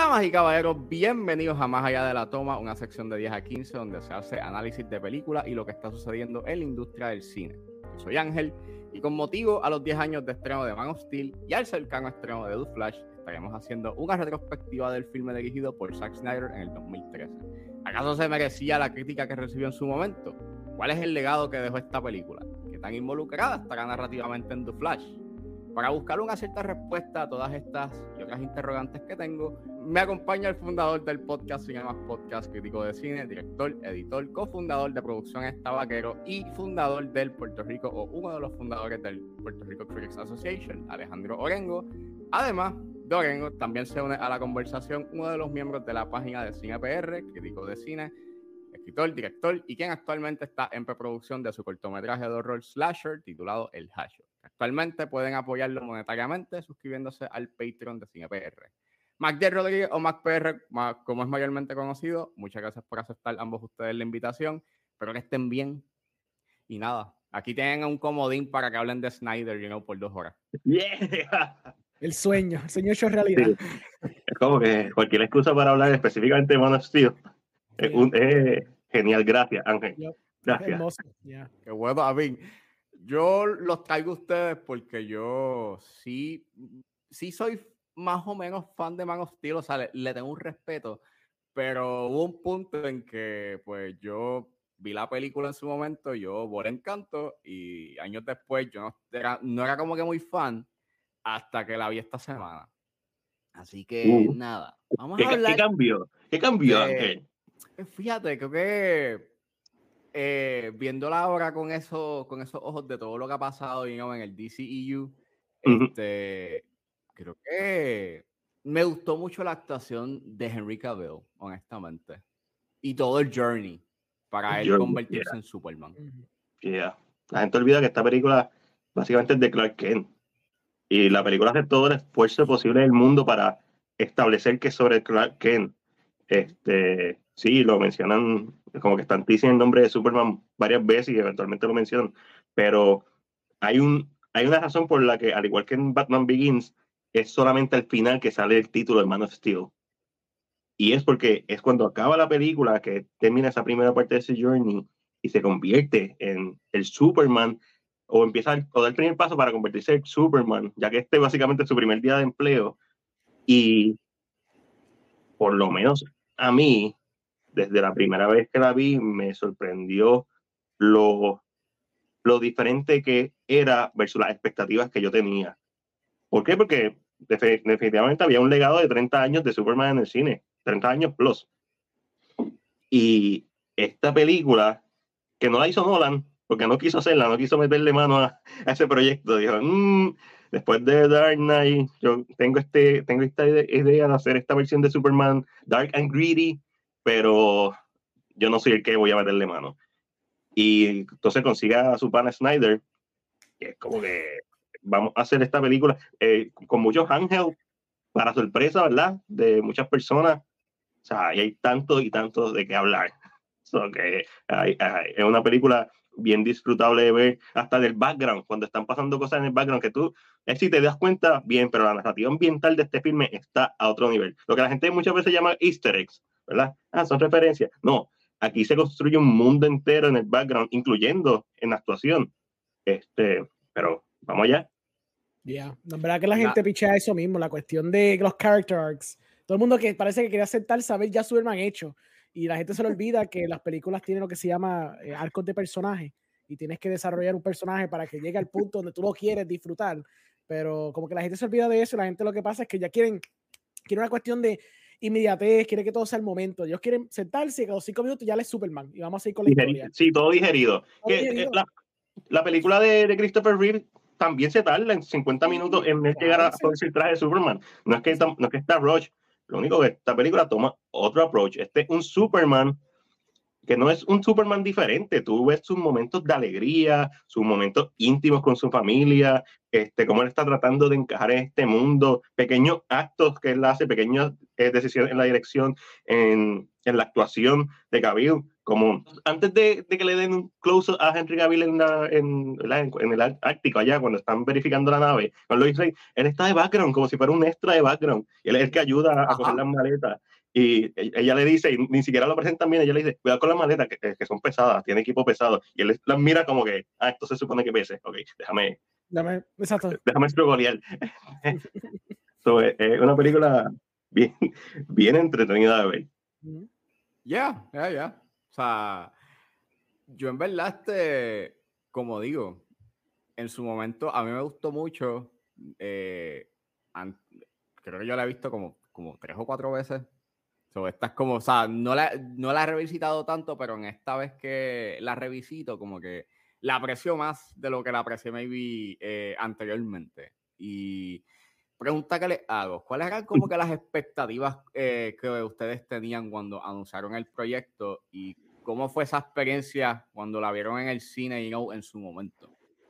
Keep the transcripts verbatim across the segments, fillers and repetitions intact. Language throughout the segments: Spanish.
Damas y caballeros, bienvenidos a Más Allá de la Toma, una sección de diez a quince donde se hace análisis de películas y lo que está sucediendo en la industria del cine. Yo soy Ángel y con motivo a los diez años de estreno de Man of Steel y al cercano estreno de The Flash, estaremos haciendo una retrospectiva del filme dirigido por Zack Snyder en el dos mil trece. ¿Acaso se merecía la crítica que recibió en su momento? ¿Cuál es el legado que dejó esta película? ¿Qué tan involucrada estará narrativamente en The Flash? Para buscar una cierta respuesta a todas estas y otras interrogantes que tengo, me acompaña el fundador del podcast Cinemas Podcast, crítico de cine, director, editor, cofundador de Producciones Tabaquero y fundador del Puerto Rico, o uno de los fundadores del Puerto Rico Critics Association, Alejandro Orengo. Además de Orengo, también se une a la conversación uno de los miembros de la página de Cine P R, crítico de cine, escritor, director y quien actualmente está en preproducción de su cortometraje de horror slasher titulado El Hasho. Actualmente pueden apoyarlo monetariamente suscribiéndose al Patreon de Cine P R. Mac J. Rodríguez o Mac P R, como es mayormente conocido, muchas gracias por aceptar ambos ustedes la invitación, espero que estén bien. Y nada, aquí tienen un comodín para que hablen de Snyder, you know, por dos horas. Yeah. El sueño, el sueño hecho realidad. Sí. Es como que cualquier excusa para hablar específicamente de Man of Steel es, un, es genial, gracias Ángel. Yep. Gracias. Hermoso. Yeah. Qué bueno, a mí. Yo los traigo a ustedes porque yo sí, sí soy más o menos fan de Man of Steel, o sea, le, le tengo un respeto, pero hubo un punto en que pues yo vi la película en su momento, yo volé Encanto y años después yo no era, no era como que muy fan hasta que la vi esta semana. Así que uh, nada, vamos ¿Qué, a hablar. ¿Qué cambió? ¿Qué cambió, de, Ángel? Fíjate, creo que Eh, viéndola ahora con eso, con esos ojos de todo lo que ha pasado, you know, en el D C E U, este, uh-huh. creo que me gustó mucho la actuación de Henry Cavill, honestamente, y todo el journey para él Journey, convertirse yeah. en Superman. Yeah. La gente olvida que esta película básicamente es de Clark Kent y la película hace todo el esfuerzo posible del mundo para establecer que es sobre Clark Kent. Este, sí, lo mencionan, como que están diciendo el nombre de Superman varias veces y eventualmente lo mencionan, pero hay, un, hay una razón por la que, al igual que en Batman Begins, es solamente al final que sale el título de Man of Steel. Y es porque es cuando acaba la película que termina esa primera parte de ese journey y se convierte en el Superman, o empieza o da el primer paso para convertirse en Superman, ya que este básicamente es su primer día de empleo. Y por lo menos a mí, desde la primera vez que la vi, me sorprendió lo, lo diferente que era versus las expectativas que yo tenía. ¿Por qué? Porque definitivamente había un legado de treinta años de Superman en el cine, treinta años plus. Y esta película, que no la hizo Nolan, porque no quiso hacerla, no quiso meterle mano a, a ese proyecto, dijo, mmm, después de Dark Knight, yo tengo, este, tengo esta idea de hacer esta versión de Superman dark and greedy, pero yo no soy el que voy a meterle mano. Y entonces consigue a su pana Snyder, que es como que vamos a hacer esta película eh, con muchos ángeles, para sorpresa, ¿verdad? De muchas personas. O sea, y hay tanto y tanto de qué hablar. So que hay, hay, es una película bien disfrutable de ver, hasta del background, cuando están pasando cosas en el background, que tú, es si te das cuenta, bien, pero la narrativa ambiental de este filme está a otro nivel. Lo que la gente muchas veces llama easter eggs, ¿verdad? Ah, son referencias. No, aquí se construye un mundo entero en el background, incluyendo en la actuación. Este, pero vamos allá. Ya, yeah. No, en verdad que la gente nah. pichea eso mismo, la cuestión de los character arcs. Todo el mundo que parece que quería aceptar saber ya Superman hecho. Y la gente se le olvida que las películas tienen lo que se llama eh, arcos de personaje. Y tienes que desarrollar un personaje para que llegue al punto donde tú lo quieres disfrutar. Pero como que la gente se olvida de eso. La gente lo que pasa es que ya quieren, quieren una cuestión de inmediatez, quiere que todo sea el momento. Ellos quieren sentarse y a los cinco minutos ya le es Superman. Y vamos a seguir con la digerido, historia. Sí, todo digerido. ¿Todo que, digerido? La, la película de, de Christopher Reeve también se tarda en cincuenta minutos en claro, llegar a ponerse el traje de Superman. No es que, no es que está Rush. Lo único que esta película toma otro approach. Este es un Superman que no es un Superman diferente. Tú ves sus momentos de alegría, sus momentos íntimos con su familia, este, cómo él está tratando de encajar en este mundo, pequeños actos que él hace, pequeñas eh, decisiones en la dirección, en, en la actuación de Cavill, como antes de, de que le den un close a Henry Cavill en, la, en, en, en el Ártico, allá cuando están verificando la nave, con Lois Lane, él está de background, como si fuera un extra de background, y él es el que ayuda a, a coger las maletas. Y ella le dice, y ni siquiera lo presentan bien, ella le dice, cuidado con las maletas, que, que son pesadas, tiene equipo pesado. Y él las mira como que, ah, esto se supone que pese. Ok, déjame, Dame, exacto. déjame estrogolear. So, es eh, una película bien, bien entretenida de ver. Ya, yeah, ya, yeah, ya. Yeah. O sea, yo en verdad, este, como digo, en su momento a mí me gustó mucho. Eh, an- creo que yo la he visto como, como tres o cuatro veces. So, esta es como, o sea, no la, no la he revisitado tanto, pero en esta vez que la revisito, como que la aprecio más de lo que la aprecié maybe eh, anteriormente. Y pregunta que les hago, ¿cuáles eran como que las expectativas eh, que ustedes tenían cuando anunciaron el proyecto y cómo fue esa experiencia cuando la vieron en el cine y no en su momento?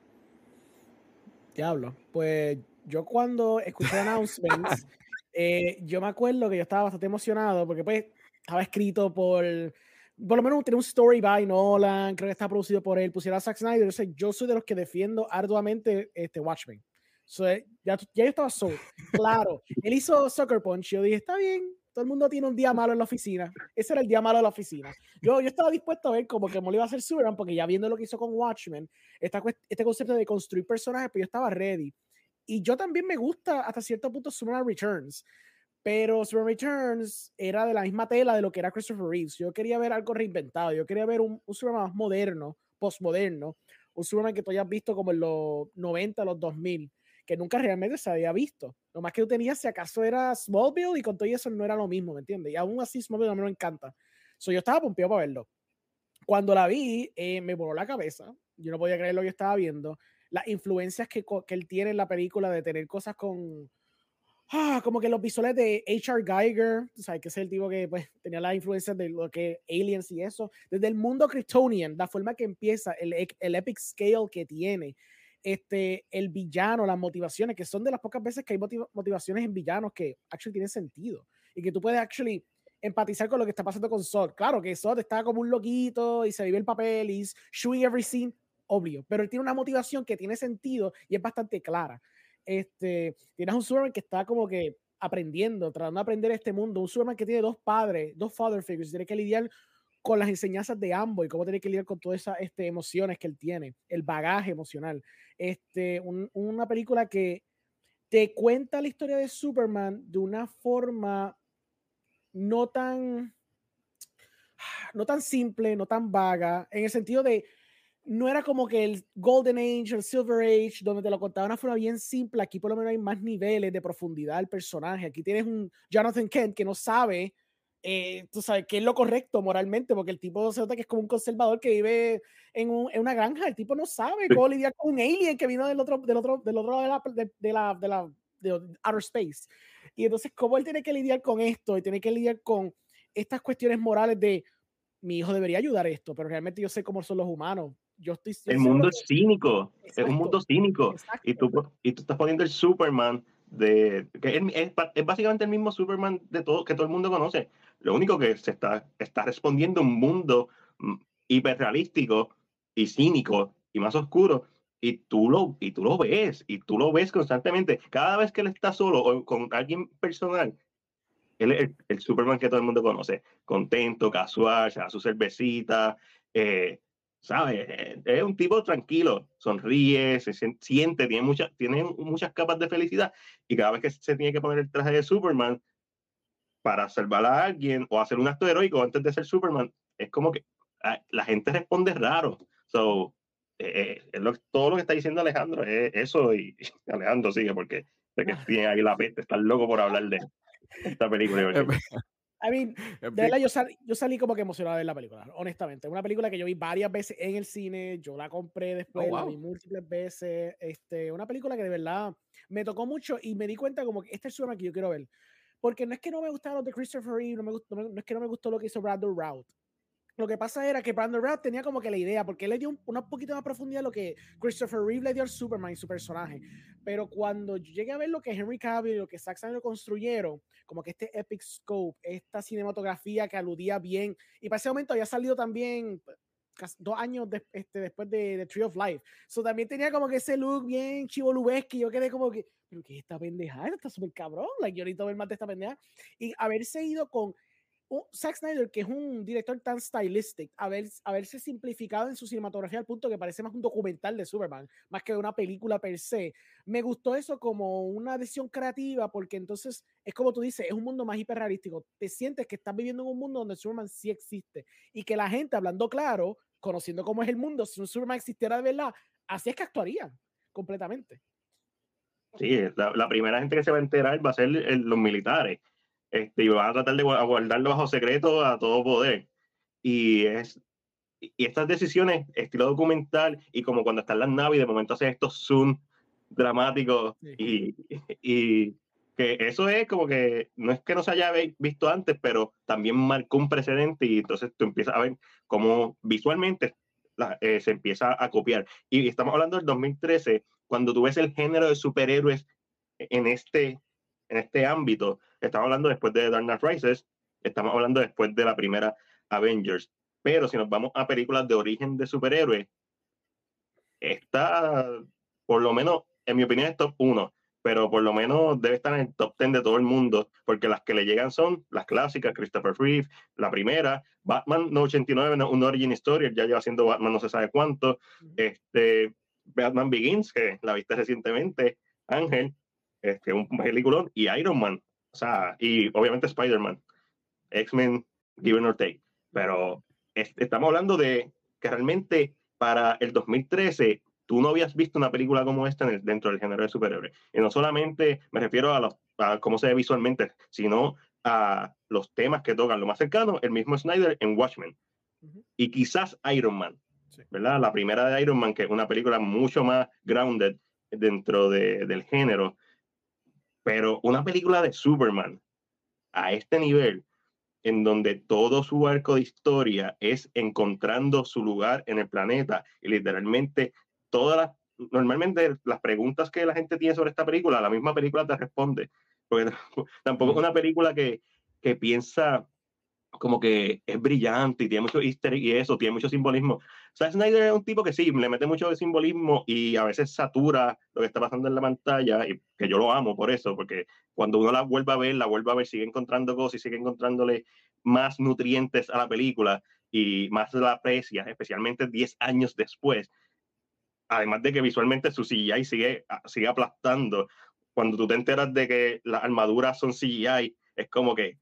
Diablo, pues yo cuando escuché announcements, eh, yo me acuerdo que yo estaba bastante emocionado porque pues estaba escrito por, por lo menos tiene un story by Nolan, creo que está producido por él, pusiera a Zack Snyder, o sea, yo soy de los que defiendo arduamente este Watchmen. So, ya, ya yo estaba sold. Claro, él hizo Sucker Punch, yo dije, está bien, todo el mundo tiene un día malo en la oficina. Ese era el día malo de la oficina. Yo, yo estaba dispuesto a ver como que Molly iba a hacer Superman, porque ya viendo lo que hizo con Watchmen, esta, este concepto de construir personajes, pues yo estaba ready. Y yo también me gusta hasta cierto punto Superman Returns, pero Superman Returns era de la misma tela de lo que era Christopher Reeves. Yo quería ver algo reinventado, yo quería ver un, un Superman más moderno, postmoderno, un Superman que tú hayas visto como en los noventa, los dos mil, que nunca realmente se había visto. Lo más que tú tenías, si acaso, era Smallville, y con todo eso no era lo mismo, ¿me entiendes? Y aún así Smallville a mí me encanta. So, yo estaba pompeado para verlo. Cuando la vi, eh, me voló la cabeza. Yo no podía creer lo que estaba viendo. Las influencias que, que él tiene en la película de tener cosas con... Ah, como que los visuales de H R Geiger, ¿sabes? Que es el tipo que pues, tenía las influencias de lo que Aliens y eso. Desde el mundo Kryptonian, la forma que empieza, el, el epic scale que tiene, este, el villano, las motivaciones, que son de las pocas veces que hay motiv motivaciones en villanos que actually tienen sentido. Y que tú puedes actually empatizar con lo que está pasando con Zod. Claro que Zod está como un loquito y se vive el papel y es shooting every scene, obvio. Pero él tiene una motivación que tiene sentido y es bastante clara. Este, tienes un Superman que está como que aprendiendo, tratando de aprender este mundo, un Superman que tiene dos padres, dos father figures, tiene que lidiar con las enseñanzas de ambos y cómo tiene que lidiar con todas esas este, emociones que él tiene, el bagaje emocional. Este, un, una película que te cuenta la historia de Superman de una forma no tan no tan simple, no tan vaga, en el sentido de no era como que el Golden Age, el Silver Age, donde te lo contaba de una forma bien simple. Aquí por lo menos hay más niveles de profundidad del personaje. Aquí tienes un Jonathan Kent que no sabe, eh, tú sabes, qué es lo correcto moralmente, porque el tipo se nota que es como un conservador que vive en, un, en una granja. El tipo no sabe cómo lidiar con un alien que vino del otro, del otro, del otro lado de la, de, de la, de la de outer space. Y entonces, cómo él tiene que lidiar con esto y tiene que lidiar con estas cuestiones morales de mi hijo debería ayudar a esto, pero realmente yo sé cómo son los humanos. Yo estoy, yo El sé mundo que, es cínico, exacto, es un mundo cínico. Exacto. Y tú, y tú estás poniendo el Superman de que es, es, es básicamente el mismo Superman de todo, que todo el mundo conoce. Lo único que se está, está respondiendo a un mundo hiperrealístico y cínico y más oscuro. Y tú, lo, y tú lo ves, y tú lo ves constantemente. Cada vez que él está solo o con alguien personal, él es el, el Superman que todo el mundo conoce. Contento, casual, se da su cervecita, eh, ¿sabes? Es un tipo tranquilo, sonríe, se siente, tiene muchas, tiene muchas capas de felicidad, y cada vez que se tiene que poner el traje de Superman para salvar a alguien o hacer un acto heroico antes de ser Superman, es como que ah, la gente responde raro. So, eh, eh, lo, todo lo que está diciendo Alejandro es eso, y Alejandro sigue porque sé que tiene ahí la peste, está loco por hablar de esta película. I mean, de verdad, yo, sal, yo salí como que emocionado de ver la película, honestamente. Es una película que yo vi varias veces en el cine, yo la compré después, oh, wow. la vi múltiples veces. Este, una película que de verdad me tocó mucho y me di cuenta como que este es el Superman que yo quiero ver. Porque no es que no me gustaron los de Christopher Reeve, no, me gustó, no es que no me gustó lo que hizo Brandon Routh. Lo que pasa era que Brandon Routh tenía como que la idea, porque él le dio un, una poquito más profundidad a lo que Christopher Reeve le dio al Superman y su personaje. Pero cuando yo llegué a ver lo que Henry Cavill y lo que Zack Snyder construyeron, como que este epic scope, esta cinematografía que aludía bien, y para ese momento había salido también casi dos años de, este, después de, de Tree of Life. So también tenía como que ese look bien chivolubesque, y yo quedé como que, pero ¿qué es esta pendejada? Está súper cabrón. Like, yo necesito ver más de esta pendeja. Y haberse ido con Oh, Zack Snyder, que es un director tan stylistic, haber, haberse simplificado en su cinematografía al punto que parece más un documental de Superman, más que una película per se. Me gustó eso como una decisión creativa, porque entonces es como tú dices, es un mundo más hiperrealístico. Te sientes que estás viviendo en un mundo donde Superman sí existe y que la gente, hablando claro, conociendo cómo es el mundo, si un Superman existiera de verdad, así es que actuarían completamente. Sí, la, la primera gente que se va a enterar va a ser el, los militares. Este, y van a tratar de guardarlo bajo secreto a todo poder. Y es y estas decisiones, estilo documental, y como cuando están las naves, de momento hacen estos zoom dramáticos, sí. y, y que eso es como que, no es que no se haya visto antes, pero también marcó un precedente, y entonces tú empiezas a ver cómo visualmente la, eh, se empieza a copiar. Y estamos hablando del dos mil trece, cuando tú ves el género de superhéroes en este en este ámbito, estamos hablando después de Dark Knight Rises, estamos hablando después de la primera Avengers, pero si nos vamos a películas de origen de superhéroes, está, por lo menos, en mi opinión, es top uno, pero por lo menos debe estar en el top diez de todo el mundo, porque las que le llegan son las clásicas, Christopher Reeve, la primera, Batman no ochenta y nueve, no, un origin story, ya lleva haciendo Batman no se sabe cuánto, uh-huh. este, Batman Begins, que la viste recientemente, Ángel, este, un peliculón, y Iron Man, o sea, y obviamente Spider-Man, X-Men, Give or Take, pero es, estamos hablando de que realmente para el dos mil trece tú no habías visto una película como esta en el, dentro del género de superhéroes, y no solamente me refiero a, los, a cómo se ve visualmente, sino a los temas que tocan. Lo más cercano, el mismo Snyder en Watchmen, uh-huh. y quizás Iron Man, sí. ¿verdad? La primera de Iron Man, que es una película mucho más grounded dentro de, del género. Pero una película de Superman a este nivel, en donde todo su arco de historia es encontrando su lugar en el planeta, y literalmente todas las, normalmente las preguntas que la gente tiene sobre esta película, la misma película te responde, porque tampoco es una película que, que piensa como que es brillante y tiene mucho easter egg y eso, tiene mucho simbolismo. O sea, Snyder es un tipo que sí, le mete mucho de simbolismo y a veces satura lo que está pasando en la pantalla, y que yo lo amo por eso, porque cuando uno la vuelve a ver, la vuelve a ver, sigue encontrando cosas y sigue encontrándole más nutrientes a la película y más la aprecia, especialmente diez años después. Además de que visualmente su C G I sigue, sigue aplastando. Cuando tú te enteras de que las armaduras son C G I, es como que,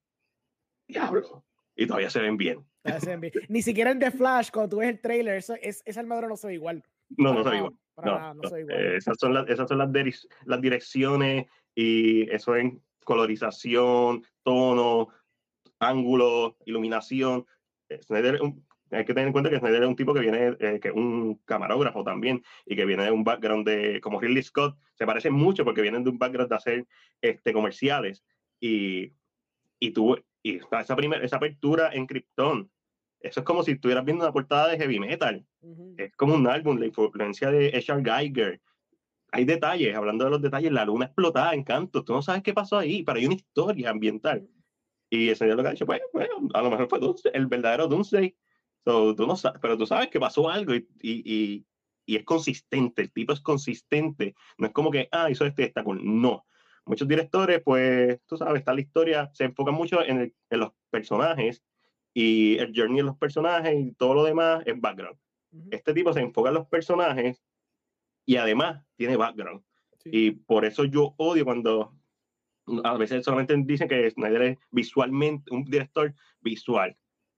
diablo, y todavía se ven bien. Se ven bien. Ni siquiera en The Flash, cuando tú ves el trailer, eso, es, esa armadura no se ve igual. No, no se ve igual. Para no, nada, no no. se ve igual. Eh, esas son, las, esas son las, dir- las direcciones, y eso en colorización, tono, ángulo, iluminación. Snyder, un, hay que tener en cuenta que Snyder es un tipo que viene, eh, que es un camarógrafo también, y que viene de un background de, como Ridley Scott, se parecen mucho porque vienen de un background de hacer este, comerciales, y, y tú, y esa, primer, esa apertura en Krypton, eso es como si estuvieras viendo una portada de heavy metal, uh-huh. Es como un álbum, la influencia de H R Geiger. Hay detalles, hablando de los detalles, la luna explotada en Canto, tú no sabes qué pasó ahí, pero hay una historia ambiental. Y el señor lo que ha dicho, bueno, bueno, a lo mejor fue Doomsday, el verdadero Doomsday, so, tú no sabes, pero tú sabes que pasó algo, y, y, y, y es consistente, el tipo es consistente, no es como que, ah, hizo este está cool, no. Muchos directores, pues, tú sabes, está la historia, se enfocan mucho en, el, en los personajes, y el journey de los personajes y todo lo demás es background. Uh-huh. Este tipo se enfoca en los personajes y además tiene background. Sí. Y por eso yo odio cuando a veces solamente dicen que Snyder es visualmente un director visual.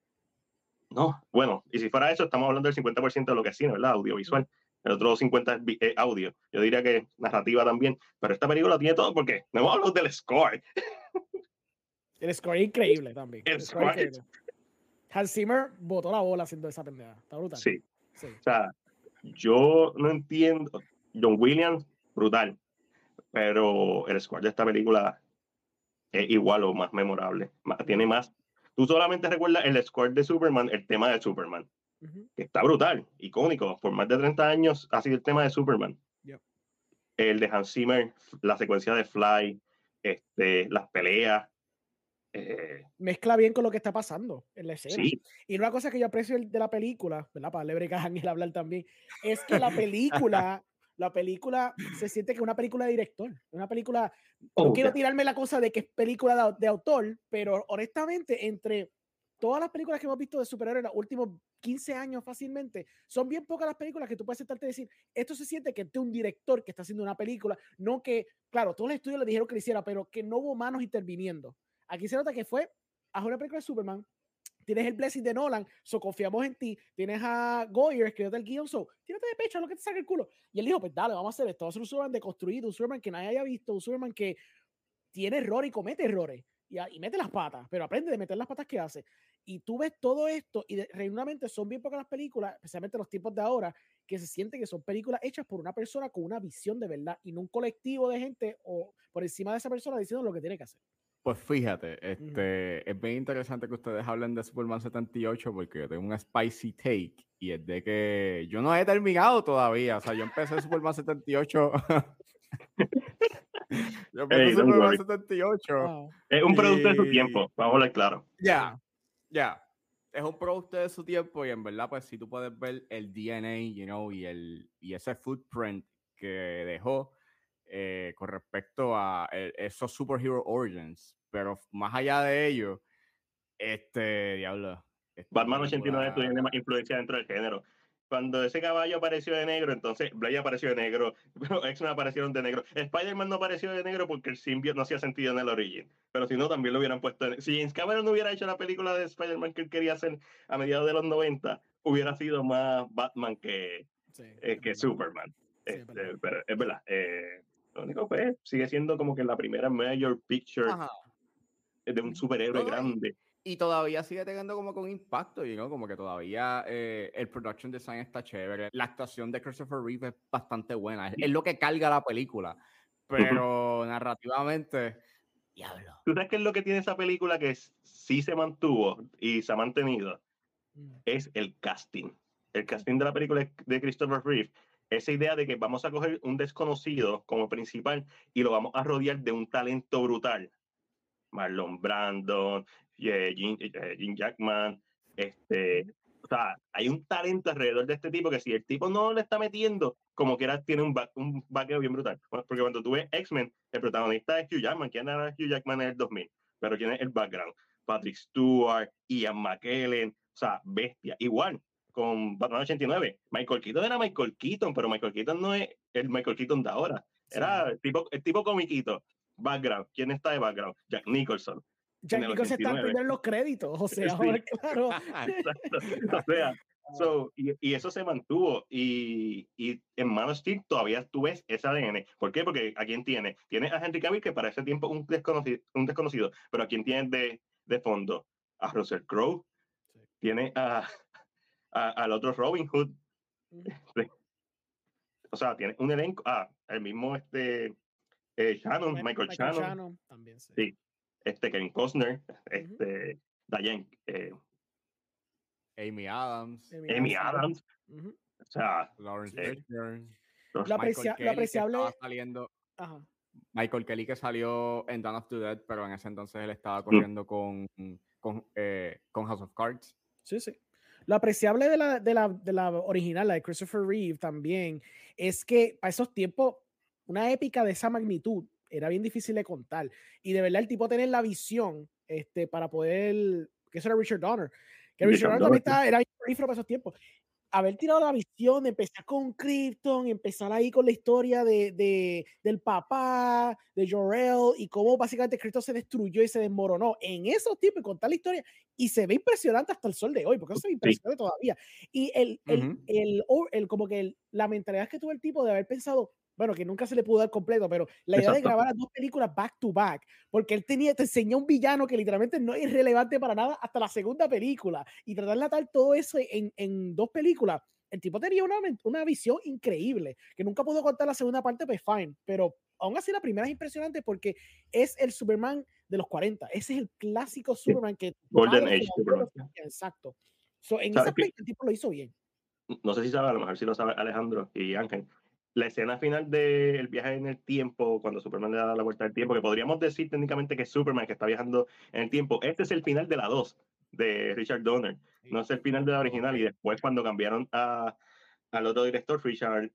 No, bueno, y si fuera eso, estamos hablando del cincuenta por ciento de lo que es cine, ¿verdad? Audiovisual. El otro cincuenta por ciento es audio. Yo diría que narrativa también. Pero esta película tiene todo, porque no hemos hablado del score. El score es increíble también. El, el score, score es... Hans Zimmer botó la bola haciendo esa pendeja. Está brutal. Sí. sí. O sea, yo no entiendo. John Williams, brutal. Pero el score de esta película es igual o más memorable. Más, tiene más tú solamente recuerdas el score de Superman, el tema de Superman, uh-huh. que está brutal, icónico, por más de treinta años ha sido el tema de Superman. Yep. El de Hans Zimmer, la secuencia de Fly, este, las peleas. Eh, Mezcla bien con lo que está pasando en la escena. Sí. Y una cosa que yo aprecio de la película, ¿verdad? Para darle break a Ángel hablar también, es que la película, la película se siente que es una película de director. Una película, oh, no quiero yeah. tirarme la cosa de que es película de, de autor, pero honestamente, entre todas las películas que hemos visto de superhéroes en los últimos quince años fácilmente, son bien pocas las películas que tú puedes sentarte y decir, esto se siente que es de un director que está haciendo una película, no que, claro, todos los estudios le dijeron que lo hiciera, pero que no hubo manos interviniendo. Aquí se nota que fue a una película de Superman, tienes el blessing de Nolan, so confiamos en ti, tienes a Goyer, escribió el guión, so tírate de pecho, a lo que te saque el culo. Y él dijo, pues dale, vamos a hacer esto, vamos a hacer un Superman deconstruido, un Superman que nadie haya visto, un Superman que tiene errores y comete errores, y, y mete las patas, pero aprende de meter las patas que hace. Y tú ves todo esto, y regularmente son bien pocas las películas, especialmente los tiempos de ahora, que se sienten que son películas hechas por una persona con una visión de verdad, y no un colectivo de gente o por encima de esa persona diciendo lo que tiene que hacer. Pues fíjate, este, uh-huh. es bien interesante que ustedes hablen de Superman setenta y ocho porque yo tengo un spicy take y es de que yo no he terminado todavía, o sea, yo empecé Superman setenta y ocho yo empecé hey, Superman setenta y ocho wow. Es un producto y... de su tiempo, vamos a hablar claro. Ya, yeah, ya, yeah. Es un producto de su tiempo y en verdad pues si tú puedes ver el D N A, you know, y, el, y ese footprint que dejó Eh, con respecto a eh, esos superhero origins, pero más allá de ello, este diablo. Batman ochenta y nueve tiene más influencia dentro del género. Cuando ese caballo apareció de negro, entonces Blade apareció de negro, X-Men aparecieron de negro. Spider-Man no apareció de negro porque el simbionte no hacía sentido en el origen. Pero si no, también lo hubieran puesto. En... Si James Cameron no hubiera hecho la película de Spider-Man que él quería hacer a mediados de los noventa, hubiera sido más Batman que, sí, eh, que Superman. Sí, este, es pero es verdad. Eh, Lo único que pues, sigue siendo como que la primera major picture Ajá. de un superhéroe no, grande. Y todavía sigue teniendo como que un impacto, you know? Como que todavía eh, el production design está chévere. La actuación de Christopher Reeve es bastante buena. Es, es lo que carga la película. Pero uh-huh. narrativamente, diablo. ¿Tú sabes qué es lo que tiene esa película que sí se mantuvo y se ha mantenido? Uh-huh. Es el casting. El casting de la película de Christopher Reeve. Esa idea de que vamos a coger un desconocido como principal y lo vamos a rodear de un talento brutal. Marlon Brando, eh, Jim, eh, Jim Jackman, este, o sea, hay un talento alrededor de este tipo que si el tipo no le está metiendo, como quiera tiene un, back, un backeo bien brutal. Porque cuando tú ves X-Men, el protagonista es Hugh Jackman. ¿Quién era Hugh Jackman en el dos mil? Pero ¿quién es el background? Patrick Stewart, Ian McKellen, o sea, bestia. Igual con Batman ochenta y nueve. Michael Keaton era Michael Keaton, pero Michael Keaton no es el Michael Keaton de ahora. Era sí. el tipo, el tipo comiquito. Background. ¿Quién está de background? Jack Nicholson. Jack Nicholson está primero en los créditos. O sea, sí. ahora, claro. Exacto. O sea, so, y, y eso se mantuvo. Y, y en Man of Steel todavía tú ves ese A D N. ¿Por qué? Porque ¿a quién tiene? Tiene a Henry Cavill, que para ese tiempo un desconocido. Un desconocido pero ¿a quién tiene de, de fondo? A Russell Crowe. Sí. Tiene a, a, al otro Robin Hood. Mm. Este, o sea, tiene un elenco. Ah, el mismo este. Eh, Shannon, Michael, Michael Shannon. Shannon también, sí. sí. Este, Kevin Costner, este, uh-huh. Diane, eh, Amy Adams. Amy, Amy Adams. Uh-huh. O sea, Lawrence eh, Fishburne. Lo, aprecia, lo apreciable. Saliendo, Ajá. Michael Kelly que salió en Dawn of the Dead, pero en ese entonces él estaba corriendo uh-huh. con, con, eh, con House of Cards. Sí, sí. Lo apreciable de la, de, la, de la original, la de Christopher Reeve también, es que para esos tiempos, una épica de esa magnitud era bien difícil de contar. Y de verdad el tipo tener la visión este, para poder... Que eso era Richard Donner. Que Richard, Richard Donner también estaba, era bien prolífero para esos tiempos. Haber tirado la visión, de empezar con Krypton, empezar ahí con la historia de, de, del papá, de Jor-El, y cómo básicamente Krypton se destruyó y se desmoronó en esos tiempos, y contar la historia, y se ve impresionante hasta el sol de hoy, porque eso se ve impresionante sí. todavía. Y el, el, uh-huh. el, el, el, como que el, la mentalidad que tuvo el tipo de haber pensado, bueno, que nunca se le pudo dar completo, pero la idea Exacto. de grabar las dos películas back to back, porque él tenía, te enseñó un villano que literalmente no es relevante para nada hasta la segunda película, y tratar de atar todo eso en, en dos películas, el tipo tenía una, una visión increíble, que nunca pudo contar la segunda parte, pues fine, pero aún así la primera es impresionante porque es el Superman de los cuarenta. Ese es el clásico Superman que... Golden Age Superman. Exacto. So, en ¿Sabes esa película el tipo lo hizo bien. No sé si sabe, a lo mejor si lo sabe Alejandro y Ángel. La escena final del viaje en el tiempo, cuando Superman le da la vuelta al tiempo, que podríamos decir técnicamente que es Superman que está viajando en el tiempo, este es el final de la dos de Richard Donner, no es el final de la original. Y después cuando cambiaron a, al otro director, Richard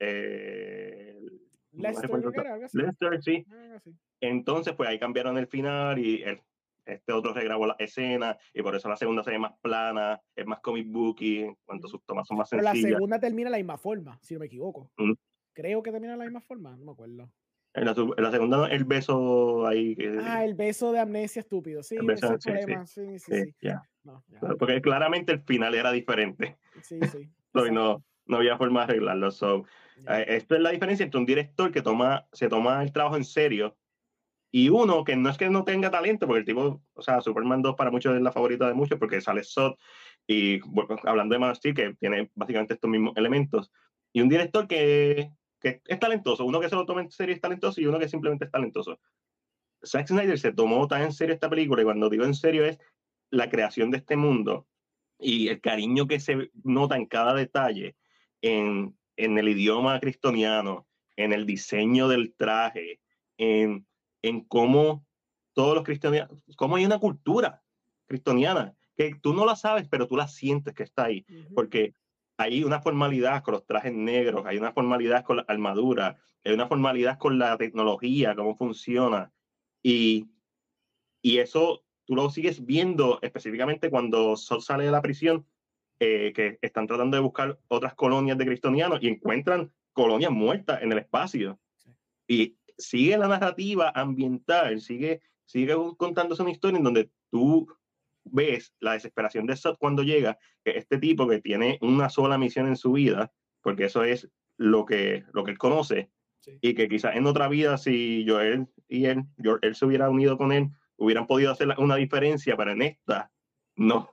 eh, Lester, no era, algo así. Lester, sí. Algo así. Entonces pues ahí cambiaron el final y el, este otro regrabó la escena y por eso la segunda se ve más plana, es más comic booky, en cuanto sus tomas son más Pero sencillas. la segunda termina de la misma forma, si no me equivoco. Mm. Creo que termina de la misma forma, no me acuerdo. En la, en la segunda, el beso ahí. Que, ah, el beso de amnesia estúpido. Sí, ese es el problema. Sí, sí, sí. sí, sí. Yeah. No, ya. Porque claramente el final era diferente. Sí, sí. So, no, no había forma de arreglarlo. So, yeah. eh, esto es la diferencia entre un director que toma, se toma el trabajo en serio y uno que no es que no tenga talento, porque el tipo, o sea, Superman dos para muchos es la favorita de muchos porque sale Zod y bueno, hablando de Man of Steel, que tiene básicamente estos mismos elementos. Y un director que, que es talentoso, uno que se lo toma en serio es talentoso y uno que simplemente es talentoso. Zack Snyder se tomó tan en serio esta película, y cuando digo en serio es la creación de este mundo y el cariño que se nota en cada detalle, en, en el idioma cristoniano, en el diseño del traje, en, en cómo todos los cristianos, cómo hay una cultura cristoniana, que tú no la sabes, pero tú la sientes que está ahí, uh-huh. Porque hay una formalidad con los trajes negros, hay una formalidad con la armadura, hay una formalidad con la tecnología, cómo funciona, y, y eso tú lo sigues viendo específicamente cuando Zod sale de la prisión, eh, que están tratando de buscar otras colonias de cristonianos y encuentran colonias muertas en el espacio. Sí. Y sigue la narrativa ambiental, sigue, sigue contándose una historia en donde tú ves la desesperación de Zod cuando llega, que este tipo que tiene una sola misión en su vida, porque eso es lo que, lo que él conoce, sí. Y que quizás en otra vida si Joel y él, él se hubiera unido con él, hubieran podido hacer una diferencia, pero en esta, no.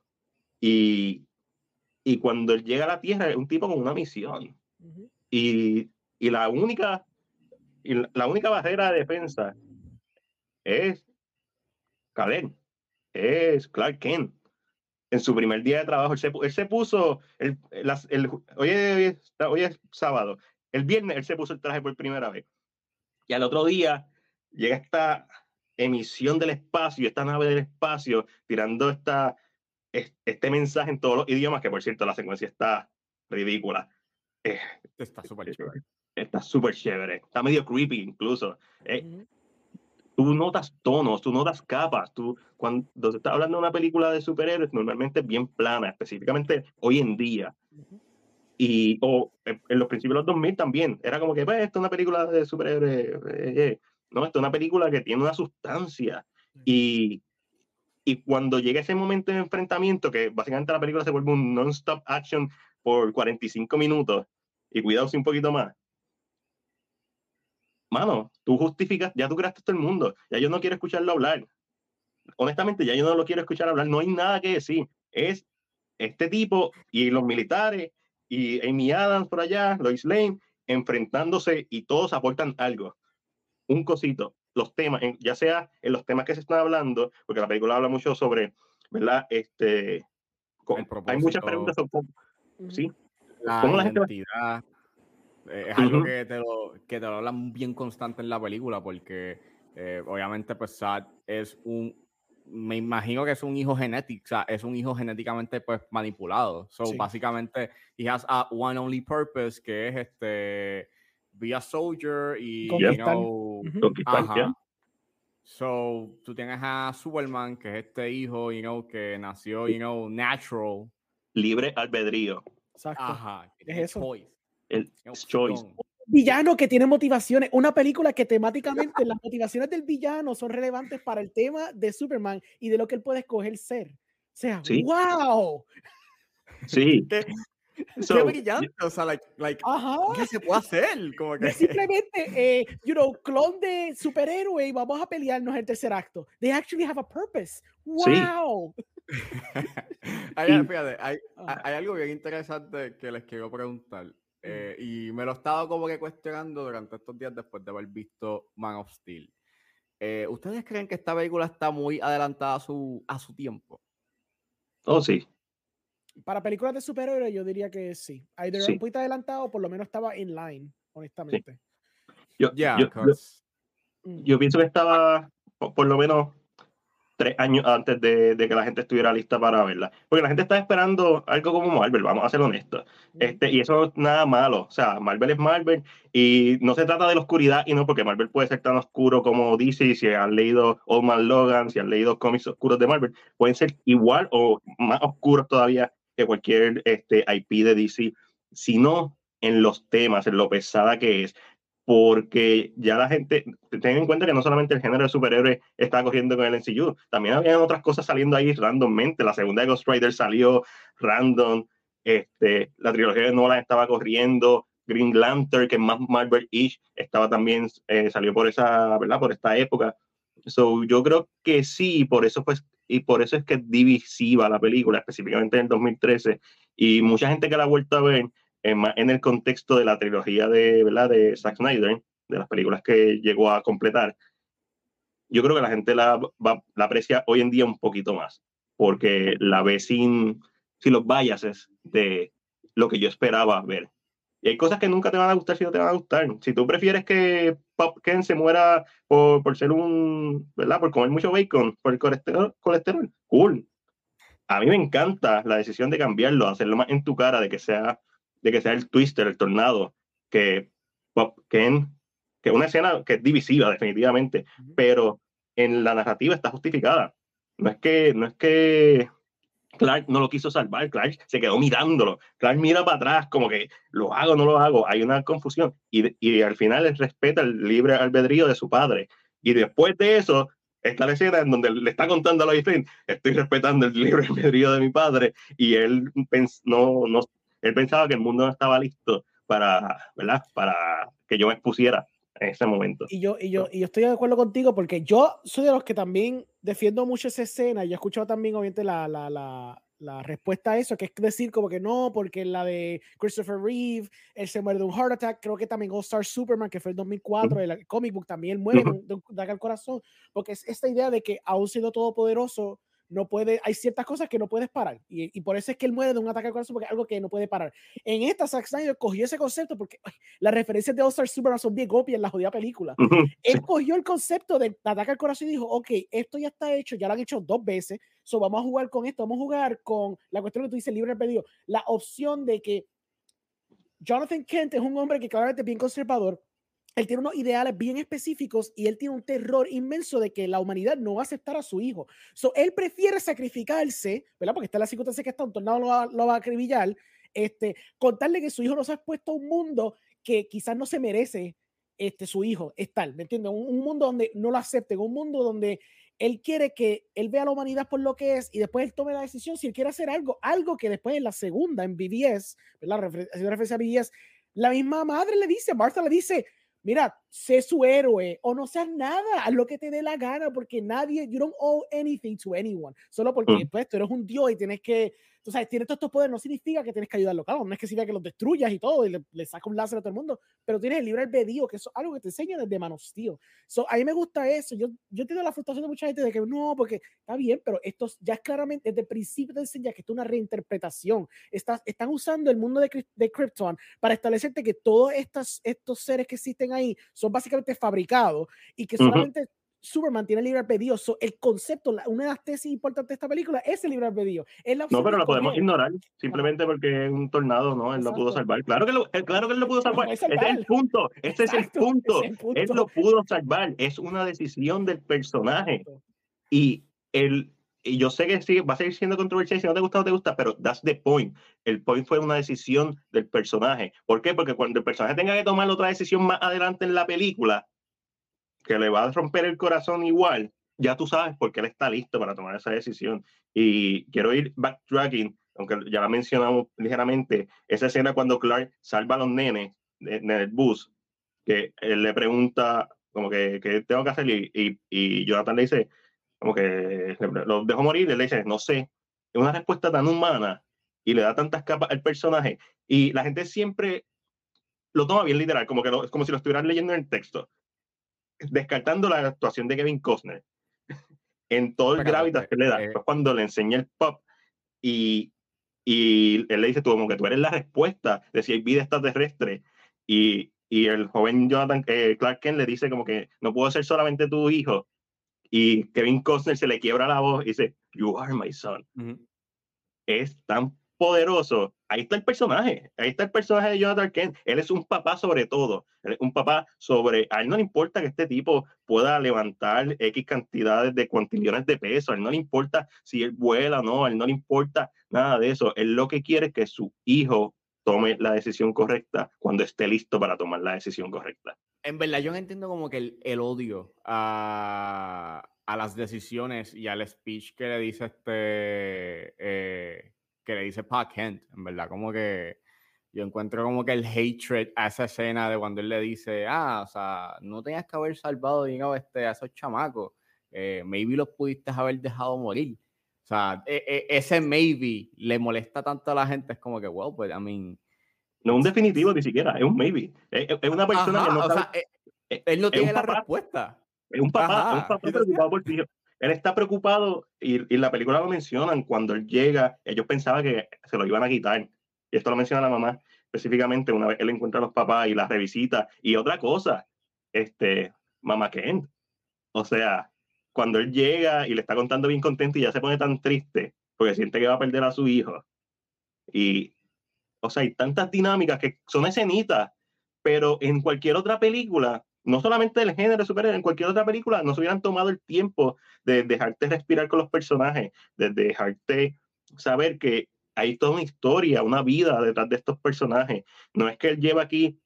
Y, y cuando él llega a la Tierra es un tipo con una misión. Uh-huh. Y, y, la única, y la única barrera de defensa es Kal-El, es Clark Kent. En su primer día de trabajo, él se, él se puso, el, el, el, hoy, es, hoy es sábado, el viernes él se puso el traje por primera vez. Y al otro día llega esta emisión del espacio, esta nave del espacio, tirando esta, este mensaje en todos los idiomas, que por cierto la secuencia está ridícula. Eh, está súper chévere. Está súper chévere. Está medio creepy incluso. Eh, uh-huh. Tú notas tonos, tú notas capas. Tú, cuando se está hablando de una película de superhéroes, normalmente es bien plana, específicamente hoy en día. Uh-huh. Y o en los principios de los dos mil también. Era como que, pues, esto es una película de superhéroes. Eh, eh. No, esto es una película que tiene una sustancia. Uh-huh. Y, y cuando llega ese momento de enfrentamiento, que básicamente la película se vuelve un non-stop action por cuarenta y cinco minutos, y cuidado si un poquito más. Mano, tú justificas, ya tú creaste todo el mundo, ya yo no quiero escucharlo hablar. Honestamente, ya yo no lo quiero escuchar hablar, no hay nada que decir. Es este tipo y los militares y Amy Adams por allá, Lois Lane, enfrentándose y todos aportan algo. Un cosito, los temas, ya sea en los temas que se están hablando, porque la película habla mucho sobre, ¿verdad? Este, hay muchas preguntas sobre cómo, ¿sí? La ¿Cómo identidad. La gente... Es algo uh-huh. que, te lo, que te lo hablan bien constante en la película, porque eh, obviamente pues Zod es un, me imagino que es un hijo genético, o sea, es un hijo genéticamente pues manipulado. So sí. Básicamente, he has a one only purpose, que es este, be a soldier y, you know, uh-huh. Ajá. So, tú tienes a Superman, que es este hijo, you know, que nació, you know, natural. Libre albedrío. Exacto. Ajá. Es eso. Choice. El choice. Villano que tiene motivaciones, una película que temáticamente las motivaciones del villano son relevantes para el tema de Superman y de lo que él puede escoger ser. O sea, ¿sí? ¡wow! Sí. ¿Qué, so, qué brillante, o sea, like, like, ¿qué se puede hacer? Como que... Simplemente, eh, you know, clon de superhéroe y vamos a pelearnos el tercer acto. They actually have a purpose. ¡Wow! Sí. hay, fíjate, hay, hay algo bien interesante que les quiero preguntar. Eh, y me lo he estado como que cuestionando durante estos días después de haber visto Man of Steel. Eh, ¿Ustedes creen que esta película está muy adelantada a su, a su tiempo? Oh, sí. Para películas de superhéroes, yo diría que sí. Either Sí. un poquito adelantado, o por lo menos estaba in line, honestamente. Sí. Yo, Yeah, yo, yo, Mm. yo pienso que estaba por, por lo menos tres años antes de, de que la gente estuviera lista para verla. Porque la gente está esperando algo como Marvel, vamos a ser honestos. Este, y eso no es nada malo. O sea, Marvel es Marvel y no se trata de la oscuridad, y no porque Marvel puede ser tan oscuro como D C. Si han leído Old Man Logan, si han leído cómics oscuros de Marvel, pueden ser igual o más oscuros todavía que cualquier este, I P de D C, sino en los temas, en lo pesada que es. Porque ya la gente, ten en cuenta que no solamente el género de superhéroes está corriendo con el M C U, también había otras cosas saliendo ahí randommente. La segunda de Ghost Rider salió random, este, la trilogía de Nolan estaba corriendo, Green Lantern, que es más Marvel-ish, estaba también, eh, salió por esa, ¿verdad? Por esta época. So, yo creo que sí, por eso pues, y por eso es que es divisiva la película, específicamente en el dos mil trece, y mucha gente que la ha vuelto a ver, en, en el contexto de la trilogía de, ¿verdad? de Zack Snyder, de las películas que llegó a completar, yo creo que la gente la, va, la aprecia hoy en día un poquito más, porque la ve sin, sin los biases de lo que yo esperaba ver. Y hay cosas que nunca te van a gustar si no te van a gustar. Si tú prefieres que Pop Ken se muera por, por ser un, ¿verdad? Por comer mucho bacon, por el colesterol, colesterol, cool. A mí me encanta la decisión de cambiarlo, hacerlo más en tu cara, de que sea, de que sea el Twister, el tornado, que Pop Ken, que es una escena que es divisiva definitivamente, pero en la narrativa está justificada. No es que, no es que Clark no lo quiso salvar, Clark se quedó mirándolo, Clark mira para atrás como que lo hago o no lo hago, hay una confusión, y, y al final él respeta el libre albedrío de su padre, y después de eso está la escena en donde le está contando a Lois Lane, estoy respetando el libre albedrío de mi padre, y él, pens no, no, él pensaba que el mundo no estaba listo para, ¿verdad? Para que yo me expusiera en ese momento. Y yo, y, yo, y yo estoy de acuerdo contigo porque yo soy de los que también defiendo mucho esa escena. Yo he escuchado también, obviamente, la, la, la, la respuesta a eso, que es decir, como que no, porque la de Christopher Reeve, él se muere de un heart attack. Creo que también All Star Superman, que fue el dos mil cuatro, uh-huh. el comic book, también muere uh-huh. de un ataque al corazón. Porque es esta idea de que, aún siendo todopoderoso, no puede, hay ciertas cosas que no puedes parar, y, y por eso es que él muere de un ataque al corazón, porque es algo que no puede parar. En esta, Zack Snyder cogió ese concepto, porque ay, las referencias de All Star Superman son bien copias en la jodida película. Uh-huh. Él cogió el concepto de ataque al corazón y dijo, ok, esto ya está hecho, ya lo han hecho dos veces, so vamos a jugar con esto, vamos a jugar con la cuestión que tú dices, libre albedrío, la opción de que Jonathan Kent es un hombre que claramente es bien conservador. Él tiene unos ideales bien específicos y él tiene un terror inmenso de que la humanidad no va a aceptar a su hijo. So, él prefiere sacrificarse, ¿verdad? Porque está en la circunstancia que está, un tornado lo va, lo va a acribillar, este, contarle que su hijo no se ha expuesto a un mundo que quizás no se merece este, su hijo estar, ¿me entiendes? Un, un mundo donde no lo acepten, un mundo donde él quiere que él vea a la humanidad por lo que es y después él tome la decisión si él quiere hacer algo, algo que después en la segunda, en B V S, ¿verdad? Haciendo referencia a B V S, la misma madre le dice, Martha le dice, mira, sé su héroe o no seas nada, haz lo que te dé la gana, porque nadie, you don't owe anything to anyone, solo porque mm. pues tú eres un dios y tienes que, tú sabes, tienes todos estos poderes, no significa que tienes que ayudarlo, claro, no es que significa que los destruyas y todo y le, le sacas un láser a todo el mundo, pero tienes el libre albedrío, que eso es algo que te enseña desde Man of Steel. So, a mí me gusta eso, yo, yo tengo la frustración de mucha gente de que no, porque está bien, pero esto ya es claramente, desde el principio te enseña que esto es una reinterpretación, Estás, están usando el mundo de, de Krypton para establecerte que todos estos, estos seres que existen ahí son básicamente fabricados y que solamente uh-huh. Superman tiene libre albedrío. So, el concepto, la, una de las tesis importantes de esta película es el libre albedrío. Es la no, pero la podemos ignorar simplemente Ajá. porque es un tornado, ¿no? Él Exacto. lo pudo salvar. Claro que, lo, claro que él lo pudo salvar. Ese es el punto. Ese es el punto. Es el punto. Él lo pudo salvar. Es una decisión del personaje. Exacto. Y el y yo sé que sí, va a seguir siendo controversial si no te gusta o no te gusta, pero that's the point. El point fue una decisión del personaje. ¿Por qué? Porque cuando el personaje tenga que tomar otra decisión más adelante en la película, que le va a romper el corazón igual, ya tú sabes por qué él está listo para tomar esa decisión. Y quiero ir backtracking, aunque ya la mencionamos ligeramente, esa escena cuando Clark salva a los nenes en el bus, que él le pregunta como que ¿qué tengo que hacer? Y, y, y Jonathan le dice como que lo dejó morir, él le dice, no sé. Es una respuesta tan humana y le da tantas capas al personaje. Y la gente siempre lo toma bien literal, como que lo, es como si lo estuvieran leyendo en el texto. descartando la actuación de Kevin Costner, en todo el gravitas que le da, pues cuando le enseña el pop y, y él le dice, tú como que tú eres la respuesta de si hay vida extraterrestre, y, y el joven Jonathan eh, Clark Kent le dice como que no puedo ser solamente tu hijo, y Kevin Costner se le quiebra la voz y dice, you are my son. Uh-huh. Es tan poderoso. Ahí está el personaje. Ahí está el personaje de Jonathan Kent. Él es un papá sobre todo. Él es un papá sobre... A él no le importa que este tipo pueda levantar X cantidades de cuantillones de pesos. A él no le importa si él vuela o no. A él no le importa nada de eso. Él lo que quiere es que su hijo tome la decisión correcta cuando esté listo para tomar la decisión correcta. En verdad, yo no entiendo como que el, el odio a, a las decisiones y al speech que le dice este eh, que le dice Pa Kent, en verdad, como que yo encuentro como que el hatred a esa escena de cuando él le dice, ah, o sea, no tenías que haber salvado, digamos, este, a esos chamacos, eh, maybe los pudiste haber dejado morir. O sea, e, e, ese maybe le molesta tanto a la gente, es como que, well, pues, I mean... No es un definitivo ni siquiera, es un maybe. Es, es una persona Ajá, que no o sabe... sea, él, él no tiene la papá, respuesta. Es un papá, es un papá preocupado por su hijo. Él está preocupado, y, y en la película lo mencionan, cuando él llega, ellos pensaban que se lo iban a quitar. Y esto lo menciona la mamá específicamente una vez él encuentra a los papás y las revisita. Y otra cosa, este, mamá Kent. O sea, cuando él llega y le está contando bien contento y ya se pone tan triste porque siente que va a perder a su hijo. Y, o sea, hay tantas dinámicas que son escenitas, pero en cualquier otra película, no solamente del género superhéroe, en cualquier otra película no se hubieran tomado el tiempo de dejarte respirar con los personajes, de dejarte saber que hay toda una historia, una vida detrás de estos personajes. No es que él lleva aquí,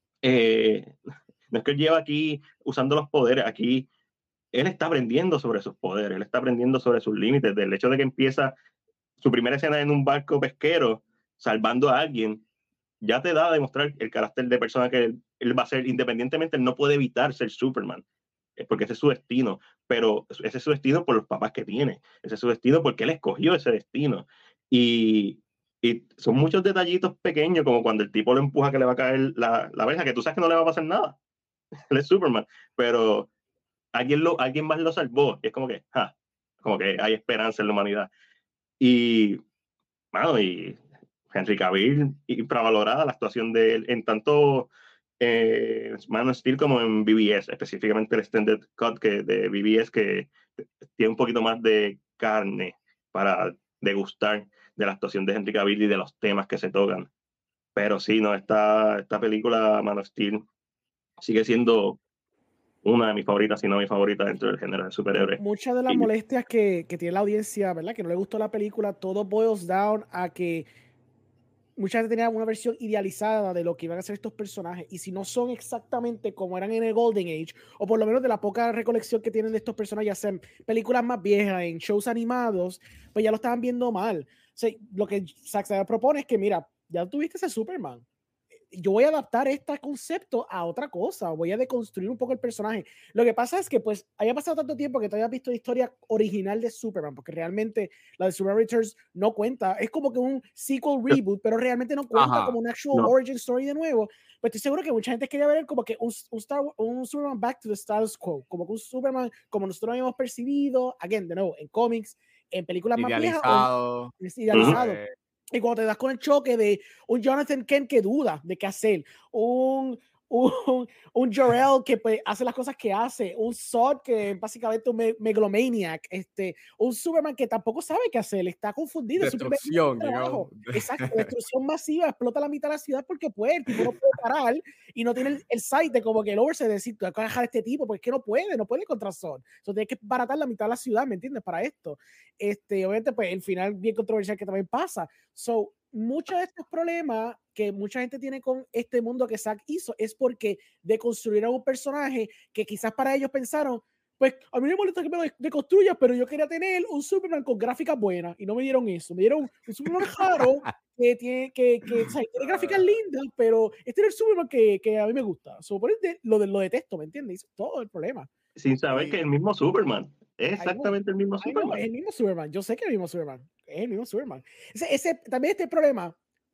eh, no es que él lleva aquí usando los poderes, aquí él está aprendiendo sobre sus poderes, él está aprendiendo sobre sus límites, del hecho de que empieza su primera escena en un barco pesquero, salvando a alguien, ya te da a demostrar el carácter de persona que él, él va a ser, independientemente, él no puede evitar ser Superman, porque ese es su destino, pero ese es su destino por los papás que tiene, ese es su destino porque él escogió ese destino, y, y son muchos detallitos pequeños, como cuando el tipo lo empuja que le va a caer la, la verja, que tú sabes que no le va a pasar nada, él es Superman, pero alguien, lo, alguien más lo salvó, y es como que, ja, como que hay esperanza en la humanidad, y, bueno, y Henry Cavill, infravalorada la actuación de él en tanto eh, Man of Steel como en B B S, específicamente el Extended Cut que, de B B S, que tiene un poquito más de carne para degustar de la actuación de Henry Cavill y de los temas que se tocan. Pero sí, no, esta, esta película Man of Steel sigue siendo una de mis favoritas, si no mi favorita dentro del género de superhéroes. Muchas de las y, molestias que, que tiene la audiencia, ¿verdad? Que no le gustó la película, todo boils down a que mucha gente tenía una versión idealizada de lo que iban a ser estos personajes, y si no son exactamente como eran en el Golden Age, o por lo menos de la poca recolección que tienen de estos personajes, ya sea en películas más viejas, en shows animados, pues ya lo estaban viendo mal. O sea, lo que Zack Snyder propone es que, mira, ya tuviste ese Superman, yo voy a adaptar este concepto a otra cosa, voy a deconstruir un poco el personaje. Lo que pasa es que pues haya pasado tanto tiempo que todavía has visto la historia original de Superman, porque realmente la de Superman Returns no cuenta, es como que un sequel reboot, pero realmente no cuenta Ajá, como un actual no. origin story de nuevo. Pues estoy seguro que mucha gente quería ver como que un, un, Star, un Superman back to the status quo, como que un Superman como nosotros habíamos percibido, again, de nuevo, en cómics, en películas más viejas, o, idealizado. Eh. Y cuando te das con el choque de un Jonathan Kent que duda de qué hacer, un, un, un Jor-El que pues, hace las cosas que hace, un Zod que es básicamente un me megalomaniac, este, un Superman que tampoco sabe qué hacer, está confundido. Destrucción, Exacto, destrucción masiva, explota la mitad de la ciudad porque puede, el tipo no puede parar y no tiene el, el sight de como que el overse de decir, tú vas a dejar a este tipo, porque es que no puede, no puede contra Zod. Entonces tiene que baratar la mitad de la ciudad, ¿me entiendes? Para esto. Este, obviamente, pues el final bien controversial que también pasa. So, muchos de estos problemas que mucha gente tiene con este mundo que Zack hizo es porque deconstruyeron un personaje que quizás para ellos pensaron, pues a mí me molesta que me lo deconstruyas, pero yo quería tener un Superman con gráficas buenas y no me dieron eso, me dieron un Superman raro que tiene, que, que, o sea, tiene gráficas lindas, pero este es el Superman que, que a mí me gusta. So, por ende, lo, lo detesto, ¿me entiendes? Eso es todo el problema. Sin saber eh, que es el mismo Superman. Es exactamente el mismo Superman. Know, es el mismo Superman. Yo sé que es el mismo Superman. Es el mismo Superman. Ese, ese, también este problema,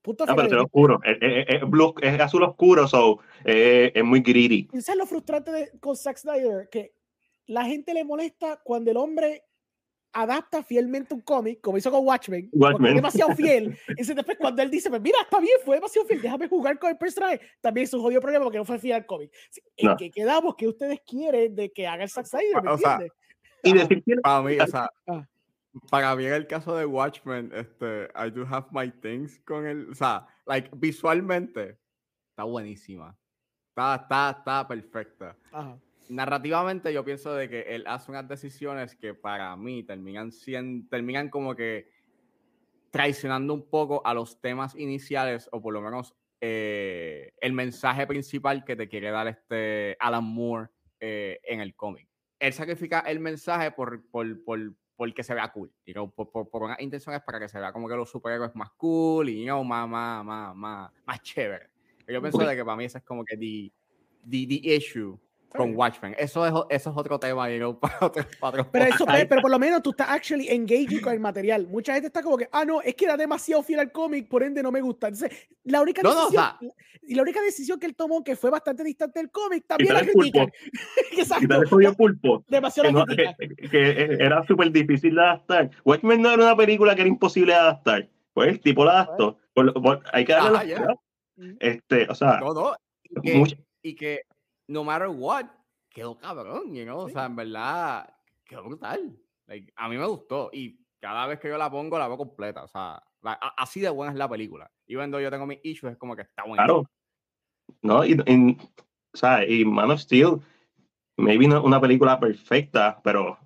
Punto ah, pero es oscuro. Es, es, es, blue, es azul oscuro, so, eh, es muy greedy. ¿Sabes lo frustrante de, con Zack Snyder? Que la gente le molesta cuando el hombre adapta fielmente un cómic, como hizo con Watchmen, Watchmen. porque es demasiado fiel. Y después cuando él dice, pues mira, está bien, fue demasiado fiel, déjame jugar con el personaje, también es un jodido problema porque no fue fiel al cómic. ¿En No. qué quedamos? ¿Qué ustedes quieren de que haga el Zack Snyder? ¿Me O sea, entiendes? Y decir que para mí, o sea, ah. para mí en el caso de Watchmen, este, I do have my things con el, o sea, like, visualmente, está buenísima. Está, está, está perfecta. Ajá. Narrativamente yo pienso de que él hace unas decisiones que para mí terminan siendo, terminan como que traicionando un poco a los temas iniciales o por lo menos eh, el mensaje principal que te quiere dar este Alan Moore eh, en el cómic. Él sacrifica el mensaje por, por, por, por que se vea cool, you know, por, por, por unas intenciones para que se vea como que los superhéroes más cool y you know, más, más, más, más, más chévere. Yo pienso de que para mí ese es como que the, the, the issue con Watchmen. Eso es, eso es otro tema, you know, para otro, para otro pero, eso, pero, pero por lo menos tú estás actually engaging con el material. Mucha gente está como que, ah, no, es que era demasiado fiel al cómic, por ende no me gusta. Entonces, la única, no, decisión, no, o sea, y la única decisión que él tomó, que fue bastante distante del cómic, también la critican. Exacto. Y tal pulpo. Demasiado que, la no, critican. Que, que era súper difícil de adaptar. Watchmen no era una película que era imposible de adaptar. Pues el tipo la adaptó. Por, por, hay que darle ah, los yeah. Este, o sea. No, no. Y que, mucho... y que no matter what, quedó cabrón, you know? Sí. O sea, en verdad, quedó brutal. Like, a mí me gustó. Y cada vez que yo la pongo, la veo completa. O sea, la, así de buena es la película. Y cuando yo tengo mis issues, es como que está buena. Claro. No, y, y, o sea, y Man of Steel, maybe no una película perfecta, pero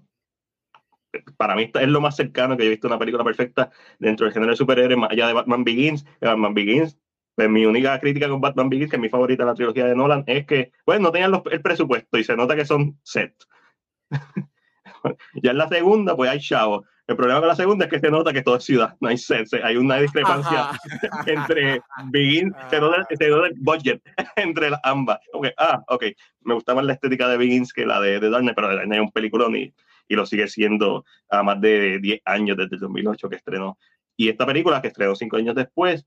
para mí es lo más cercano que yo he visto una película perfecta dentro del género de superhéroes, más allá de Batman Begins. Batman Begins, pues mi única crítica con Batman Begins, que es mi favorita de la trilogía de Nolan, es que, pues, no tenían los, el presupuesto y se nota que son sets. Ya en la segunda, pues hay chavos. El problema con la segunda es que se nota que todo es ciudad, no hay sets, hay una discrepancia entre Begins, se nota, se nota el budget entre las ambas. Okay, ah, ok, me gusta más la estética de Begins que la de, de Dark Knight, pero Dark Knight es un peliculón y, y lo sigue siendo a más de diez años desde el dos mil ocho que estrenó. Y esta película, que estrenó cinco años después,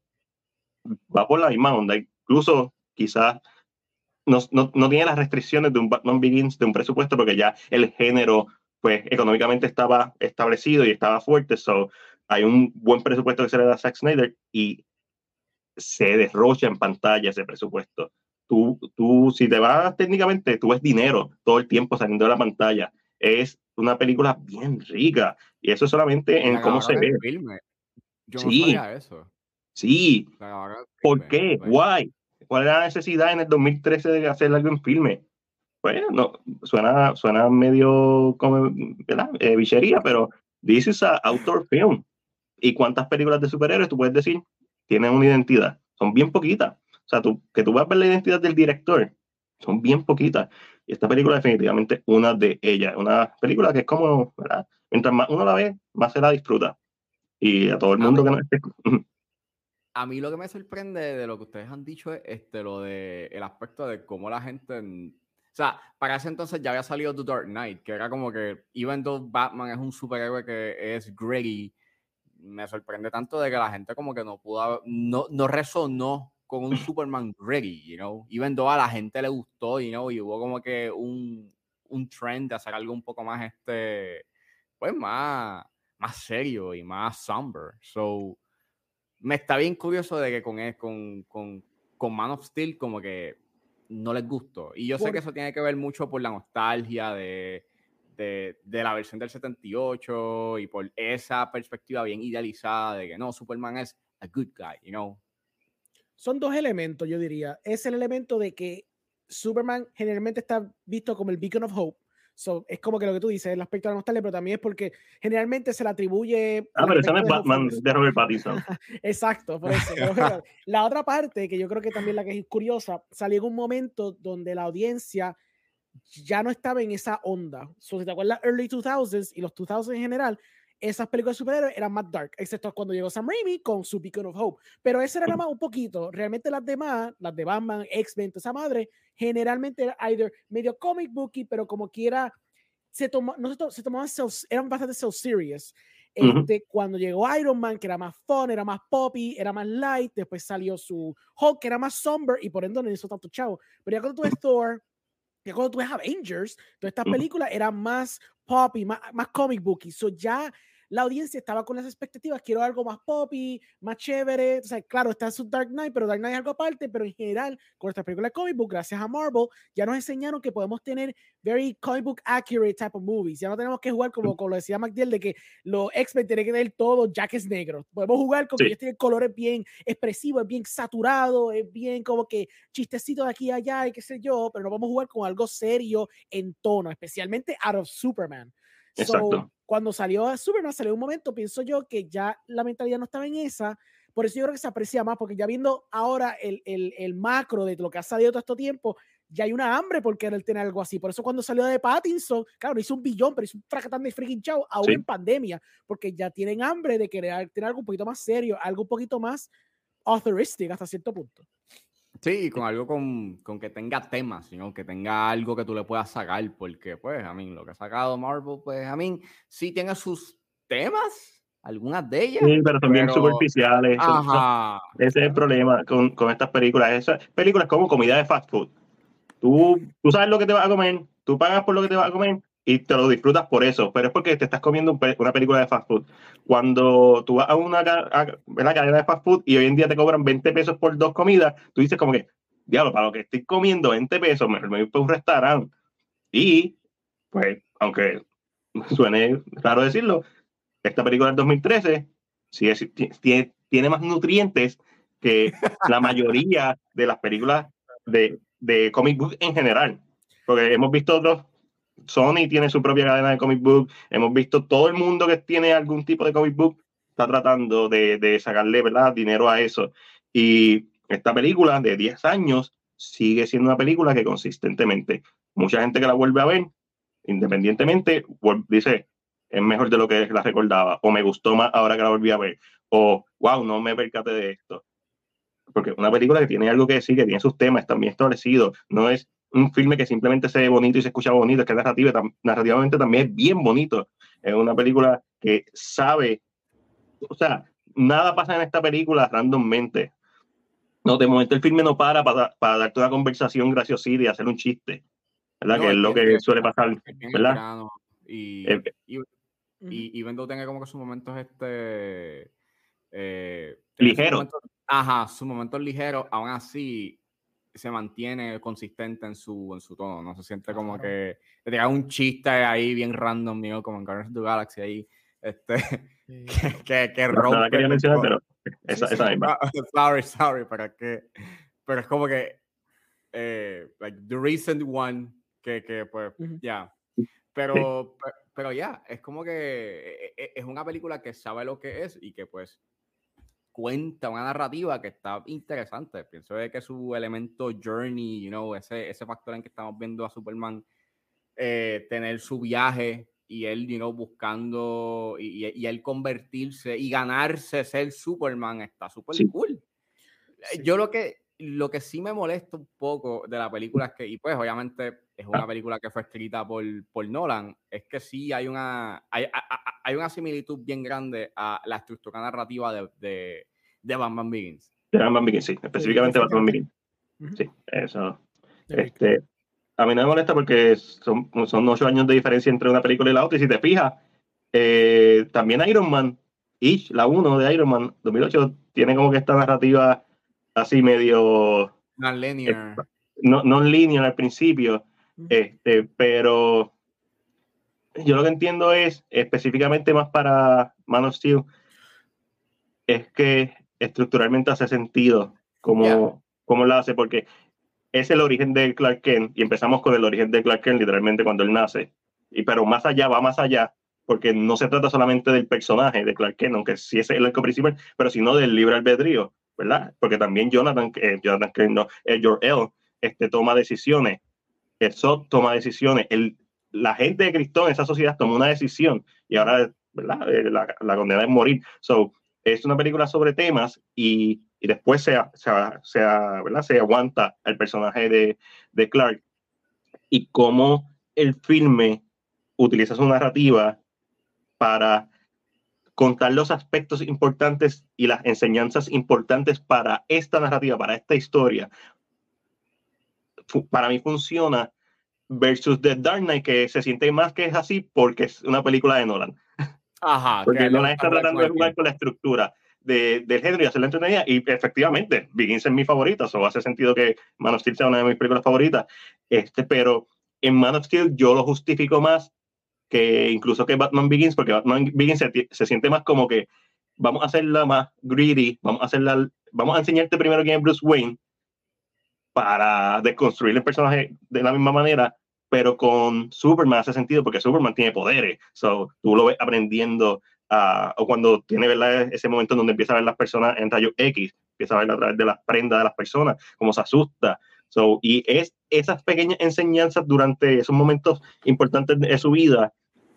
va por la misma onda, incluso quizás no, no, no tiene las restricciones de un Batman Begins, de un presupuesto, porque ya el género, pues, económicamente estaba establecido y estaba fuerte, so hay un buen presupuesto que se le da a Zack Snyder y se derrocha en pantalla ese presupuesto. Tú, tú, si te vas técnicamente, tú ves dinero todo el tiempo saliendo de la pantalla. Es una película bien rica y eso solamente en cómo se ve. Filme. Yo sí, no sabía eso. Sí. ¿Por qué? Why? ¿Cuál era la necesidad en el dos mil trece de hacer algo en filme? Bueno, no, suena, suena medio como, ¿verdad? Eh, bichería, pero this is a outdoor film. ¿Y cuántas películas de superhéroes tú puedes decir tienen una identidad? Son bien poquitas. O sea, tú, que tú vas a ver la identidad del director, son bien poquitas. Y esta película definitivamente una de ellas. Una película que es como, ¿verdad? Mientras más uno la ve, más se la disfruta. Y a todo el mundo a mí, que no esté... A mí lo que me sorprende de lo que ustedes han dicho es este, lo de el aspecto de cómo la gente... O sea, para ese entonces ya había salido The Dark Knight, que era como que, even though Batman es un superhéroe que es gritty, me sorprende tanto de que la gente como que no pudo, no, no resonó con un Superman gritty, you know, even though a la gente le gustó, you know, y hubo como que un, un trend de hacer algo un poco más, este, pues más, más serio y más somber. So, me está bien curioso de que con, con, con, con Man of Steel como que no les gustó. Y yo por... sé que eso tiene que ver mucho por la nostalgia de, de, de la versión del setenta y ocho y por esa perspectiva bien idealizada de que no, Superman es a good guy, you know. Son dos elementos, yo diría. Es el elemento de que Superman generalmente está visto como el beacon of hope. So, es como que lo que tú dices, el aspecto de la nostalgia, pero también es porque generalmente se le atribuye... Ah, pero ese no es Batman de Robert Pattinson. Exacto, por eso. Pero, la otra parte, que yo creo que también la que es curiosa, salió en un momento donde la audiencia ya no estaba en esa onda. So, si te acuerdas, early two thousands y los two thousands en general, esas películas de superhéroes eran más dark, excepto cuando llegó Sam Raimi con su Beacon of Hope. Pero ese era nada más un poquito. Realmente las demás, las de Batman, X-Men, esa madre, generalmente era either medio comic booky, pero como quiera, se, toma, no se, to, se tomaban self, eran bastante self-serious. Este, uh-huh. Cuando llegó Iron Man, que era más fun, era más poppy, era más light, después salió su Hulk, que era más somber, y por ende no hizo tanto chavo. Pero ya cuando tú ves Thor, ya cuando tú ves Avengers, todas estas películas eran más poppy, más, más comic booky. So ya la audiencia estaba con las expectativas, quiero algo más poppy, más chévere. O sea, claro, está su Dark Knight, pero Dark Knight es algo aparte, pero en general, con esta película de comic book, gracias a Marvel, ya nos enseñaron que podemos tener very comic book accurate type of movies. Ya no tenemos que jugar como, como lo decía MacDiel, de que los X-Men tienen que tener todo jackets negros. Podemos jugar con sí. que ellos tienen colores bien expresivos, es bien saturado, es bien como que chistecito de aquí a allá y qué sé yo, pero no vamos a jugar con algo serio en tono, especialmente out of Superman. Exacto. So, cuando salió Superman, salió un momento, pienso yo que ya la mentalidad no estaba en esa, por eso yo creo que se aprecia más, porque ya viendo ahora el, el, el macro de lo que ha salido todo este tiempo, ya hay una hambre por querer tener algo así. Por eso cuando salió de Pattinson, claro, hizo un billón, pero hizo un fracatán de freaking chao, aún sí. en pandemia, porque ya tienen hambre de querer tener algo un poquito más serio, algo un poquito más authoristic hasta cierto punto. Sí, con algo con, con que tenga temas, sino que tenga algo que tú le puedas sacar, porque, pues, a mí, lo que ha sacado Marvel, pues, a mí, sí tiene sus temas, algunas de ellas. Sí, pero son bien pero... superficiales. Ajá. Ese es el problema con, con estas películas. Esas películas como comida de fast food. Tú, tú sabes lo que te vas a comer, tú pagas por lo que te vas a comer y te lo disfrutas por eso, pero es porque te estás comiendo un, una película de fast food. Cuando tú vas a una, a una cadena de fast food y hoy en día te cobran veinte pesos por dos comidas, tú dices como que, diablo, para lo que estoy comiendo veinte pesos, me voy a un restaurante. Y, pues, aunque suene raro decirlo, esta película del dos mil trece sí es, tiene, tiene más nutrientes que la mayoría de las películas de, de comic book en general. Porque hemos visto otros, Sony tiene su propia cadena de comic book, hemos visto todo el mundo que tiene algún tipo de comic book está tratando de, de sacarle, ¿verdad?, dinero a eso. Y esta película de diez años sigue siendo una película que consistentemente, mucha gente que la vuelve a ver, independientemente, dice, es mejor de lo que la recordaba, o me gustó más ahora que la volví a ver, o wow, no me percaté de esto. Porque es una película que tiene algo que decir, que tiene sus temas, también establecidos, no es un filme que simplemente se ve bonito y se escucha bonito, es que narrativa, tam, narrativamente también es bien bonito. Es una película que sabe, o sea, nada pasa en esta película randommente. No, de momento el filme no para para, para darte una conversación graciosita y hacer un chiste, ¿verdad? No, que es lo que, que suele pasar, ¿verdad? Y, eh, y, y, y Vendo tenga como que sus momentos este eh, ligero. Momentos, ajá, sus momentos ligeros, aún así se mantiene consistente en su, en su tono, no se siente como que te diga un chiste ahí bien random, mío, como en Guardians of the Galaxy ahí, este, sí. que, que, que no, rompe. No la quería mencionar, pero esa, sí, esa sí, misma. Sorry, sorry, pero es que, pero es como que, eh, like, the recent one, que, que pues, uh-huh. ya, yeah. pero, sí. pero ya, yeah, es como que es una película que sabe lo que es y que pues cuenta una narrativa que está interesante. Pienso de que su elemento journey, you know, ese, ese factor en que estamos viendo a Superman eh, tener su viaje y él, you know, buscando y, y él convertirse y ganarse ser Superman está súper sí. cool. Sí. Yo lo que, lo que sí me molesta un poco de la película es que, y pues obviamente es una película que fue escrita por, por Nolan, es que sí hay una, hay, hay una similitud bien grande a la estructura narrativa de, de, de Batman Begins. De Batman Begins, sí, específicamente sí, Batman Begins. Uh-huh. Sí, eso. Este, a mí no me molesta porque son, son ocho años de diferencia entre una película y la otra, y si te fijas, eh, también Iron Man, Ish, la uno de Iron Man dos mil ocho, tiene como que esta narrativa así medio... Non-linear. Eh, no, non-linear al principio, uh-huh. este, pero yo lo que entiendo es, específicamente más para Man of Steel, es que estructuralmente hace sentido como, yeah. como lo hace, porque es el origen de Clark Kent, y empezamos con el origen de Clark Kent literalmente cuando él nace, y, pero más allá, va más allá, porque no se trata solamente del personaje de Clark Kent, aunque sí es el arco principal, pero sino del libre albedrío, ¿verdad? Porque también Jonathan, eh, Jonathan Kent, no, eh, Jor-El, este, toma decisiones, el Zod toma decisiones, el, la gente de Krypton, esa sociedad, tomó una decisión, y ahora, ¿verdad? Eh, la, la condena es morir. So, es una película sobre temas, y, y después se, se, se, ¿verdad? se aguanta el personaje de, de Clark, y cómo el filme utiliza su narrativa para contar los aspectos importantes y las enseñanzas importantes para esta narrativa, para esta historia, para mí funciona versus The Dark Knight, que se siente más que es así porque es una película de Nolan. Ajá, porque Nolan está tratando de jugar con la estructura de, del género y hacerla entretenida, y efectivamente Begins es mi favorita, o hace sentido que Man of Steel sea una de mis películas favoritas, este, pero en Man of Steel yo lo justifico más que incluso que Batman Begins, porque Batman Begins se, se siente más como que vamos a hacerla más greedy, vamos a hacerla, vamos a enseñarte primero quién es Bruce Wayne para desconstruir el personaje de la misma manera, pero con Superman hace sentido porque Superman tiene poderes, so, tú lo ves aprendiendo, uh, o cuando tiene, ¿verdad?, ese momento donde empieza a ver las personas en rayos X, empieza a ver a través de las prendas de las personas, cómo se asusta. So, y es esas pequeñas enseñanzas durante esos momentos importantes de su vida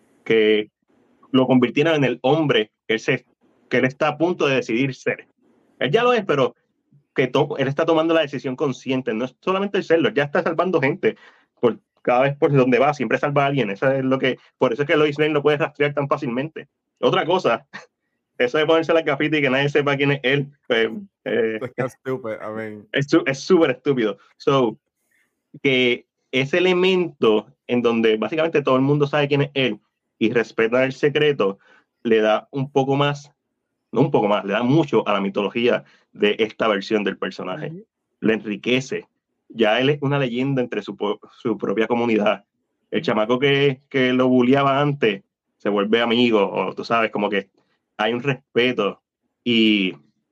que lo convirtieron en el hombre que él, se, que él está a punto de decidir ser. Él ya lo es, pero que to- él está tomando la decisión consciente, no es solamente el serlo, ya está salvando gente, por, cada vez por donde va, siempre salva a alguien, eso es lo que, por eso es que Lois Lane lo puede rastrear tan fácilmente. Otra cosa, eso de ponerse la gafita y que nadie sepa quién es él, pues, eh, es estúpido, I mean. es súper estúpido. So, que ese elemento en donde básicamente todo el mundo sabe quién es él y respeta el secreto, le da un poco más, no un poco más, le da mucho a la mitología de esta versión del personaje. Uh-huh. Le enriquece. Ya él es una leyenda entre su, su propia comunidad. El chamaco que, que lo bulleaba antes se vuelve amigo, o tú sabes, como que hay un respeto. Y,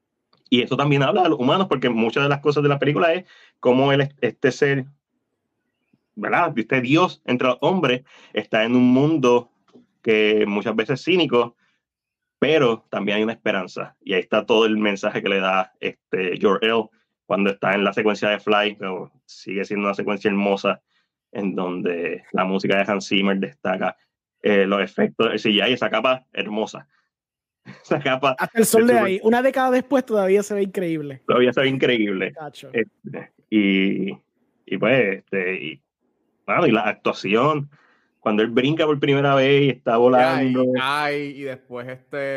y eso también habla de los humanos, porque muchas de las cosas de la película es cómo él, este ser, ¿verdad?, este Dios entre los hombres, está en un mundo que muchas veces es cínico, pero también hay una esperanza, y ahí está todo el mensaje que le da este Jor-El cuando está en la secuencia de Fly, pero sigue siendo una secuencia hermosa en donde la música de Hans Zimmer destaca, eh, los efectos, el C G I, esa capa hermosa, esa capa hasta el sol de ahí, una década después todavía se ve increíble, todavía se ve increíble, este, y, y pues este, y, bueno, y la actuación cuando él brinca por primera vez y está volando. Y, ay, y después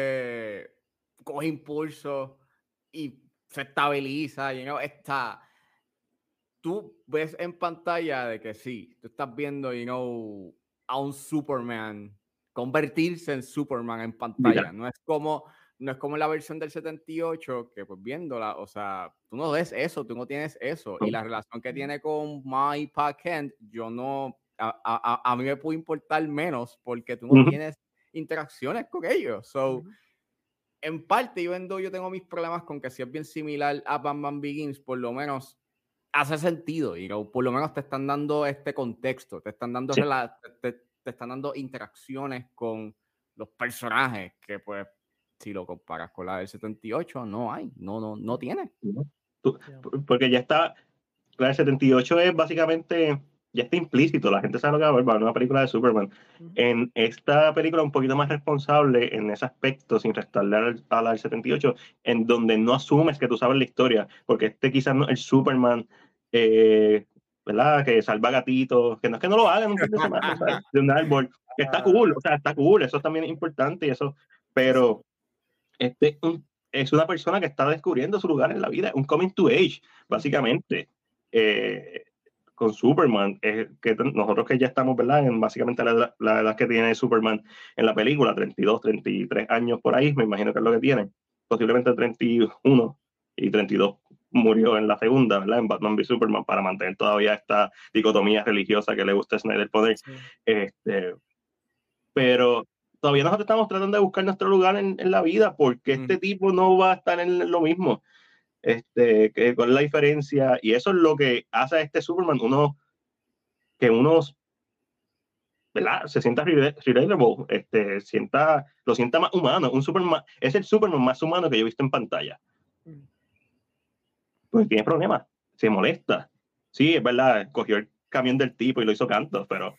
este coge impulso y se estabiliza, you know, está. Tú ves en pantalla de que sí, tú estás viendo, you know, a un Superman convertirse en Superman en pantalla. Mira. No es como, no es como la versión del setenta y ocho, que pues viéndola, o sea, tú no ves eso, tú no tienes eso. Oh. Y la relación que tiene con Ma y Pa Kent, yo no, a, a, a mí me puede importar menos porque tú no uh-huh. tienes interacciones con ellos. So, uh-huh. en parte, yo, endo, yo tengo mis problemas con que si es bien similar a Batman Begins, por lo menos hace sentido, y you know, por lo menos te están dando este contexto, te están dando, sí. rela- te, te están dando interacciones con los personajes que, pues, si lo comparas con la del setenta y ocho, no hay, no, no, no tiene. Tú, porque ya está, la del setenta y ocho es básicamente, ya está implícito, la gente sabe lo que va a ver, va a ver una película de Superman. Uh-huh. En esta película un poquito más responsable en ese aspecto, sin restarle a la del setenta y ocho, en donde no asumes que tú sabes la historia, porque este quizás no es el Superman, eh, ¿verdad?, que salva gatitos, que no es que no lo hagan un fin de semana, ¿sabes?, de un árbol, que está cool, o sea, está cool, eso también es importante y eso, pero este un, es una persona que está descubriendo su lugar en la vida, un coming to age, básicamente, eh, con Superman, eh, que nosotros que ya estamos, ¿verdad?, en básicamente la, la edad que tiene Superman en la película, treinta y dos, treinta y tres años por ahí, me imagino que es lo que tiene, posiblemente treinta y uno y treinta y dos murió en la segunda, ¿verdad?, en Batman v Superman, para mantener todavía esta dicotomía religiosa que le gusta a Snyder poner. Sí. Este, pero todavía nosotros estamos tratando de buscar nuestro lugar en, en la vida, porque mm. este tipo no va a estar en lo mismo. Este, que, ¿cuál es la diferencia? Y eso es lo que hace a este Superman, uno, que uno, ¿verdad?, se sienta relatable, este, sienta, lo sienta más humano. Un Superman, es el Superman más humano que yo he visto en pantalla. Mm. Pues tiene problemas, se molesta. Sí, es verdad, cogió el camión del tipo y lo hizo canto, pero...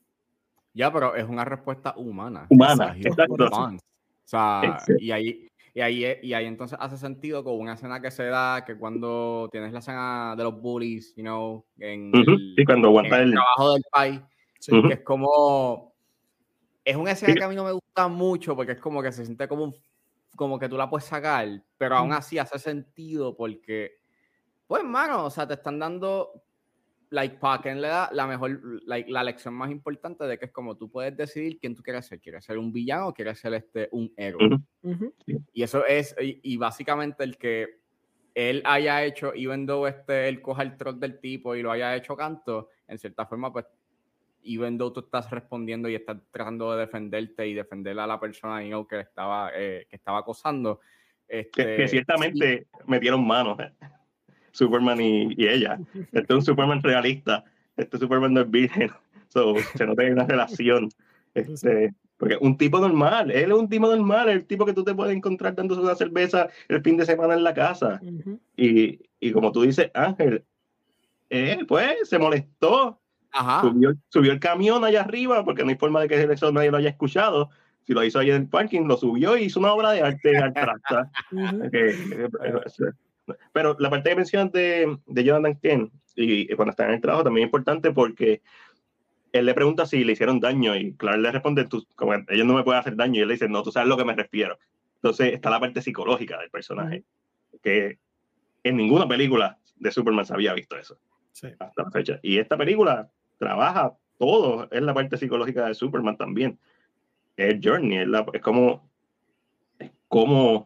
Ya, pero es una respuesta humana. Humana, o sea, exacto. O sea, y ahí, y, ahí, y ahí entonces hace sentido con una escena que se da, que cuando tienes la escena de los bullies, you know, en, uh-huh. el, sí, cuando aguanta en el el trabajo del país, sí, uh-huh. que es como... es una escena que a mí no me gusta mucho porque es como que se siente como un, como que tú la puedes sacar, pero aún así hace sentido porque, pues, mano, o sea, te están dando, like, para Ken le da la mejor, like, la lección más importante de que es como tú puedes decidir quién tú quieres ser. ¿Quieres ser un villano o quieres ser este, un héroe? Uh-huh. Uh-huh. Y eso es, y, y básicamente el que él haya hecho, even though este, él coja el troll del tipo y lo haya hecho canto, en cierta forma, pues, even though tú estás respondiendo y estás tratando de defenderte y defender a la persona, you know, que estaba, eh, que estaba acosando. Este, que, que ciertamente sí. metieron manos, eh. Superman y, y ella. Este es un Superman realista. Este Superman no es virgen. So, se nota que hay una relación. Este, porque un tipo normal, él es un tipo normal, el tipo que tú te puedes encontrar dándose una cerveza el fin de semana en la casa. Uh-huh. y, y como tú dices, Ángel, él pues se molestó. Ajá. Subió, subió el camión allá arriba porque no hay forma de que eso nadie lo haya escuchado. Si lo hizo ahí en el parking, lo subió y hizo una obra de arte abstracta. Uh-huh. que, pero la parte que mencionas de, de Jonathan Kent y, y cuando está en el trabajo también es importante porque él le pregunta si le hicieron daño y Clark le responde, tú, como ellos no me pueden hacer daño, y él le dice, no, tú sabes a lo que me refiero. Entonces está la parte psicológica del personaje, uh-huh. que en ninguna película de Superman se había visto eso, sí. hasta la fecha. Y esta película trabaja todo, es la parte psicológica de Superman también. Es Journey, es, la, es como es como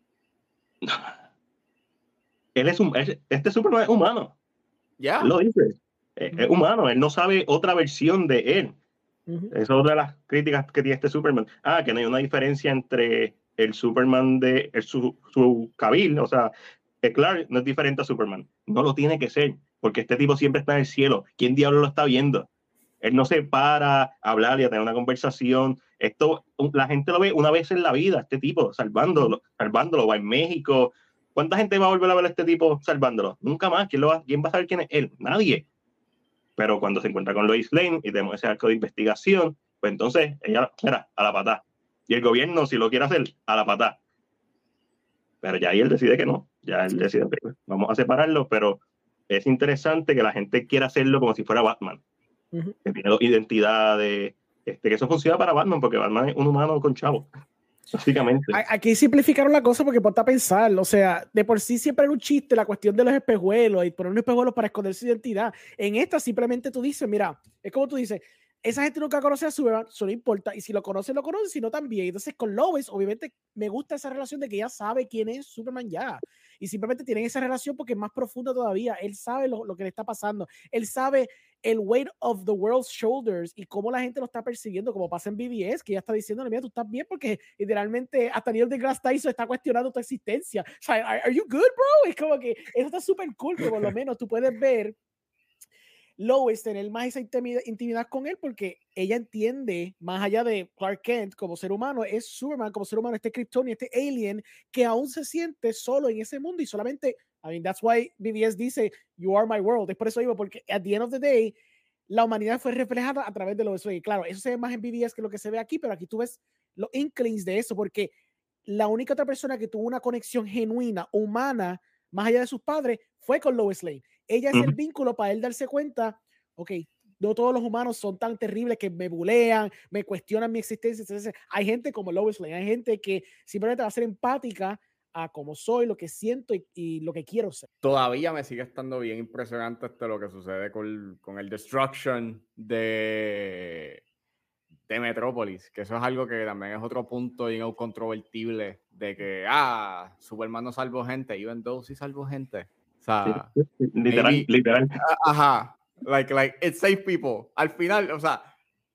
él es un, es, este Superman es humano. Ya. Yeah. Él lo dice. Es, es humano, él no sabe otra versión de él. Uh-huh. Esa es otra de las críticas que tiene este Superman. Ah, que no hay una diferencia entre el Superman de el, su, su Cavill, o sea, Clark no es diferente a Superman. No lo tiene que ser, porque este tipo siempre está en el cielo. ¿Quién diablo lo está viendo? Él no se para a hablar y a tener una conversación. Esto, la gente lo ve una vez en la vida, este tipo, salvándolo, salvándolo, va en México. ¿Cuánta gente va a volver a ver a este tipo salvándolo? Nunca más. ¿Quién, lo va, ¿Quién va a saber quién es él? Nadie. Pero cuando se encuentra con Lois Lane y tenemos ese arco de investigación, pues entonces ella, mira, a la patada. Y el gobierno, si lo quiere hacer, a la patada. Pero ya ahí él decide que no. Ya él decide, okay, vamos a separarlo, pero es interesante que la gente quiera hacerlo como si fuera Batman. Uh-huh. Que tiene dos identidades, este, que eso funciona para Batman, porque Batman es un humano con chavo. Básicamente. Aquí simplificaron la cosa porque ponte a pensar, o sea, de por sí siempre era un chiste la cuestión de los espejuelos y poner unos espejuelos para esconder su identidad. En esta simplemente tú dices, mira, es como tú dices, esa gente nunca conoce a Superman, eso no importa, y si lo conoce, lo conoce, si no también. Entonces con Lois, obviamente me gusta esa relación de que ella sabe quién es Superman ya, y simplemente tienen esa relación porque es más profunda todavía. Él sabe lo, lo que le está pasando, él sabe el weight of the world's shoulders y cómo la gente lo está persiguiendo, como pasa en B B S, que ella está diciendo, mira, tú estás bien, porque literalmente hasta Neil deGrasse Tyson está cuestionando tu existencia. O sea, are, are you good, bro? Es como que eso está súper cool, que por lo menos tú puedes ver Lois tener más esa intimidad, intimidad con él, porque ella entiende, más allá de Clark Kent como ser humano, es Superman como ser humano, este Kryptonian, este alien, que aún se siente solo en ese mundo y solamente, I mean, that's why B B S dice, you are my world. Es por eso digo, porque at the end of the day, la humanidad fue reflejada a través de Lois Lane. Claro, eso se ve más en B B S que lo que se ve aquí, pero aquí tú ves los inklings de eso, porque la única otra persona que tuvo una conexión genuina, humana, más allá de sus padres, fue con Lois Lane. Ella es uh-huh. el vínculo para él darse cuenta, ok, no todos los humanos son tan terribles que me bulean, me cuestionan mi existencia. Entonces, hay gente como Lois Lane, hay gente que simplemente va a ser empática a cómo soy, lo que siento y, y lo que quiero ser. Todavía me sigue estando bien impresionante esto lo que sucede con, con el Destruction de, de Metrópolis, que eso es algo que también es otro punto y no controvertible de que, ah, Superman no salvó gente, even though sí salvó gente. O sea, sí, sí, literal, maybe, literal. Ajá, like, like, it saved people. Al final, o sea,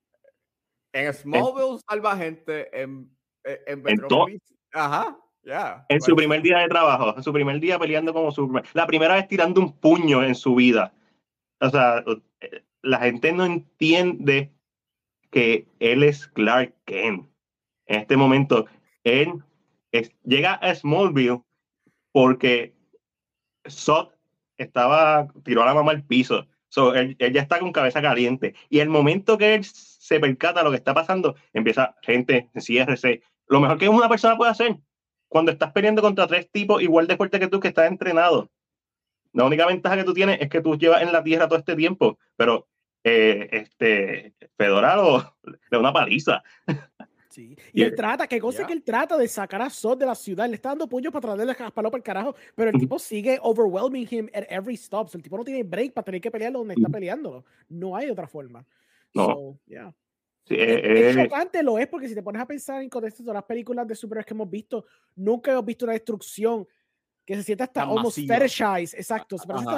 en Smallville en, salva gente, en, en Metrópolis, ajá, ya. Yeah, en su primer día de trabajo, en su primer día peleando como Superman, la primera vez tirando un puño en su vida. O sea, la gente no entiende que él es Clark Kent. En este momento, él es, llega a Smallville porque Zod estaba, tiró a la mamá al piso. So, él, él ya está con cabeza caliente. Y el momento que él se percata de lo que está pasando, empieza, gente, enciérrese. Lo mejor que una persona puede hacer cuando estás peleando contra tres tipos igual de fuertes que tú, que estás entrenado. La única ventaja que tú tienes es que tú llevas en la tierra todo este tiempo, pero eh, este, Fedora lo, le da una paliza. Sí. Y, y él trata, que cosa yeah. que él trata de sacar a Zod de la ciudad, le está dando puños para traerle las palos para el carajo, pero el tipo sigue overwhelming him at every stop. So, el tipo no tiene break para tener que pelearlo donde está peleándolo. No hay otra forma. No. So, yeah. Sí, es, eh, es chocante, lo es, porque si te pones a pensar en contexto de todas las películas de superhéroes que hemos visto, nunca hemos visto una destrucción que se siente hasta almost fetishized. Exacto.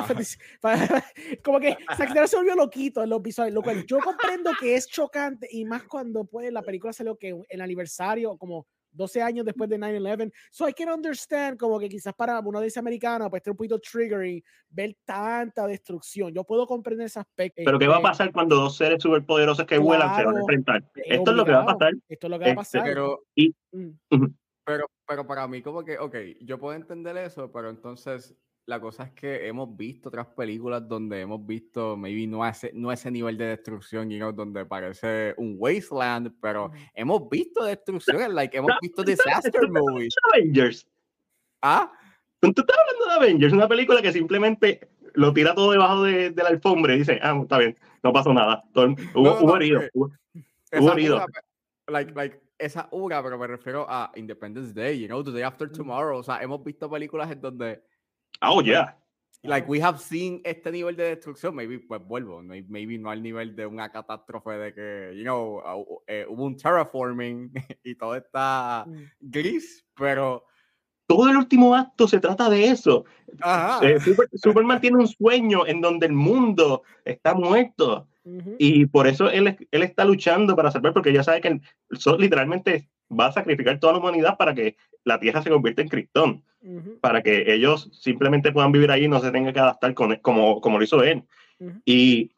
Como que Zack Snyder se volvió loquito en los visuales, lo cual yo comprendo que es chocante, y más cuando pues la película salió que el aniversario, como doce años después de nine eleven. So I can understand como que quizás para una audiencia americana pues esté un poquito triggering ver tanta destrucción. Yo puedo comprender ese aspecto. Pero ¿qué va a pasar cuando dos seres superpoderosos que claro, vuelan se van a enfrentar? Esto obligado. es lo que va a pasar. Esto es lo que va a pasar. Este, pero, y, mm. uh-huh. pero, pero para mí como que, ok, yo puedo entender eso, pero entonces la cosa es que hemos visto otras películas donde hemos visto, maybe no ese, no ese nivel de destrucción, you know, donde parece un wasteland, pero uh-huh. hemos visto destrucción, like, hemos visto disaster movies. Avengers. ¿Ah? Tú estás hablando de Avengers, una película que simplemente lo tira todo debajo de, de la alfombra y dice, ah, está bien, no pasó nada. Todo, hubo, no, no, hubo herido. Eh, hubo, hubo herido. Like, like, esa ura, pero me refiero a Independence Day, you know, The Day After Tomorrow. O sea, hemos visto películas en donde oh, yeah. Like, we have seen este nivel de destrucción, maybe, pues vuelvo, maybe no al nivel de una catástrofe de que, you know, uh, uh, hubo un terraforming y todo está gris, pero... Todo el último acto se trata de eso. Ajá. Eh, Super, Superman tiene un sueño en donde el mundo está muerto. Uh-huh. Y por eso él, él está luchando para salvar, porque ya sabe que el Sol literalmente va a sacrificar toda la humanidad para que la Tierra se convierta en Krypton. Uh-huh. Para que ellos simplemente puedan vivir ahí y no se tengan que adaptar con él, como, como lo hizo él. Uh-huh. Y,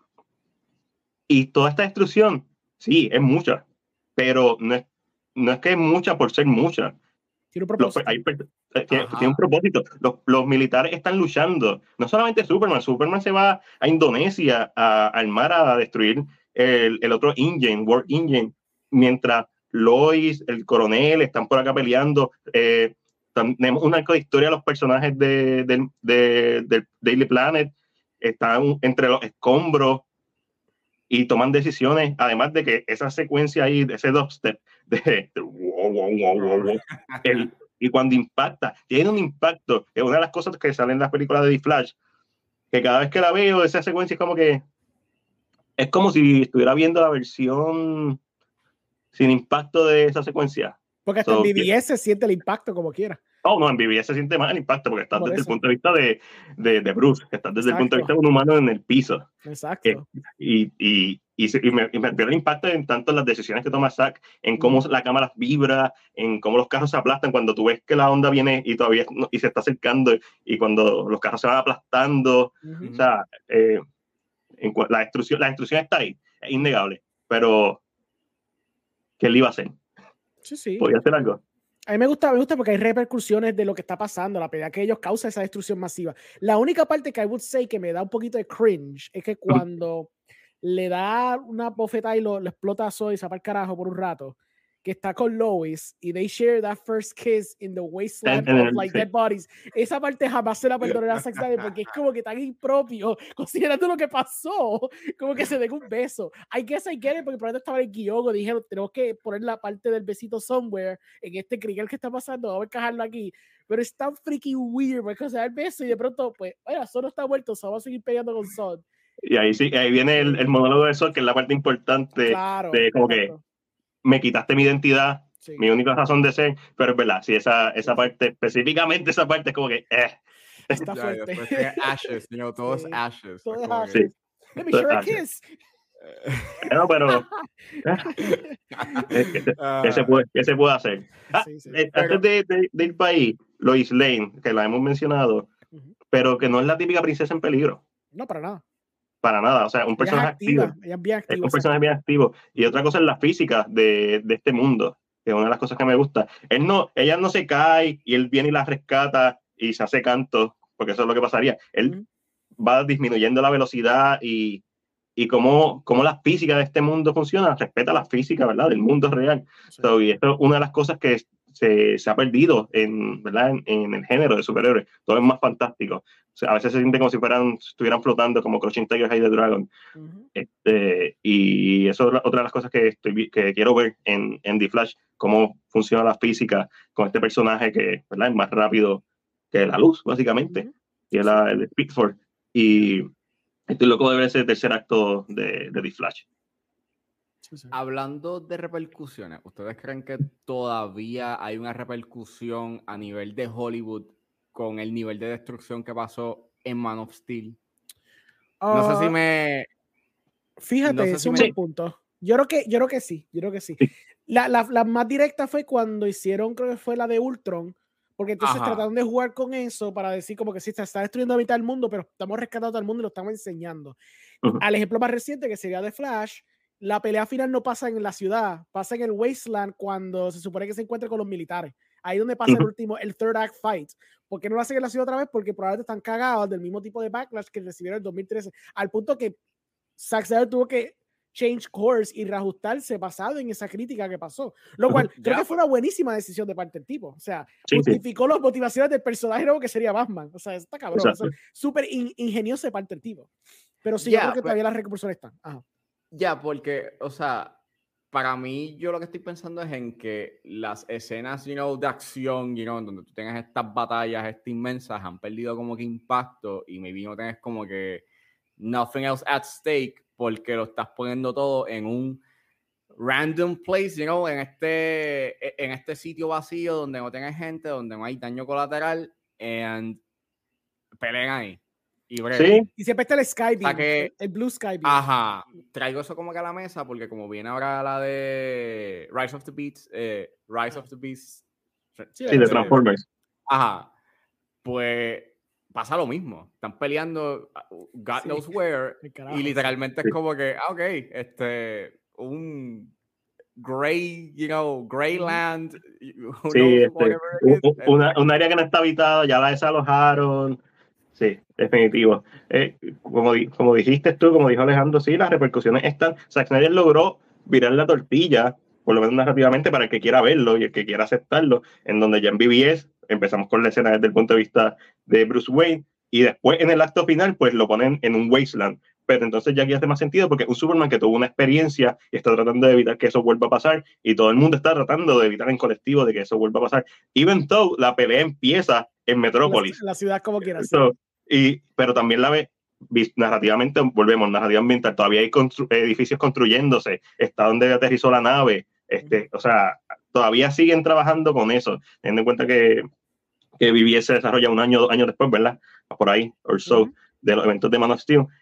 y toda esta destrucción, sí, es mucha, pero no es, no es que es mucha por ser mucha. Tiene un propósito. Los, hay, tiene, tiene un propósito. Los, los militares están luchando. No solamente Superman. Superman se va a Indonesia a, al mar a destruir el, el otro engine, World Engine, mientras Lois, el coronel, están por acá peleando. Eh, tenemos un arco de historia de los personajes de, de, de, de Daily Planet. Están entre los escombros y toman decisiones, además de que esa secuencia ahí, de ese dubstep, de, de wow, wow, wow, wow, wow, el, y cuando impacta, tiene un impacto, es una de las cosas que salen en las películas de The Flash, que cada vez que la veo, esa secuencia es como que, es como si estuviera viendo la versión sin impacto de esa secuencia. Porque hasta so, en B B S se siente el impacto como quiera. Oh, no, en B B S se siente más el impacto porque estás Por desde eso. el punto de vista de, de, de Bruce, que estás desde Exacto. el punto de vista de un humano en el piso. Exacto. Eh, y, y, y, y, me, y me pierde el impacto en tanto las decisiones que toma Zack, en cómo mm. la cámara vibra, en cómo los carros se aplastan cuando tú ves que la onda viene y todavía no, y se está acercando, y cuando los carros se van aplastando. Mm-hmm. O sea, eh, en, la, destrucción, la destrucción está ahí, es innegable. Pero, ¿qué él iba a hacer? Sí, sí. ¿Podía hacer algo? A mí me gusta, me gusta porque hay repercusiones de lo que está pasando, la pelea que ellos causan esa destrucción masiva. La única parte que I would say que me da un poquito de cringe es que cuando le da una bofetada y lo, lo explota a Zoe y se va al carajo por un rato, que está con Lois y they share that first kiss in the wasteland of like dead bodies. Esa parte jamás se la perdonará a Zack Snyder porque es como que tan impropio, considerando lo que pasó, como que se den un beso. I guess I get it, porque por ahí estaba en el guión, dijeron, tenemos que poner la parte del besito somewhere en este crical que está pasando, vamos a encajarlo aquí. Pero es tan freaking weird, porque o sea, el beso y de pronto, pues, oiga, Son no está muerto, so vamos a seguir peleando con Son. Y ahí sí, ahí viene el, el monólogo de Son, que es la parte importante, claro, de como claro. que me quitaste mi identidad, sí. mi única razón de ser, pero es verdad, sí, esa, esa parte, específicamente esa parte es como que, eh. Está fuerte. Yeah, ashes, you know, todos sí. ashes. Todos ashes. Sí. Let me share a kiss. No, pero, ¿qué, ¿qué, se puede, ¿qué se puede hacer? Ah, sí, sí. Eh, pero, antes de, de, de ir para ahí, Lois Lane, que la hemos mencionado, uh-huh. pero que no es la típica princesa en peligro. No, para nada. Para nada, o sea, un personaje activo. Ella es bien activa. Es un personaje bien activo. Y otra cosa es la física de, de este mundo, que es una de las cosas que me gusta. Él no, ella no se cae y él viene y la rescata y se hace canto, porque eso es lo que pasaría. Él mm. va disminuyendo la velocidad y, y cómo, cómo la física de este mundo funciona, respeta la física, ¿verdad?, del mundo real. Sí. So, y esto es una de las cosas que se, se ha perdido en, ¿verdad? En, en el género de superhéroes. Todo es más fantástico. O sea, a veces se siente como si fueran, estuvieran flotando como Crouching Tiger, Hidden Dragon. Uh-huh. Este, y eso es otra de las cosas que, estoy, que quiero ver en, en The Flash, cómo funciona la física con este personaje que, ¿verdad? Es más rápido que la luz, básicamente. Uh-huh. Y es la, el Speed Force. Y estoy loco de ver ese tercer acto de, de The Flash. Sí, sí. Hablando de repercusiones, ¿ustedes creen que todavía hay una repercusión a nivel de Hollywood con el nivel de destrucción que pasó en Man of Steel? Uh, no sé si me... Fíjate, no sé es si un me... buen punto. Yo creo que, yo creo que sí, yo creo que sí. sí. La, la, la más directa fue cuando hicieron, creo que fue la de Ultron, porque entonces Ajá. trataron de jugar con eso para decir como que sí, se está destruyendo a mitad del mundo, pero estamos rescatando a todo el mundo y lo estamos enseñando. Uh-huh. Al ejemplo más reciente, que sería de Flash, la pelea final no pasa en la ciudad, pasa en el Wasteland cuando se supone que se encuentra con los militares. Ahí donde pasa uh-huh. el último, el third act fight. ¿Por qué no lo hacen en la ciudad otra vez? Porque probablemente están cagados del mismo tipo de backlash que recibieron en dos mil trece, al punto que Zack Snyder tuvo que change course y reajustarse basado en esa crítica que pasó. Lo cual uh-huh. creo yeah. que fue una buenísima decisión de parte del tipo. O sea, sí, justificó sí. las motivaciones del personaje nuevo que sería Batman. O sea, está cabrón. Súper in- ingenioso de parte del tipo. Pero sí, yeah, yo creo que todavía but... las repercusiones están. Ajá. Ya, porque, o sea, para mí yo lo que estoy pensando es en que las escenas, you know, de acción, you know, en donde tú tengas estas batallas, estas inmensas, han perdido como que impacto y maybe no tenés como que nothing else at stake porque lo estás poniendo todo en un random place, you know, en este, en este sitio vacío donde no tengas gente, donde no hay daño colateral, and peleen ahí. Y, sí. y siempre está el Sky Beam, o sea que, el, el Blue Sky Beam. Ajá, traigo eso como que a la mesa porque como viene ahora la de Rise of the Beasts, eh, Rise of the Beasts. Sí, de Transformers. Ajá, pues pasa lo mismo. Están peleando God sí. knows where carajo, y literalmente sí. es como que, ah, ok, este, un gray, you know, gray land. Sí, este, una, un área que no está habitada, ya la desalojaron. Sí, definitivo. Eh, como, como dijiste tú, como dijo Alejandro, sí, las repercusiones están. Zack Snyder logró virar la tortilla, por lo menos narrativamente, para el que quiera verlo y el que quiera aceptarlo, en donde ya en B B S empezamos con la escena desde el punto de vista de Bruce Wayne, y después en el acto final, pues lo ponen en un wasteland. Pero entonces ya aquí hace más sentido porque es un Superman que tuvo una experiencia y está tratando de evitar que eso vuelva a pasar, y todo el mundo está tratando de evitar en colectivo de que eso vuelva a pasar. Even though la pelea empieza en Metrópolis. La, la ciudad como quieras. So, y, pero también la ve narrativamente, volvemos, narrativa ambiental, todavía hay constru edificios construyéndose, está donde aterrizó la nave, este, o sea, todavía siguen trabajando con eso, teniendo en cuenta que, que B B S se desarrolla un año, dos años después, ¿verdad? Por ahí, or so, uh-huh. de los eventos de Man of Steel.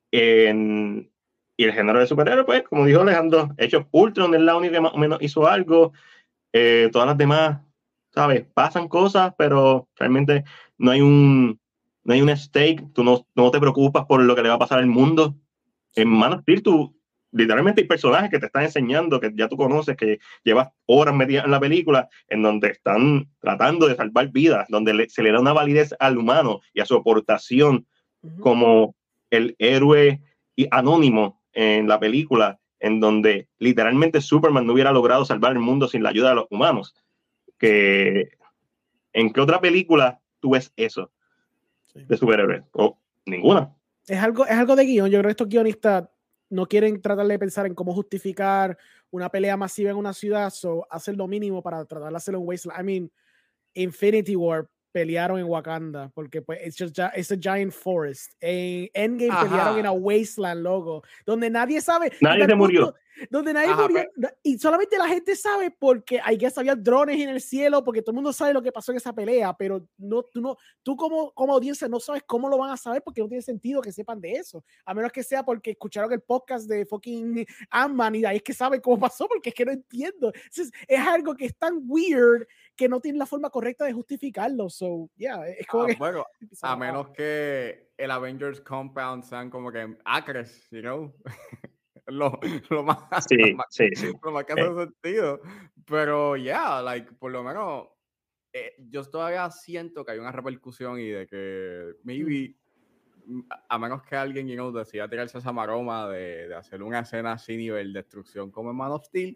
En, y el género de superhéroes, pues, como dijo Alejandro, hecho Ultron es la única que más o menos hizo algo, eh, todas las demás, ¿sabes? Pasan cosas, pero realmente no hay un no hay un stake, tú no, no te preocupas por lo que le va a pasar al mundo. En Man of Steel, tú, literalmente hay personajes que te están enseñando, que ya tú conoces, que llevas horas metidas en la película, en donde están tratando de salvar vidas, donde le, se le da una validez al humano y a su aportación uh-huh. como el héroe y anónimo en la película, en donde literalmente Superman no hubiera logrado salvar el mundo sin la ayuda de los humanos. Que, ¿en qué otra película tú ves eso? De superhéroes, o ninguna. Es algo, es algo de guión. Yo creo que estos guionistas no quieren tratar de pensar en cómo justificar una pelea masiva en una ciudad, o hacer lo mínimo para tratar de hacerlo en Wasteland. I mean, Infinity War pelearon en Wakanda, porque pues it's just it's a giant forest. En Endgame Ajá. pelearon en a wasteland, loco, donde nadie sabe. Nadie se murió. Punto, donde nadie Ajá, murió. Pero... Y solamente la gente sabe porque hay que había drones en el cielo, porque todo el mundo sabe lo que pasó en esa pelea, pero no, tú, no, tú como, como audiencia no sabes cómo lo van a saber, porque no tiene sentido que sepan de eso. A menos que sea porque escucharon el podcast de fucking Ant-Man y de ahí es que saben cómo pasó, porque es que no entiendo. Entonces, es algo que es tan weird que no tiene la forma correcta de justificarlo. So, yeah, es como ah, que... Bueno, a menos que el Avengers Compound sean como que acres, you know? lo, lo, más, sí, lo, más, sí, sí. lo más que hace eh. sentido. Pero, yeah, like, por lo menos, eh, yo todavía siento que hay una repercusión y de que maybe, mm. a menos que alguien, you know, decida tirarse esa maroma de, de hacer una escena así nivel destrucción como en Man of Steel,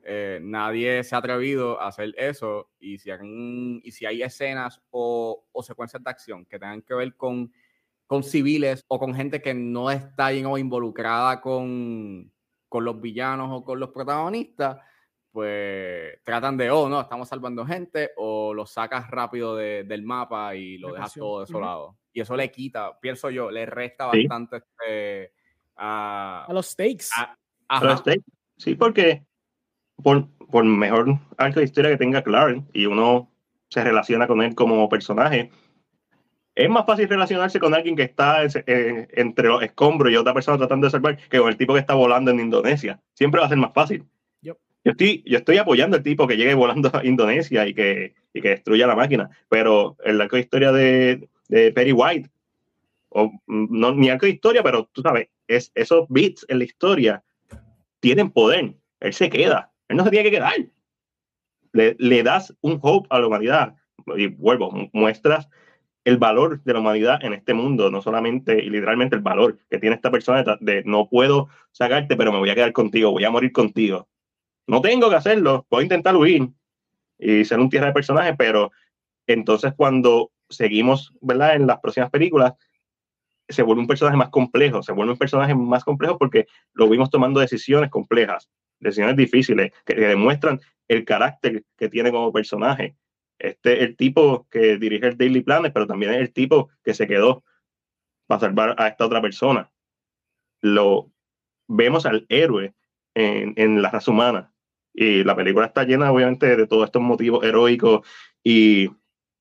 eh, nadie se ha atrevido a hacer eso, y si, han, y si hay escenas o, o secuencias de acción que tengan que ver con, con civiles o con gente que no está you know, involucrada con, con los villanos o con los protagonistas, pues tratan de, oh, no, estamos salvando gente, o lo sacas rápido de, del mapa y lo dejas todo desolado. Uh-huh. Y eso le quita, pienso yo, le resta sí. bastante este, a, a los stakes. A, a los stakes, sí, porque por, por mejor arco de historia que tenga Clark y uno se relaciona con él como personaje, es más fácil relacionarse con alguien que está en, en, entre los escombros y otra persona tratando de salvar que con el tipo que está volando en Indonesia. Siempre va a ser más fácil. Yep. Yo estoy, yo estoy apoyando al tipo que llegue volando a Indonesia y que, y que destruya la máquina, pero el arco de historia de, de Perry White, o no ni arco de historia, pero tú sabes, es, esos beats en la historia tienen poder. Él se queda, él no se tiene que quedar. Le, le das un hope a la humanidad y vuelvo, muestras el valor de la humanidad en este mundo, no solamente y literalmente el valor que tiene esta persona de, de no puedo sacarte, pero me voy a quedar contigo, voy a morir contigo. No tengo que hacerlo, puedo intentar huir y ser un tierra de personajes, pero entonces cuando seguimos, ¿verdad? En las próximas películas, se vuelve un personaje más complejo, se vuelve un personaje más complejo porque lo vimos tomando decisiones complejas, decisiones difíciles, que, que demuestran el carácter que tiene como personaje. Este es el tipo que dirige el Daily Planet, pero también es el tipo que se quedó para salvar a esta otra persona. Lo vemos al héroe en, en la raza humana. Y la película está llena, obviamente, de todos estos motivos heroicos y,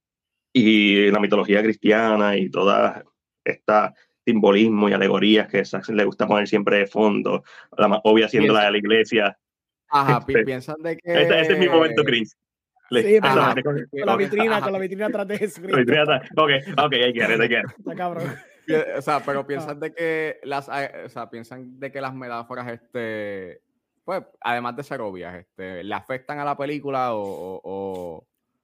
y la mitología cristiana y toda esta simbolismo y alegorías que a Saxon le gusta poner siempre de fondo, la más obvia siendo la de la iglesia. Ajá, este, piensan de que... Este, este es mi momento, Chris. Sí, ajá, con, con la vitrina, ajá. con la vitrina atrás de Jesucristo. Ok, ok, I get it, I get it. Está cabrón. O sea, pero piensan de que las, o sea, piensan de que las metáforas, este, pues, además de ser obvias, este, ¿le afectan a la película o, o, o...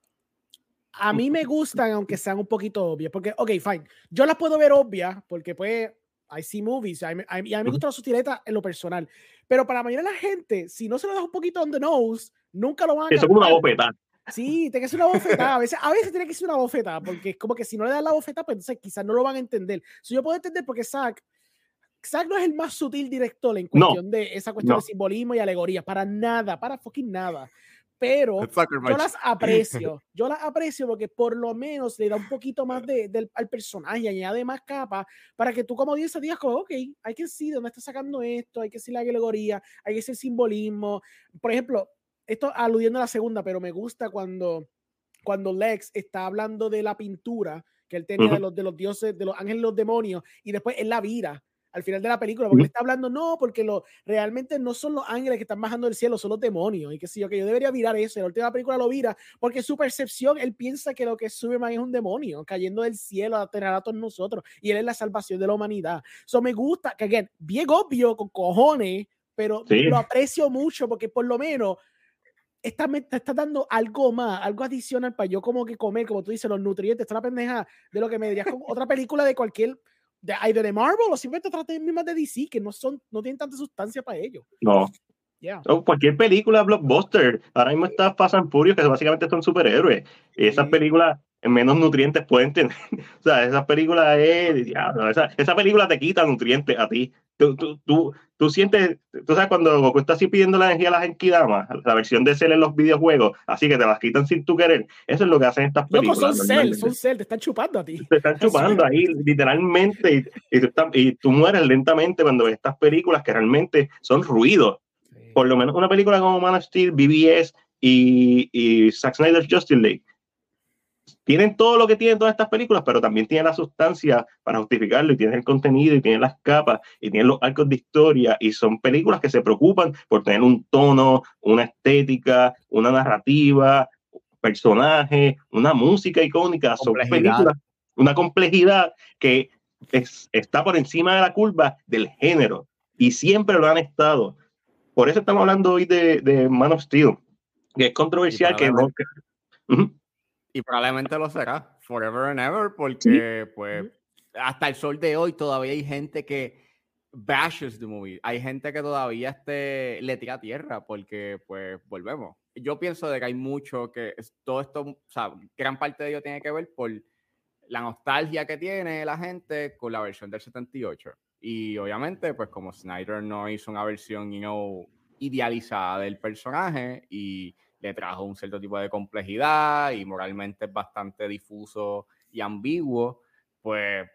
A mí me gustan, aunque sean un poquito obvias, porque, ok, fine, yo las puedo ver obvias, porque pues, I see movies, y a, a, a mí me gusta la sutileza en lo personal, pero para la mayoría de la gente, si no se lo das un poquito on the nose, nunca lo van a captar. Eso es como una bofetada. Sí, tiene que ser una bofetada, a veces, a veces tiene que ser una bofetada, porque es como que si no le das la bofetada, pues entonces quizás no lo van a entender. So, yo puedo entender porque Zack, Zack no es el más sutil director en cuestión no, de esa cuestión no. de simbolismo y alegoría, para nada, para fucking nada. Pero yo las aprecio, yo las aprecio porque por lo menos le da un poquito más de, de, al personaje, añade más capas para que tú como audiencia digas como, ok, hay que decir dónde está sacando esto, hay que decir la alegoría, hay que decir simbolismo. Por ejemplo, esto aludiendo a la segunda, pero me gusta cuando, cuando Lex está hablando de la pintura que él tenía uh-huh. de, los, de los dioses, de los ángeles, los demonios, y después él la vira al final de la película, porque uh-huh. él está hablando, no, porque lo, realmente no son los ángeles que están bajando del cielo, son los demonios, y que sí, yo, que yo debería virar eso, y la última película lo vira, porque su percepción, él piensa que lo que es Superman es un demonio, cayendo del cielo a tener a todos nosotros, y él es la salvación de la humanidad. Eso me gusta, que again, bien obvio, con cojones, pero sí. lo aprecio mucho, porque por lo menos Está, me está dando algo más, algo adicional para yo como que comer, como tú dices, los nutrientes. Esta es la pendeja de lo que me dirías con otra película de cualquier, de, de, de Marvel o simplemente trate mismas de D C, que no son, no tienen tanta sustancia para ellos. No. Yeah. O cualquier película blockbuster. Ahora mismo está Fast and Furious, que básicamente son superhéroes. Y esas sí. películas menos nutrientes pueden tener. O sea, esas películas es, diablo, esa, esa película te quita nutrientes a ti. Tú, tú, tú, tú sientes, tú sabes cuando Goku está así pidiendo la energía a las Genkidamas, la versión de Cell en los videojuegos, así que te las quitan sin tu querer. Eso es lo que hacen estas películas. Loco, son Cell, son Cell, te están chupando a ti. Te están chupando ahí, literalmente, y, y, tú estás, y tú mueres lentamente cuando ves estas películas que realmente son ruidos. Sí. Por lo menos una película como Man of Steel, B B S y, y Zack Snyder's Justice League tienen todo lo que tienen todas estas películas, pero también tienen la sustancia para justificarlo, y tienen el contenido, y tienen las capas, y tienen los arcos de historia, y son películas que se preocupan por tener un tono, una estética, una narrativa, personaje, una música icónica. Son películas, una complejidad que es, está por encima de la curva del género, y siempre lo han estado. Por eso estamos hablando hoy de, de Man of Steel, que es controversial, que no... Que, uh-huh. Y probablemente lo será, forever and ever, porque sí. pues hasta el sol de hoy todavía hay gente que bashes the movie. Hay gente que todavía este, le tira tierra porque, pues, volvemos. Yo pienso de que hay mucho que todo esto, o sea, gran parte de ello tiene que ver por la nostalgia que tiene la gente con la versión del setenta y ocho. Y obviamente, pues como Snyder no hizo una versión, you know, idealizada del personaje y le trajo un cierto tipo de complejidad y moralmente es bastante difuso y ambiguo, pues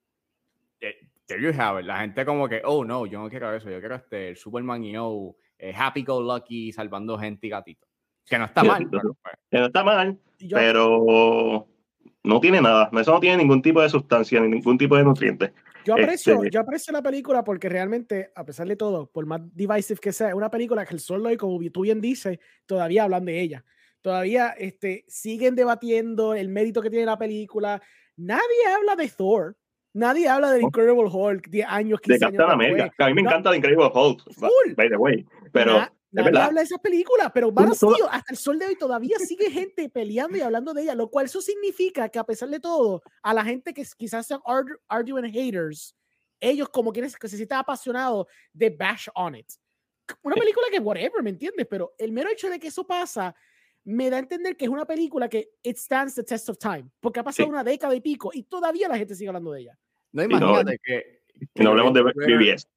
there you have it. La gente como que, oh no, yo no quiero eso, yo quiero este el Superman, you know, eh, happy go lucky salvando gente y gatito. Que no está mal. Pero, pues. Que no está mal, yo, pero no tiene nada. Eso no tiene ningún tipo de sustancia, ni ningún tipo de nutriente. Yo aprecio, este... yo aprecio la película porque realmente, a pesar de todo, por más divisive que sea, es una película que el solo, y como tú bien dices, todavía hablan de ella. Todavía este, siguen debatiendo el mérito que tiene la película. Nadie habla de Thor. Nadie habla del Incredible Hulk diez años, quince de Captain años America. A mí me no, encanta el Incredible Hulk, full. by the way. Pero Na, nadie habla de esas películas, pero manos, tío, hasta el sol de hoy todavía sigue gente peleando y hablando de ella, lo cual eso significa que a pesar de todo, a la gente que quizás sean arguing haters, ellos como quienes que se sientan apasionados de bash on it. Una película que whatever, ¿me entiendes? Pero el mero hecho de que eso pasa me da a entender que es una película que it stands the test of time, porque ha pasado sí. una década y pico y todavía la gente sigue hablando de ella. No, imagínate no, que, que no hablemos de B B S.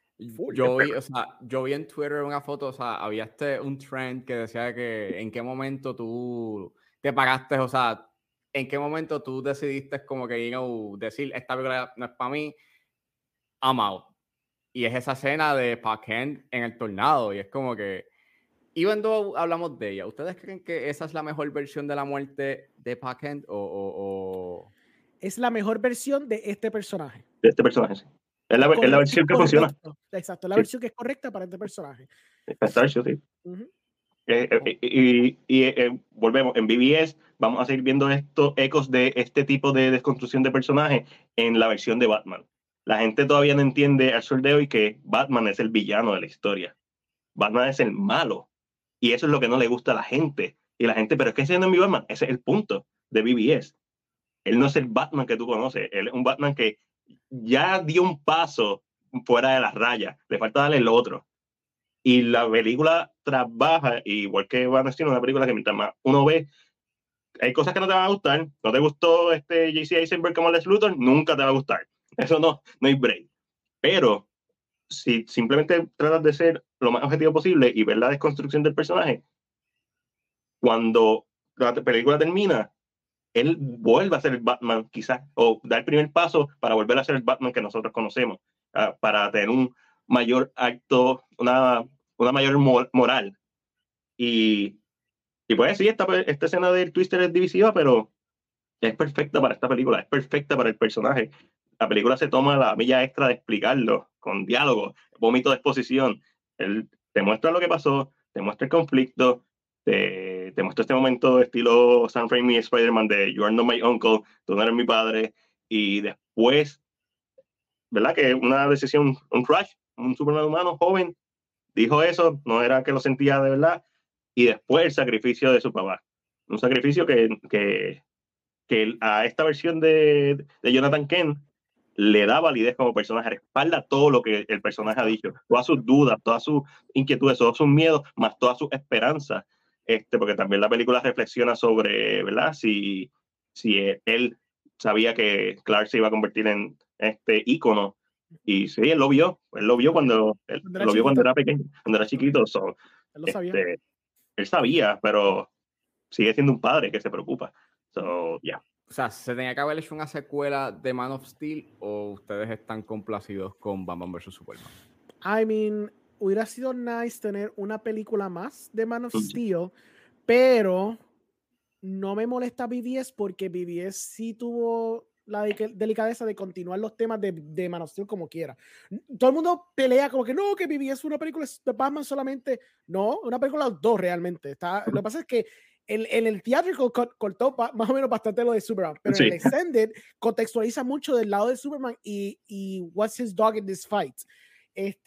Yo vi, o sea, yo vi en Twitter una foto, o sea, había este un trend que decía que en qué momento tú te pagaste, o sea, en qué momento tú decidiste como que, you know, decir, esta película no es para mí, I'm out. Y es esa escena de Pac-Man en el tornado, y es como que, even though hablamos de ella, ¿ustedes creen que esa es la mejor versión de la muerte de Pac-Man o, o, o...? Es la mejor versión de este personaje. De este personaje, sí. Es la, es la versión que funciona. Exacto, la sí. versión que es correcta para este personaje. Esta sí. Uh-huh. eh, eh, y y eh, volvemos, en B B S vamos a seguir viendo estos ecos de este tipo de desconstrucción de personajes en la versión de Batman. La gente todavía no entiende al sol de hoy que Batman es el villano de la historia. Batman es el malo. Y eso es lo que no le gusta a la gente. Y la gente, pero es que ese no es mi Batman. Ese es el punto de B B S. Él no es el Batman que tú conoces. Él es un Batman que ya dio un paso fuera de las rayas. Le falta darle el otro. Y la película trabaja, igual que Van a decir, una película que mientras más uno ve, hay cosas que no te van a gustar. No te gustó este J C Eisenberg como Lex Luthor, nunca te va a gustar. Eso no, no hay break. Pero si simplemente tratas de ser lo más objetivo posible y ver la desconstrucción del personaje, cuando la película termina, él vuelve a ser el Batman, quizás, o da el primer paso para volver a ser el Batman que nosotros conocemos, uh, para tener un mayor acto, una, una mayor mor moral. Y, y pues sí, esta, esta escena del Twister es divisiva, pero es perfecta para esta película, es perfecta para el personaje. La película se toma la milla extra de explicarlo, con diálogo, vómito de exposición. Él te muestra lo que pasó, te muestra el conflicto, te, te muestra este momento de estilo Sam Raimi y Spider-Man de You are not my uncle, tú no eres mi padre, y después, ¿verdad? Que una decisión, un crush, un Superman humano joven, dijo eso, no era que lo sentía de verdad, y después el sacrificio de su papá. Un sacrificio que, que, que a esta versión de, de Jonathan Kent le da validez como personaje, respalda todo lo que el personaje ha dicho, todas sus dudas, todas sus inquietudes, todos sus miedos, más todas sus esperanzas, este, porque también la película reflexiona sobre, ¿verdad? Si, si él sabía que Clark se iba a convertir en este ícono, y sí, él lo vio, él lo vio cuando, él, lo vio cuando era pequeño, cuando era chiquito, so, él lo sabía. Este, él sabía, pero sigue siendo un padre que se preocupa, so, ya. Yeah. O sea, ¿se tenía que haber hecho una secuela de Man of Steel o ustedes están complacidos con Batman versus Superman? I mean, hubiera sido nice tener una película más de Man of Steel, pero no me molesta B B S porque B B S sí tuvo la de delicadeza de continuar los temas de, de Man of Steel como quiera. Todo el mundo pelea como que no, que B B S es una película de Batman solamente. No, una película de dos realmente. Está, lo que pasa es que En, en el theatrical cut cortó pa, más o menos bastante lo de Superman, pero sí. En el extended contextualiza mucho del lado de Superman y, y what's his dog in this fight. Este,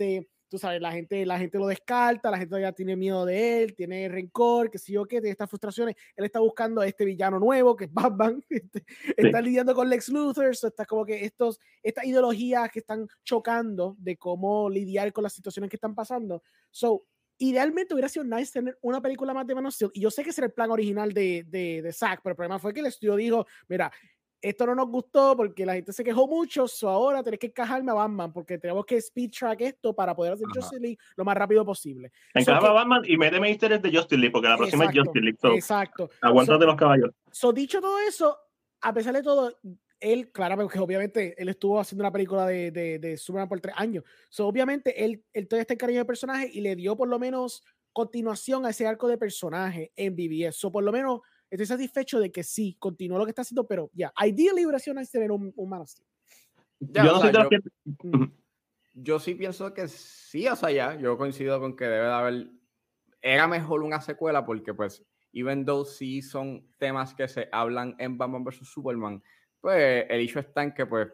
tú sabes, la gente, la gente lo descarta, la gente ya tiene miedo de él, tiene rencor, que sí o qué, tiene estas frustraciones. Él está buscando a este villano nuevo, que es Batman, este, sí. Está lidiando con Lex Luthor, so está como que estos, estas ideologías que están chocando de cómo lidiar con las situaciones que están pasando. So, idealmente hubiera sido nice tener una película más de Man of Steel, y yo sé que ese era el plan original de, de, de Zack, pero el problema fue que el estudio dijo, mira, esto no nos gustó porque la gente se quejó mucho, so ahora tenés que encajarme a Batman porque tenemos que speed track esto para poder hacer Ajá. Justice League lo más rápido posible. Encajame so a Batman y méteme easter eggs de Justice League porque la próxima exacto, es Justice League. So, exacto. Aguántate so, los caballos. So, dicho todo eso, a pesar de todo, él, claramente, que obviamente él estuvo haciendo una película de, de, de Superman por tres años. So, obviamente él, él todavía está en cariño de personaje y le dio por lo menos continuación a ese arco de personaje en B B S. So, por lo menos estoy satisfecho de que sí, continuó lo que está haciendo, pero ya, yeah, ideally hubiera sido nice tener un, un Man of Steel. Ya, yo, no sea, yo, que... yo sí pienso que sí, o sea, ya, yo coincido con que debe de haber, era mejor una secuela porque pues, even though sí son temas que se hablan en Batman versus Superman, pues el hecho está en que pues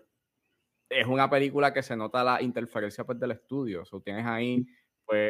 es una película que se nota la interferencia pues del estudio, o sea, tienes ahí pues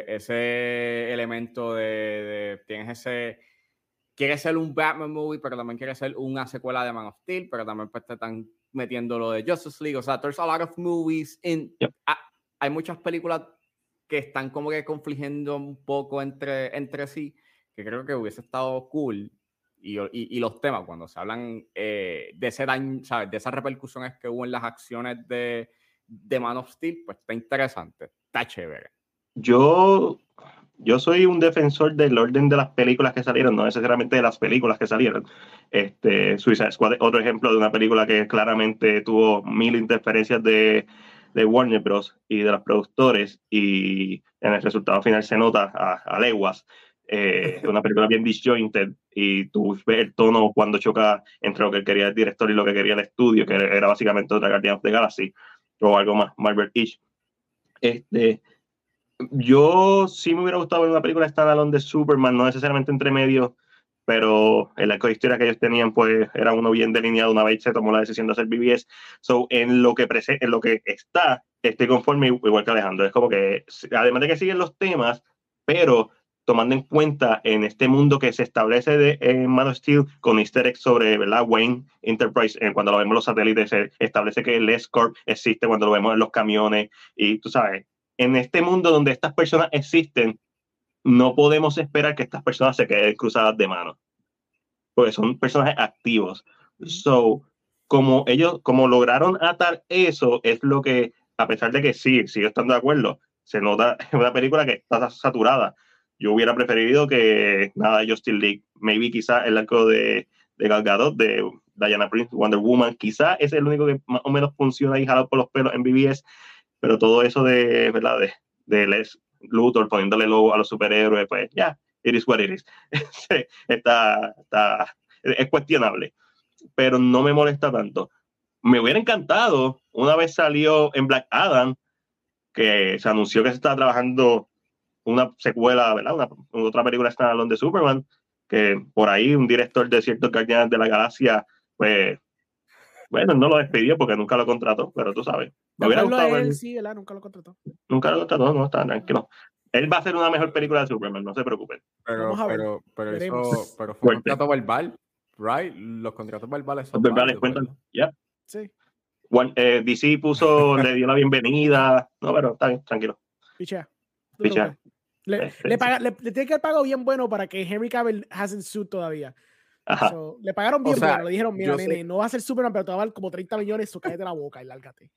ese elemento de, de tienes ese... Quiere ser un Batman movie, pero también quiere ser una secuela de Man of Steel, pero también pues te están metiendo lo de Justice League. O sea, there's a lot of movies in... Yep. Ah, hay muchas películas que están como que confligiendo un poco entre, entre sí, que creo que hubiese estado cool. Y, y, y los temas, cuando se hablan eh, de ese daño, ¿sabes? De esas repercusiones que hubo en las acciones de, de Man of Steel, pues está interesante, está chévere. Yo... Yo soy un defensor del orden de las películas que salieron, no necesariamente de las películas que salieron. Este, Suicide Squad es otro ejemplo de una película que claramente tuvo mil interferencias de, de Warner Bros. Y de los productores, y en el resultado final se nota a, a leguas. Es eh, una película bien disjointed, y tú ves el tono cuando choca entre lo que quería el director y lo que quería el estudio, que era básicamente otra Guardians of the Galaxy, o algo más, Marvel-ish. Este... Yo sí me hubiera gustado ver una película standalone de Superman, no necesariamente entre medio, pero el arco de historia que ellos tenían pues era uno bien delineado una vez se tomó la decisión de hacer B B S. So, en lo que, prese- en lo que está, estoy conforme igual que Alejandro. Es como que, además de que siguen los temas, pero tomando en cuenta en este mundo que se establece de, en Man of Steel con easter eggs sobre, ¿verdad? Wayne Enterprise, eh, cuando lo vemos en los satélites, se establece que el S-Corp existe cuando lo vemos en los camiones, y tú sabes, en este mundo donde estas personas existen, no podemos esperar que estas personas se queden cruzadas de manos, porque son personajes activos. So, como ellos, como lograron atar eso, es lo que, a pesar de que sí, sigo estando de acuerdo, se nota en una película que está saturada. Yo hubiera preferido que nada de Justice League, maybe quizá el arco de, de Gal Gadot, de Diana Prince, Wonder Woman, quizá es el único que más o menos funciona y jalado por los pelos en B B S. Pero todo eso de, ¿verdad? De, de Les Luthor poniéndole logo a los superhéroes, pues ya, yeah, it is what it is. está, está, es cuestionable, pero no me molesta tanto. Me hubiera encantado, una vez salió en Black Adam, que se anunció que se estaba trabajando una secuela, ¿verdad? Una, otra película standalone de Superman, que por ahí un director de ciertos Guardianes de la Galaxia, pues, bueno, no lo despidió porque nunca lo contrató, pero tú sabes. Me hubiera gustado él, ver... sí, ¿verdad? Nunca lo contrató. Nunca lo contrató, no, está tranquilo. Él va a hacer una mejor película de Superman, no se preocupen. Pero, pero, pero, eso, pero fue un contrato verbal, right? Los contratos verbales son Los verbales cuentan, ya. Yeah. Sí. One, eh, D C puso, le dio la bienvenida. No, pero está bien, tranquilo. Pichea. Pichea. Le, este, le, paga, le, le tiene que haber pagado bien bueno para que Henry Cavill hasn't sued todavía. So, le pagaron bien o sea, bueno, le dijeron, mira, nene, sé. no va a ser Superman, pero te va a dar como treinta millones, so cállate la boca y lárgate.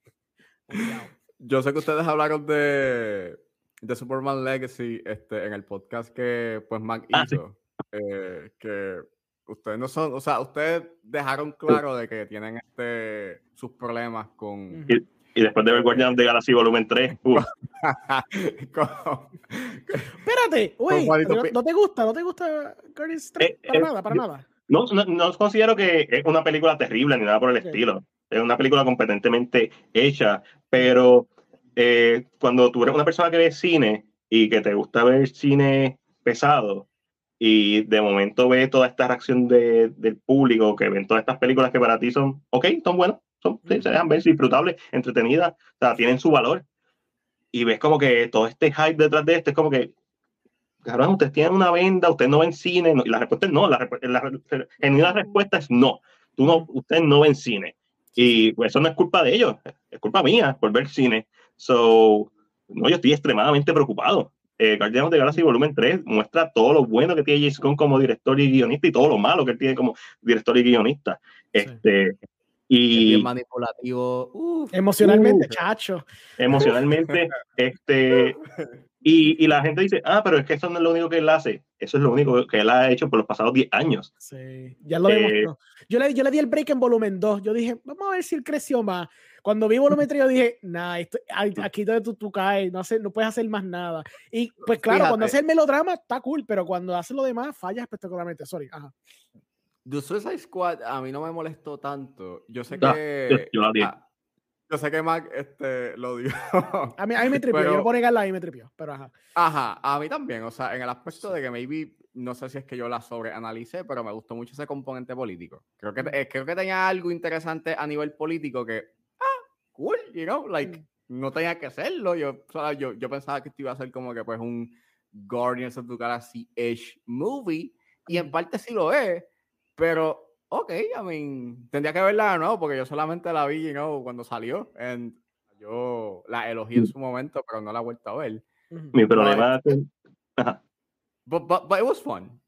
Yo sé que ustedes hablaron de, de Superman Legacy este, en el podcast que pues Mac ah, hizo, sí. eh, que ustedes no son, o sea, ustedes dejaron claro de que tienen este sus problemas con... Y, y después de ver Guardians de Galaxy Volumen tres, uh. Espérate, güey, ¿no, ¿no te gusta? ¿No te gusta Guardians tres? Eh, para eh, nada, para yo, nada. No, no, no considero que es una película terrible ni nada por el okay. estilo. Es una película competentemente hecha, pero eh, cuando tú eres una persona que ve cine y que te gusta ver cine pesado y de momento ves toda esta reacción de, del público, que ven todas estas películas que para ti son, ok, son buenas, son, sí, se dejan ver, disfrutables, entretenidas, o sea, tienen su valor. y ves como que todo este hype detrás de esto, es como que, cabrón, ustedes tienen una venda, ustedes no ven cine, no, y la respuesta es no, la, la, la genuina respuesta es no, tú no, ustedes no ven cine, y pues, eso no es culpa de ellos, es culpa mía por ver cine, so, no, yo estoy extremadamente preocupado. Eh, Guardians of the Galaxy Volumen tres muestra todo lo bueno que tiene James Gunn como director y guionista y todo lo malo que él tiene como director y guionista. Este, sí. y, es bien manipulativo. Uf, emocionalmente, uh, chacho. Emocionalmente, este, y, y la gente dice, ah, pero es que eso no es lo único que él hace. Eso es lo único que él ha hecho por los pasados diez años. Sí, ya lo demostró. Eh, yo, le, yo le di el break en volumen dos. Yo dije, vamos a ver si él creció más. Cuando vi volumen tres, yo dije, nah, esto, aquí donde tú, tú caes, no, hace, no puedes hacer más nada. Y pues claro, Fíjate. cuando hace el melodrama está cool, pero cuando hace lo demás, falla espectacularmente. Sorry. Ajá. The Suicide Squad a mí no me molestó tanto. Yo sé Ah, que... yo, yo, ah, yo sé que Mac este, lo dio. A mí, a mí me tripió. Pero, yo por negarla, a mí me tripió. Pero ajá. Ajá, a mí también. O sea, en el aspecto de que maybe... No sé si es que yo la sobreanalicé, pero me gustó mucho ese componente político. Creo que, eh, creo que tenía algo interesante a nivel político que... Ah, cool, you know, like... No tenía que hacerlo. Yo, o sea, yo, yo pensaba que esto iba a ser como que pues un Guardians of the Galaxy-ish movie. Y en parte sí lo es. Pero, ok, I mean, tendría que verla de nuevo porque yo solamente la vi, you know, cuando salió. And yo la elogié en su momento, pero no la he vuelto a ver. Mi problema but, es... Ajá. But, but, but it was fun.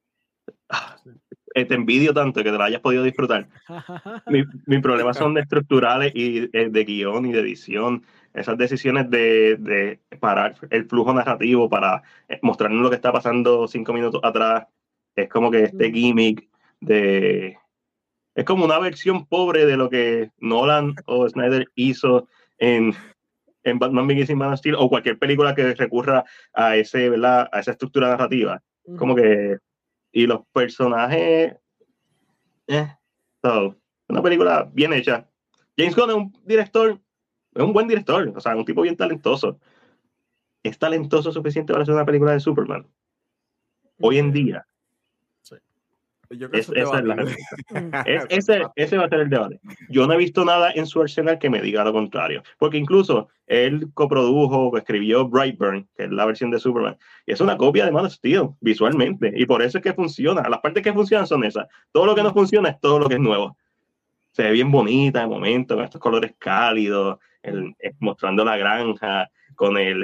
Te envidio tanto que te la hayas podido disfrutar. mi, mi problema son estructurales y de, de guión y de edición. Esas decisiones de, de parar el flujo narrativo para mostrarnos lo que está pasando cinco minutos atrás. Es como que este gimmick de... Es como una versión pobre de lo que Nolan o Snyder hizo en, en Batman Begins y Man of Steel o cualquier película que recurra a, ese, ¿verdad? A esa estructura narrativa. Uh-huh. Como que... Y los personajes... Eh, so, una película bien hecha. James Gunn es un director, es un buen director, o sea, un tipo bien talentoso. ¿Es talentoso suficiente para hacer una película de Superman? Hoy en día. Sí. Yo creo es, esa es la respuesta. es, ese, ese va a ser el debate. Yo no he visto nada en su arsenal que me diga lo contrario. Porque incluso él coprodujo, escribió Brightburn, que es la versión de Superman. Y es una copia de Man of Steel, visualmente. Y por eso es que funciona. Las partes que funcionan son esas. Todo lo que no funciona es todo lo que es nuevo. Se ve bien bonita de momento, con estos colores cálidos, el, el, mostrando la granja, con el,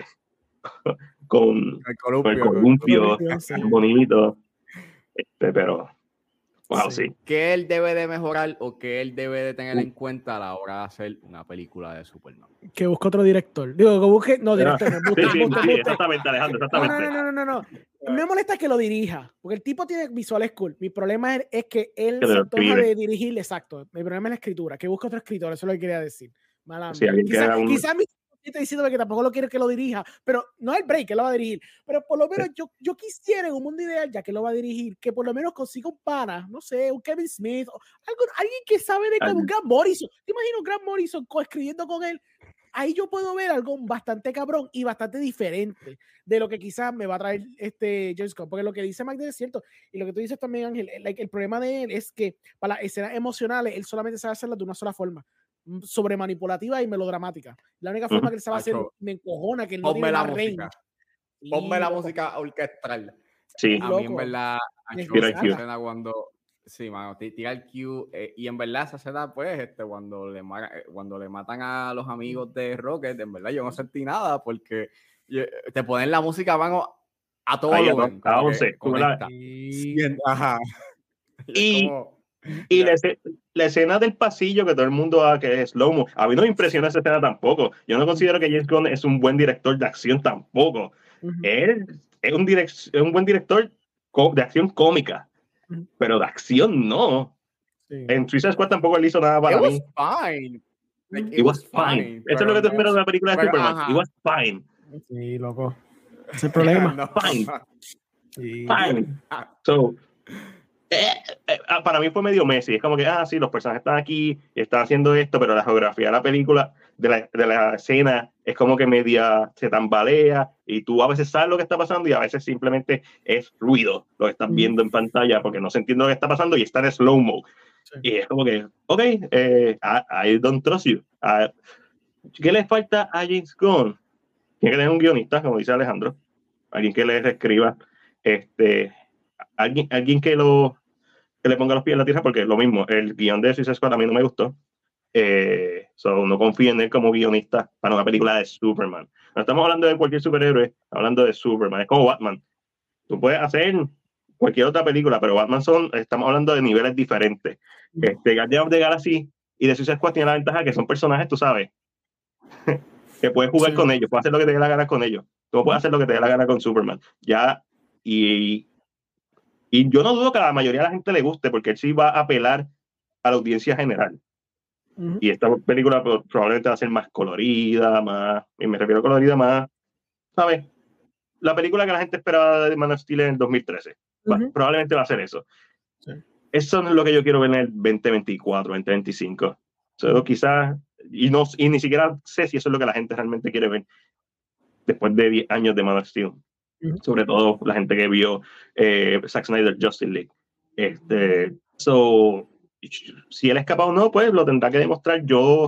con el columpio, con el columpio, el sí. bonito. Este, pero... Wow, sí. sí. ¿Qué él debe de mejorar o qué él debe de tener en cuenta a la hora de hacer una película de Superman? Que busque otro director. Digo, que busque... No, director. No, busque, sí, sí, busque, sí, busque. exactamente, Alejandro, exactamente. No, no, no, no, no, no. No me molesta que lo dirija, porque el tipo tiene visuales cool. Mi problema es, es que él que se antoja de dirigir, exacto. Mi problema es la escritura, que busque otro escritor, eso es lo que quería decir. Mala sí, quizás un... quizá mi está diciendo que tampoco lo quiere que lo dirija, pero no es el break que lo va a dirigir, pero por lo menos yo, yo quisiera en un mundo ideal, ya que lo va a dirigir, que por lo menos consiga un pana, no sé, un Kevin Smith, o algo, alguien que sabe de como un Grant Morrison. ¿Te imaginas un Grant Morrison coescribiendo con él? Ahí yo puedo ver algo bastante cabrón y bastante diferente de lo que quizás me va a traer este James Gunn, porque lo que dice Magda es cierto, y lo que tú dices también, Ángel, like, el problema de él es que para las escenas emocionales, él solamente sabe hacerlas de una sola forma, sobre manipulativa y melodramática. La única forma que él sabe hacer, me encojona que él no tiene la música. Ponme la música orquestral. Sí. A mí en verdad, esa escena cuando... Sí, mano, tira el Q eh, y en verdad esa escena, pues, este, cuando le, cuando le matan a los amigos de Rocket, en verdad yo no sentí nada porque te ponen la música, mano, a todo Ay, volumen. A once. Y... Ajá. Y, como, y la, la escena del pasillo que todo el mundo ha, que es slow-mo, a mí no me impresiona esa escena tampoco. Yo no considero que James Gunn es un buen director de acción tampoco. Uh-huh. Él es un, direct, es un buen director de acción cómica. Pero de acción no. Sí. En Suicide Squad tampoco él hizo nada para it mí. Was fine. Like, it, it was, was fine. fine. Eso es lo que tú esperas de una película de pero, Superman. Ajá. It was fine. Sí, loco. Ese es el problema. no. Fine. Sí. Fine. So, eh, eh, para mí fue medio Messi. Es como que, ah, sí, los personajes están aquí y están haciendo esto, pero la geografía de la película, de la, de la escena, es como que media se tambalea y tú a veces sabes lo que está pasando y a veces simplemente es ruido lo que estás mm. viendo en pantalla porque no se entiende lo que está pasando y está en slow-mo. Sí. Y es como que, ok, eh, I, I don't trust you. Uh, ¿Qué le falta a James Gunn? tiene que tener un guionista, como dice Alejandro, alguien que le escriba, este, alguien, alguien que lo que le ponga los pies en la tierra, porque es lo mismo, el guión de Suicide Squad a mí no me gustó. Eh, so, no confío en él como guionista para una película de Superman. No estamos hablando de cualquier superhéroe, estamos hablando de Superman, es como Batman. Tú puedes hacer cualquier otra película, pero Batman son, estamos hablando de niveles diferentes. Este, Guardians of the Galaxy y de Suicide Squad tiene la ventaja que son personajes, tú sabes, que puedes jugar sí. con ellos, puedes hacer lo que te dé la gana con ellos. Tú puedes hacer lo que te dé la gana con Superman. Ya, y, y yo no dudo que a la mayoría de la gente le guste, porque él sí va a apelar a la audiencia general. Uh-huh. Y esta película pues, probablemente va a ser más colorida, más, y me refiero a colorida más, ¿sabes? La película que la gente esperaba de Man of Steel en el dos mil trece. Uh-huh. Va, probablemente va a ser eso. Sí. Eso no es lo que yo quiero ver en el veinte veinticuatro, veinte veinticinco. So, quizás, y, no, y ni siquiera sé si eso es lo que la gente realmente quiere ver después de diez años de Man of Steel. Uh-huh. Sobre todo la gente que vio eh, Zack Snyder Justice League. Este, so, si él es capaz o no, pues lo tendrá que demostrar. Yo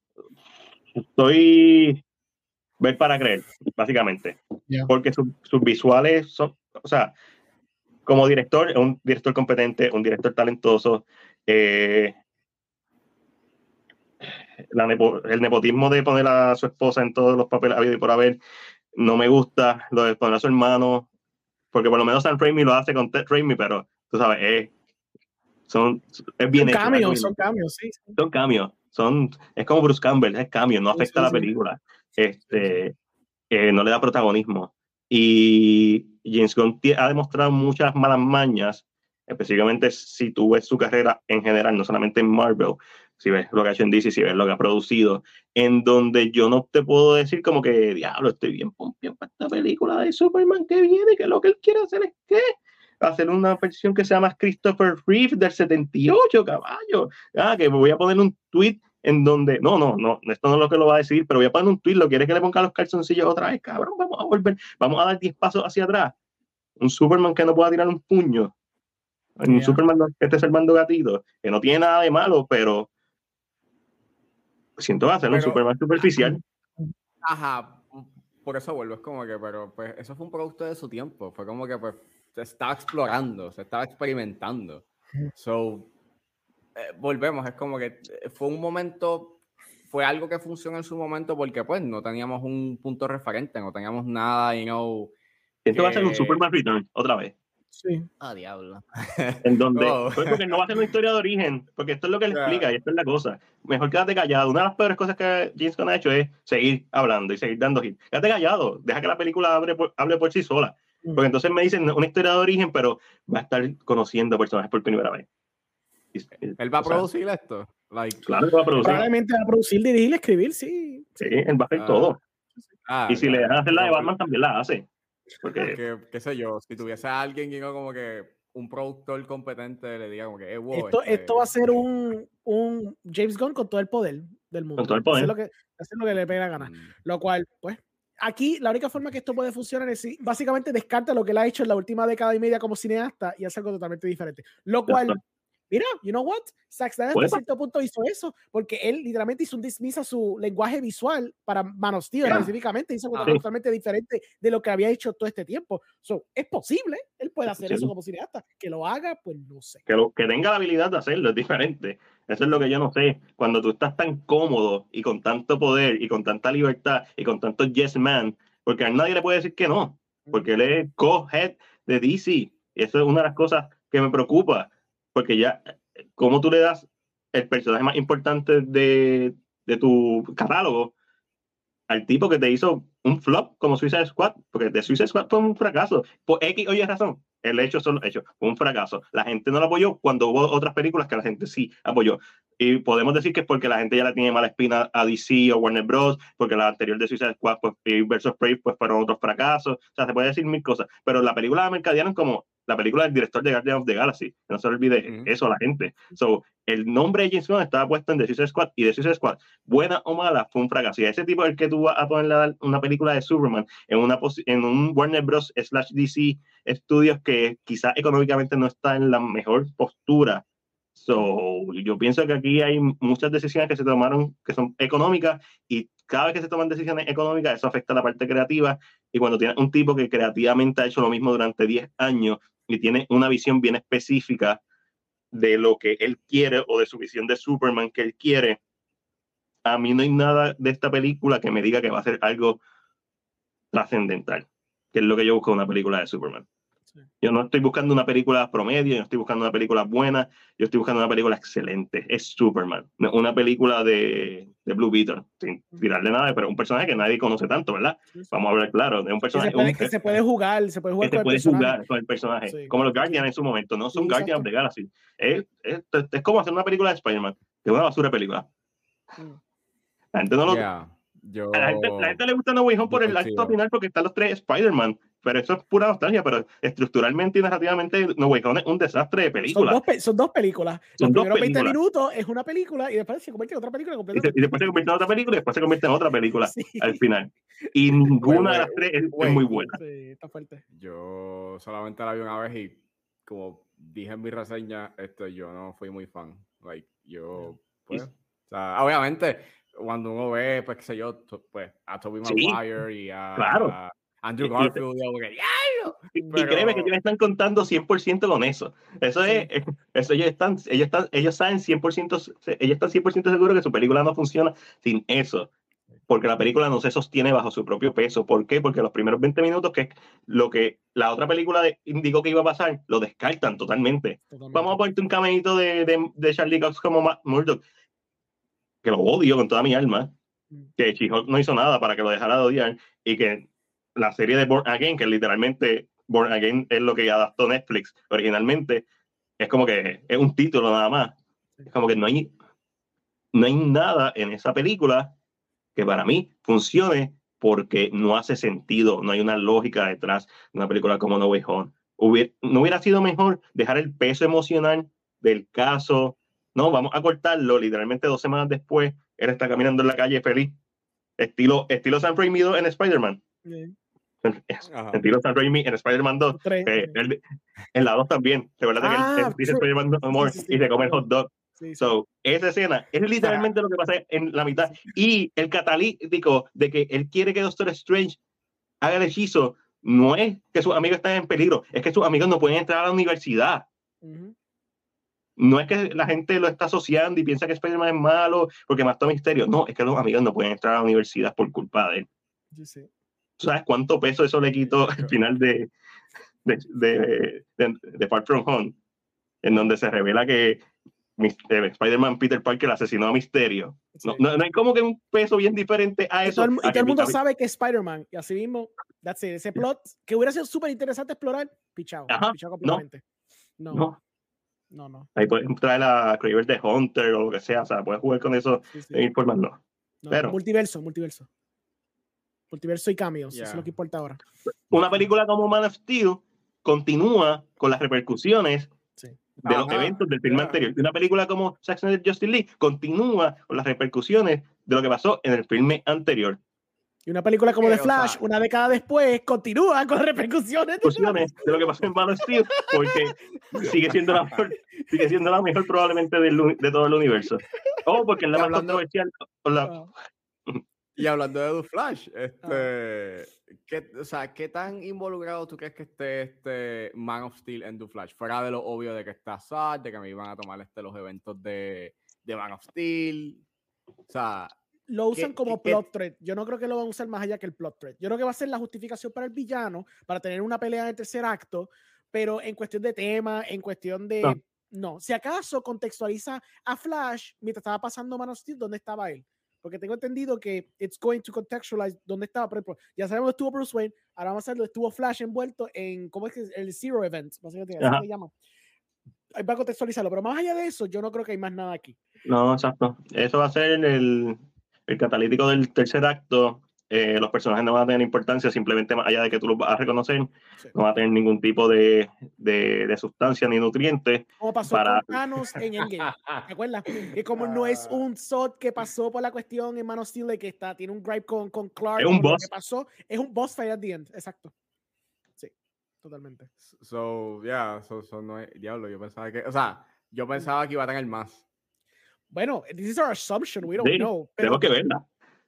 estoy ver para creer, básicamente. Yeah. Porque su, sus visuales son, o sea, como director, es un director competente, un director talentoso. Eh, la nepo, el nepotismo de poner a su esposa en todos los papeles habido y por haber, no me gusta. Lo de poner a su hermano, porque por lo menos Sam Raimi lo hace con Ted Raimi, pero tú sabes, es, son, es bien son hecho. Cambios, es son cambios, sí. Son cambios. Son, es como Bruce Campbell, es cambio, no afecta sí, sí, a la película. Sí. Este, eh, no le da protagonismo. Y James Gunn ha demostrado muchas malas mañas, específicamente si tú ves su carrera en general, no solamente en Marvel, si ves lo que ha hecho en D C, si ves lo que ha producido, en donde yo no te puedo decir como que, diablo, estoy bien pompión para esta película de Superman que viene, que lo que él quiere hacer es que hacer una versión que se llama Christopher Reeve del setenta y ocho, caballo. Ah, que voy a poner un tweet en donde, no, no, no, esto no es lo que lo va a decir, pero voy a poner un tweet, ¿lo quieres que le ponga los calzoncillos otra vez? Cabrón, vamos a volver, vamos a dar diez pasos hacia atrás. Un Superman que no pueda tirar un puño. Un yeah. Superman que esté salvando gatitos, que no tiene nada de malo, pero siento que va a ser un Superman superficial. Ajá, por eso vuelvo, es como que, pero pues eso fue un producto de su tiempo, fue como que pues se estaba explorando, se estaba experimentando. So, eh, volvemos, es como que fue un momento, fue algo que funcionó en su momento porque pues no teníamos un punto referente, no teníamos nada, you know. Esto que... va a ser un Superman Return, otra vez. Sí. Ah, diablo. En donde, oh. pues porque no va a ser una historia de origen, porque esto es lo que él yeah. explica y esto es la cosa. Mejor quédate callado. Una de las peores cosas que James Gunn ha hecho es seguir hablando y seguir dando hit. Quédate callado, deja que la película hable por, hable por sí sola. Porque entonces me dicen una historia de origen, pero va a estar conociendo personajes por primera vez. ¿Él va a producir sea, esto? Like, claro que va a producir. Probablemente va a producir, dirigir, escribir, sí. Sí, él va a hacer uh, todo. Ah, y si claro, le dejan hacer la de Batman, también la hace. Porque... Que, qué sé yo, si tuviese a alguien que como que un productor competente le diga como que, eh, wow, esto, este... esto va a ser un, un James Gunn con todo el poder del mundo. Con todo el poder. Hacer lo que, hacer lo que le pegue la gana. Mm. Lo cual, pues, aquí la única forma que esto puede funcionar es si básicamente descarta lo que él ha hecho en la última década y media como cineasta y hace algo totalmente diferente. Lo cual, mira, you know what? Zack Snyder hasta cierto punto hizo eso porque él literalmente hizo un dismiss a su lenguaje visual para Man of Steel, yeah. específicamente hizo algo ah, totalmente sí. diferente de lo que había hecho todo este tiempo. So, es posible, él puede hacer sí. eso como cineasta. Que lo haga, pues no sé. Que, lo, que tenga la habilidad de hacerlo es diferente. Eso es lo que yo no sé. Cuando tú estás tan cómodo y con tanto poder y con tanta libertad y con tanto yes man, porque a nadie le puede decir que no, porque él es co-head de D C. Y eso es una de las cosas que me preocupa, porque ya, ¿cómo tú le das el personaje más importante de, de tu catálogo al tipo que te hizo un flop como Suicide Squad? Porque de Suicide Squad fue un fracaso. Por X o Y razón, el hecho solo hecho, fue un fracaso. La gente no lo apoyó cuando hubo otras películas que la gente sí apoyó. Y podemos decir que es porque la gente ya le tiene mala espina a D C o Warner Bros., porque la anterior de Suicide Squad pues, versus Prey pues, fueron otros fracasos. O sea, se puede decir mil cosas. Pero la película la mercadearon como la película del director de Guardians of the Galaxy. No se olvide uh-huh. eso a la gente. So, el nombre de James Gunn estaba puesto en The Suicide Squad, y The Suicide Squad, buena o mala, fue un fracaso. Y a ese tipo es el que tú vas a ponerle a dar una película de Superman en, una en un Warner Bros. slash D C Studios que quizás económicamente no está en la mejor postura. So, yo pienso que aquí hay muchas decisiones que se tomaron que son económicas y cada vez que se toman decisiones económicas, eso afecta a la parte creativa. Y cuando tienes un tipo que creativamente ha hecho lo mismo durante diez años y tiene una visión bien específica de lo que él quiere o de su visión de Superman que él quiere, a mí no hay nada de esta película que me diga que va a ser algo trascendental, que es lo que yo busco en una película de Superman. Sí. Yo no estoy buscando una película promedio, yo no estoy buscando una película buena, yo estoy buscando una película excelente. Es Superman, una película de, de Blue Beetle, sin tirarle nada, pero un personaje que nadie conoce tanto, ¿verdad? Sí, sí. Vamos a hablar claro, de un personaje que se puede, un, que se puede jugar, se puede jugar, que con, se puede el personaje. jugar con el personaje, sí. como los Guardians sí. en su momento, no son sí, Guardians of the Galaxy. Es, es, es, es como hacer una película de Spider-Man, que es una basura de película. Mm. La gente no lo... Yeah. Yo... A la gente, la gente le gusta No Way Home por el acto final porque están los tres Spider-Man, pero eso es pura nostalgia, pero estructuralmente y narrativamente No Way Home es un desastre de película. Son dos, son dos películas. Son los dos primeros películas. veinte minutos es una película y después se convierte en otra película completamente. Y, y después se convierte en otra película y después se convierte en otra película sí. al final. Y ninguna wait, de las tres es, wait, es muy buena. Sí, está fuerte. Yo solamente la vi una vez y como dije en mi reseña, esto, yo no fui muy fan. Like, yo, pues, o sea, obviamente... Cuando uno ve, pues, qué sé yo, pues, a Tobey Maguire sí, y a, claro. a Andrew Garfield, y, y, y, y, pero... y créeme que ellos están contando cien por ciento con eso. Eso sí. es, eso ellos están, ellos están, ellos saben cien por ciento, ellos están cien por ciento seguros que su película no funciona sin eso. Porque la película no se sostiene bajo su propio peso. ¿Por qué? Porque los primeros veinte minutos, que es lo que la otra película de, indicó que iba a pasar, lo descartan totalmente. totalmente. Vamos a ponerte un caminito de, de, de Charlie Cox como Matt Murdock, que lo odio con toda mi alma, que She-Hulk no hizo nada para que lo dejara de odiar, y que la serie de Born Again, que literalmente Born Again es lo que adaptó Netflix originalmente, es como que es un título nada más. Es como que no hay, no hay nada en esa película que para mí funcione porque no hace sentido, no hay una lógica detrás de una película como No Way Home. Hubiera, ¿no hubiera sido mejor dejar el peso emocional del caso? No, vamos a cortarlo. Literalmente dos semanas después, él está caminando en la calle feliz. Estilo, estilo Sam Raimi en Spider-Man. Sí. Estilo Sam Raimi en Spider-Man dos. Eh, él, en la dos también. Recuerda ah, que él, él dice Spider-Man no more sí, sí, sí, y se come el hot dog. Sí, sí. So, esa escena es literalmente ah. lo que pasa en la mitad. Y el catalítico de que él quiere que Doctor Strange haga el hechizo no es que sus amigos estén en peligro, es que sus amigos no pueden entrar a la universidad. Uh-huh. No es que la gente lo está asociando y piensa que Spider-Man es malo porque mató a Misterio. No, es que los amigos no pueden entrar a la universidad por culpa de él. Sí, sí. ¿Sabes cuánto peso eso le quitó al final de, de, de, de, de Far From Home? En donde se revela que eh, Spider-Man Peter Parker asesinó a Misterio. Sí. No, no, no hay como que un peso bien diferente a eso. Y todo el, a y todo el mundo sabe que es Spider-Man. Y así mismo, that's it. Ese plot que hubiera sido súper interesante explorar, pichado. Ajá, pichado completamente. No. no. no. No, no. Ahí puedes traer a Kraven de Hunter o lo que sea, o sea, puedes jugar con eso sí, sí. y formas no. no. Pero, multiverso, multiverso. Multiverso y cameos, yeah. Eso es lo que importa ahora. Una película como Man of Steel continúa con las repercusiones sí. de Ajá, los eventos del film yeah. anterior. Una película como Zack Snyder Justice League continúa con las repercusiones de lo que pasó en el filme anterior. Y una película como The Flash, o sea, una década después, continúa con repercusiones, repercusiones de lo que pasó en Man of Steel, porque sigue siendo la mejor, sigue siendo la mejor probablemente del, de todo el universo. O oh, porque es la y más hablando, controversial. La... Y hablando de The Flash, este, ¿qué, o sea, ¿qué tan involucrado tú crees que esté este Man of Steel en The Flash? Fuera de lo obvio de que está sad, de que me iban a tomar este, los eventos de, de Man of Steel. O sea... Lo usan como ¿qué, plot qué? thread. Yo no creo que lo van a usar más allá que el plot thread. Yo creo que va a ser la justificación para el villano, para tener una pelea en el tercer acto, pero en cuestión de tema, en cuestión de... No. no. Si acaso contextualiza a Flash mientras estaba pasando Man of Steel, ¿dónde estaba él? Porque tengo entendido que it's going to contextualize dónde estaba. Por ejemplo, ya sabemos que estuvo Bruce Wayne, ahora vamos a ver dónde estuvo Flash envuelto en, ¿cómo es que es? El Zero Event, básicamente, así se llama. Ahí va a contextualizarlo, pero más allá de eso, yo no creo que hay más nada aquí. No, exacto. Eso va a ser el... el catalítico del tercer acto. Eh, los personajes no van a tener importancia, simplemente más allá de que tú los vas a reconocer, sí. no van a tener ningún tipo de, de, de sustancia ni nutrientes. Como pasó para... con Thanos en Endgame, ¿te acuerdas? Que como no es un S O T que pasó por la cuestión en Man of Steel, que está, tiene un gripe con, con Clark, es un boss. Que pasó, es un boss fight at the end, exacto. Sí, totalmente. So, yeah, so, so no es, diablo, yo pensaba que, o sea, yo pensaba que iba a tener más. Bueno, this is our assumption, we don't sí, know. Pero, tengo que verla.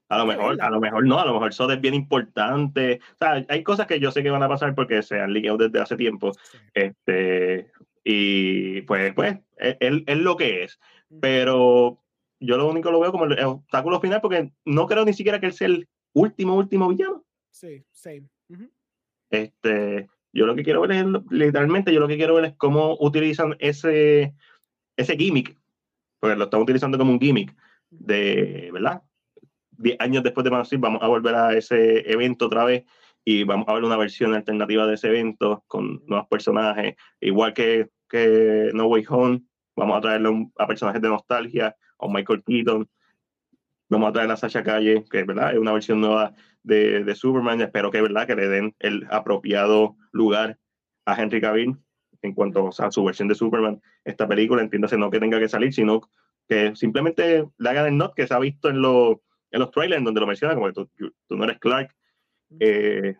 A lo mejor, a lo mejor no, a lo mejor Zod es bien importante. O sea, hay cosas que yo sé que van a pasar porque se han liqueado desde hace tiempo. Sí. Este, y pues, pues, es, es lo que es. Pero yo lo único lo veo como el, el obstáculo final porque no creo ni siquiera que él sea el último, último villano. Sí, sí. Uh-huh. Este, yo lo que quiero ver es, literalmente, yo lo que quiero ver es cómo utilizan ese, ese gimmick, porque lo están utilizando como un gimmick de, ¿verdad? Diez años después de Man of Steel vamos a volver a ese evento otra vez y vamos a ver una versión alternativa de ese evento con nuevos personajes, igual que, que No Way Home, vamos a traerle a personajes de nostalgia, a Michael Keaton, vamos a traer a Sasha Calle, que ¿verdad? Es una versión nueva de, de Superman, espero que, ¿verdad? Que le den el apropiado lugar a Henry Cavill en cuanto o sea, a su versión de Superman, esta película, entiéndase, no que tenga que salir, sino que simplemente le hagan el nod que se ha visto en los en los trailers donde lo menciona como que tú, tú no eres Clark, eh,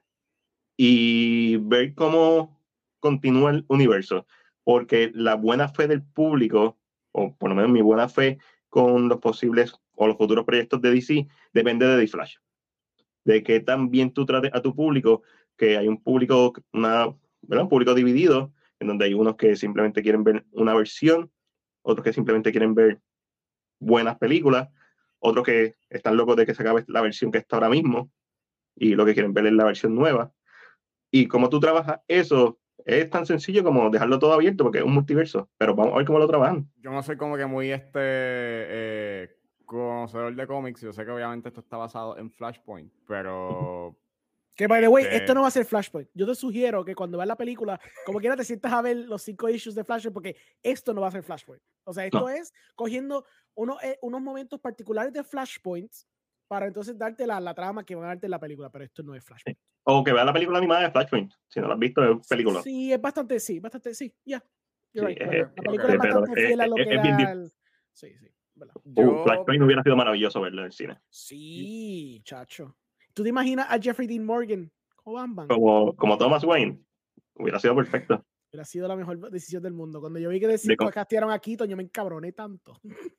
y ver cómo continúa el universo, porque la buena fe del público, o por lo menos mi buena fe con los posibles o los futuros proyectos de D C, depende de The Flash, de que también tú trates a tu público, que hay un público, una, ¿verdad? Un público dividido, en donde hay unos que simplemente quieren ver una versión, otros que simplemente quieren ver buenas películas, otros que están locos de que se acabe la versión que está ahora mismo y lo que quieren ver es la versión nueva. Y como tú trabajas eso, es tan sencillo como dejarlo todo abierto porque es un multiverso, pero vamos a ver cómo lo trabajan. Yo no soy como que muy este eh, conocedor de cómics, yo sé que obviamente esto está basado en Flashpoint, pero... Que, by the way, este... esto no va a ser Flashpoint. Yo te sugiero que cuando veas la película, como quiera te sientas a ver los cinco issues de Flashpoint, porque esto no va a ser Flashpoint. O sea, esto no. es cogiendo uno, eh, unos momentos particulares de Flashpoint para entonces darte la, la trama que van a darte en la película, pero esto no es Flashpoint. O que veas la película animada de Flashpoint, si no la has visto, es película. Sí, sí, es bastante, sí, bastante, sí, ya. Yeah. Sí, right, eh, la película okay, es bastante fiel a lo que era el... Sí, sí. Yo... Uh, Flashpoint hubiera sido maravilloso verlo en el cine. Sí, chacho. ¿Tú te imaginas a Jeffrey Dean Morgan como Batman? Como, como Thomas Wayne. Hubiera sido perfecto. Hubiera sido la mejor decisión del mundo. Cuando yo vi que decir que castearon a Keaton, yo me encabroné tanto.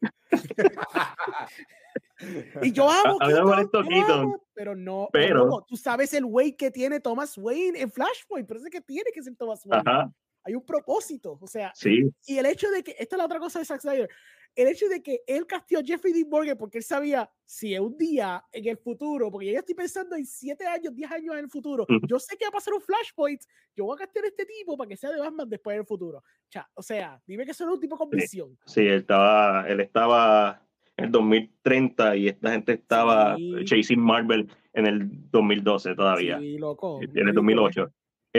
Y yo amo a, Keaton, a yo Keaton amo, pero no, pero no, tú sabes el weight que tiene Thomas Wayne en Flashpoint, pero es que tiene que ser Thomas Wayne. Ajá. Hay un propósito, o sea, sí. Y el hecho de que, esta es la otra cosa de Zack Snyder, el hecho de que él casteó a Jeffrey Dean Morgan porque él sabía si un día en el futuro, porque yo estoy pensando en siete años, diez años en el futuro, uh-huh. yo sé que va a pasar un Flashpoint, yo voy a castear a este tipo para que sea de Batman después en el futuro. O sea, dime que eso no es un tipo con visión. Sí, sí, él estaba, él estaba en el dos mil treinta y esta gente estaba sí. chasing Marvel en el dos mil doce todavía. Sí, loco. En el dos mil ocho.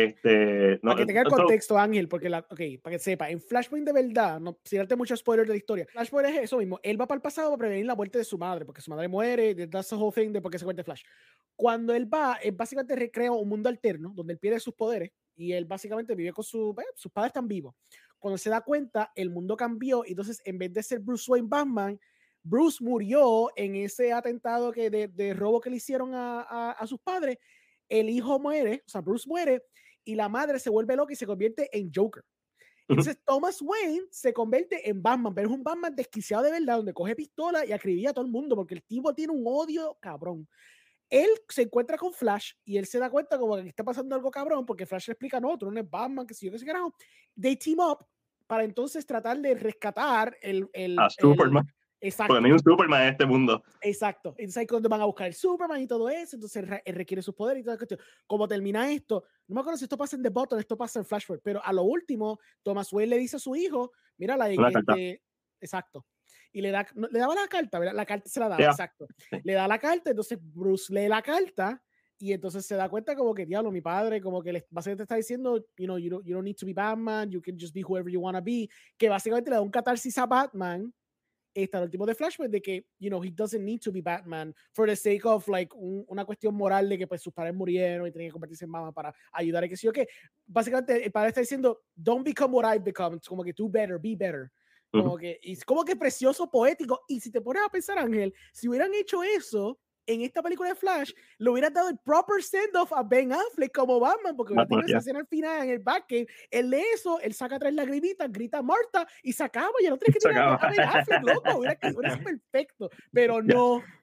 Este, no, para que tenga el contexto, Ángel, porque la, ok, para que sepa, en Flashpoint de verdad, no sin darte muchos spoilers de la historia, Flashpoint es eso mismo, él va para el pasado para prevenir la muerte de su madre, porque su madre muere, that's the whole thing de por qué se cuenta Flash. Cuando él va, él básicamente recrea un mundo alterno, donde él pierde sus poderes, y él básicamente vive con su, eh, sus padres están vivos. Cuando se da cuenta, el mundo cambió, y entonces en vez de ser Bruce Wayne Batman, Bruce murió en ese atentado que de, de robo que le hicieron a, a, a sus padres. El hijo muere, o sea, Bruce muere, y la madre se vuelve loca y se convierte en Joker. Entonces uh-huh. Thomas Wayne se convierte en Batman, pero es un Batman desquiciado de verdad, donde coge pistola y acribilla a todo el mundo, porque el tipo tiene un odio cabrón. Él se encuentra con Flash y él se da cuenta como que está pasando algo cabrón, porque Flash le explica, no, tú no eres Batman, que si yo que sé carajo. They team up para entonces tratar de rescatar el... el a Superman. El, Exacto. Porque no hay un Superman en este mundo. Exacto. Entonces ahí cuando van a buscar el Superman y todo eso, entonces él requiere sus poderes y todo eso. Como termina esto, no me acuerdo si esto pasa en The Bottom, esto pasa en Flashpoint, pero a lo último, Thomas Wayne le dice a su hijo, mira la este, exacto. Y le da, no, le daba la carta, ¿verdad? La carta se la daba, yeah. exacto. Le da la carta, entonces Bruce lee la carta y entonces se da cuenta como que, diablo, mi padre, como que le, básicamente está diciendo, you know, you don't, you don't need to be Batman, you can just be whoever you want to be, que básicamente le da un catarsis a Batman. Está el último de Flashpoint de que, you know, he doesn't need to be Batman for the sake of, like, un, una cuestión moral de que, pues, sus padres murieron y tenían que convertirse en mamá para ayudar a que sí o que. Básicamente, el padre está diciendo, don't become what I've become. It's como que do better, be better. Como uh-huh. que, y es como que precioso, poético. Y si te pones a pensar, Ángel, si hubieran hecho eso en esta película de Flash, le hubieran dado el proper send-off a Ben Affleck como Batman, porque hubiera tenido esa escena al final en el Batcave. Él lee eso, él saca tres lagrimitas, grita Marta y se acaba. Y el otro es que tiene a Ben Affleck, loco. Hubiera, hubiera sido perfecto. Pero no,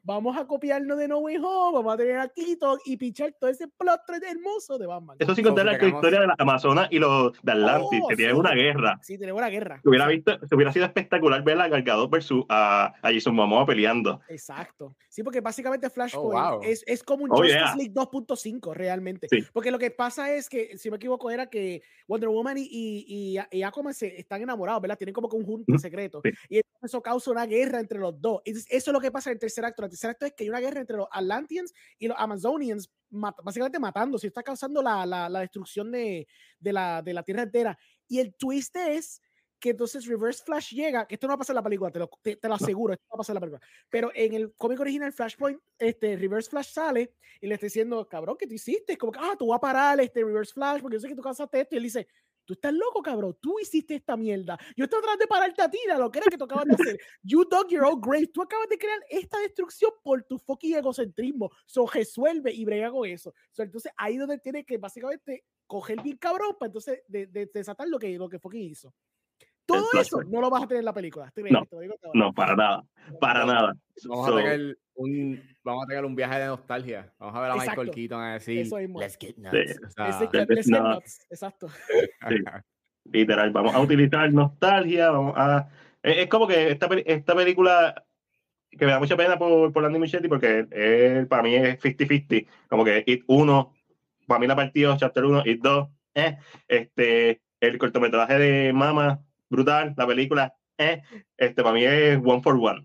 vamos a copiarnos de No Way Home, vamos a tener a Keaton y pichar todo ese plot hermoso de Batman. Eso sin contar la historia de las Amazonas y los de Atlantis, oh, que sí, tienen una guerra. Sí, tienen una guerra. Se hubiera, visto, se hubiera sido espectacular ver a Gal Gadot versus a, a Jason Momoa peleando. Exacto. Sí, porque básicamente Flashpoint oh, wow. es, es como un oh, Justice yeah. League dos punto cinco realmente. Sí. Porque lo que pasa es que, si me equivoco, era que Wonder Woman y, y, y, y Aquaman se están enamorados, ¿verdad? Tienen como que un junte mm. secreto. Sí. Y eso causa una guerra entre los dos. Entonces, eso es lo que pasa en el tercer acto. El tercer acto es que hay una guerra entre los Atlanteans y los Amazonians, mat básicamente matando. Se está causando la, la, la destrucción de, de, la, de la tierra entera. Y el twist es que entonces Reverse Flash llega, que esto no va a pasar en la película, te lo, te, te lo aseguro, no. esto no va a pasar en la película, pero en el cómic original Flashpoint, este, Reverse Flash sale y le está diciendo, cabrón, ¿qué tú hiciste? Es como que, ah, tú vas a parar este Reverse Flash porque yo sé que tú causaste esto, y él dice, tú estás loco, cabrón, tú hiciste esta mierda, yo estoy tratando de pararte a ti, lo que era que tú acabas de hacer, you dug your own grave, tú acabas de crear esta destrucción por tu fucking egocentrismo, so resuelve y brega con eso, so, entonces ahí es donde tiene que básicamente coger bien cabrón para entonces de, de, de desatar lo que, lo que fucking hizo. Todo eso no lo vas a tener en la película. No, no, para nada, para no, nada. Vamos, so, a tener un, vamos a tener un viaje de nostalgia. Vamos a ver a exacto. Michael Keaton a decir, let's get nuts. Sí. O sea, Ese, let's get nuts. Exacto. Sí. Literal, vamos a utilizar nostalgia, vamos a... Es, es como que esta, esta película que me da mucha pena por, por Andy Muschietti porque él, para mí es cincuenta cincuenta, como que It uno, para mí la partido, Chapter uno, It dos, eh, este, el cortometraje de Mama, brutal, la película, eh, este, para mí es one for one.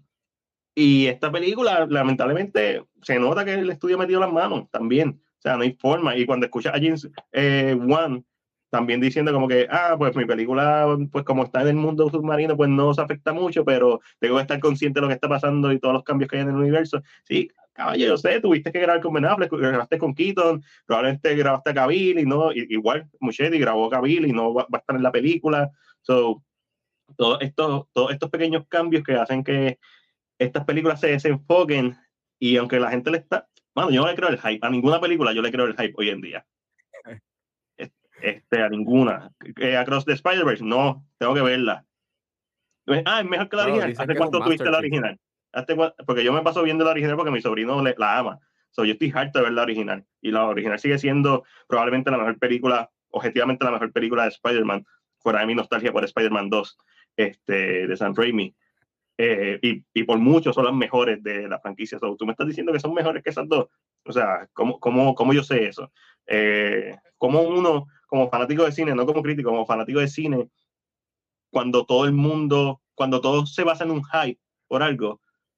Y esta película, lamentablemente, se nota que el estudio ha metido las manos también. O sea, no hay forma. Y cuando escuchas a James eh, Wan también diciendo como que, ah, pues mi película, pues como está en el mundo submarino, pues no se afecta mucho, pero tengo que estar consciente de lo que está pasando y todos los cambios que hay en el universo. Sí, caballero, sé, tuviste que grabar con Ben Affleck, grabaste con Keaton, probablemente grabaste a Cavill y no, igual Muschietti grabó a Cavill y no va, va a estar en la película. So, todos estos, todos estos pequeños cambios que hacen que estas películas se desenfoquen, y aunque la gente le está, bueno, yo no le creo el hype, a ninguna película yo le creo el hype hoy en día. Este, a ninguna. Eh, Across the Spider-Verse, no, tengo que verla. Ah, es mejor que la original. ¿Hace cuánto tuviste la original? ¿Hace porque yo me paso viendo la original porque mi sobrino le, la ama. So, yo estoy harto de ver la original. Y la original sigue siendo probablemente la mejor película, objetivamente la mejor película de Spider-Man, fuera de mi nostalgia por Spider-Man dos, este, de Sam Raimi. Eh, y, y por mucho son las mejores de la franquicia. So, tú me estás diciendo que son mejores que esas dos. O sea, ¿cómo, cómo, cómo yo sé eso? Eh, como uno, como fanático de cine, no como crítico, como fanático de cine, cuando todo el mundo, cuando todo se basa en un hype por algo,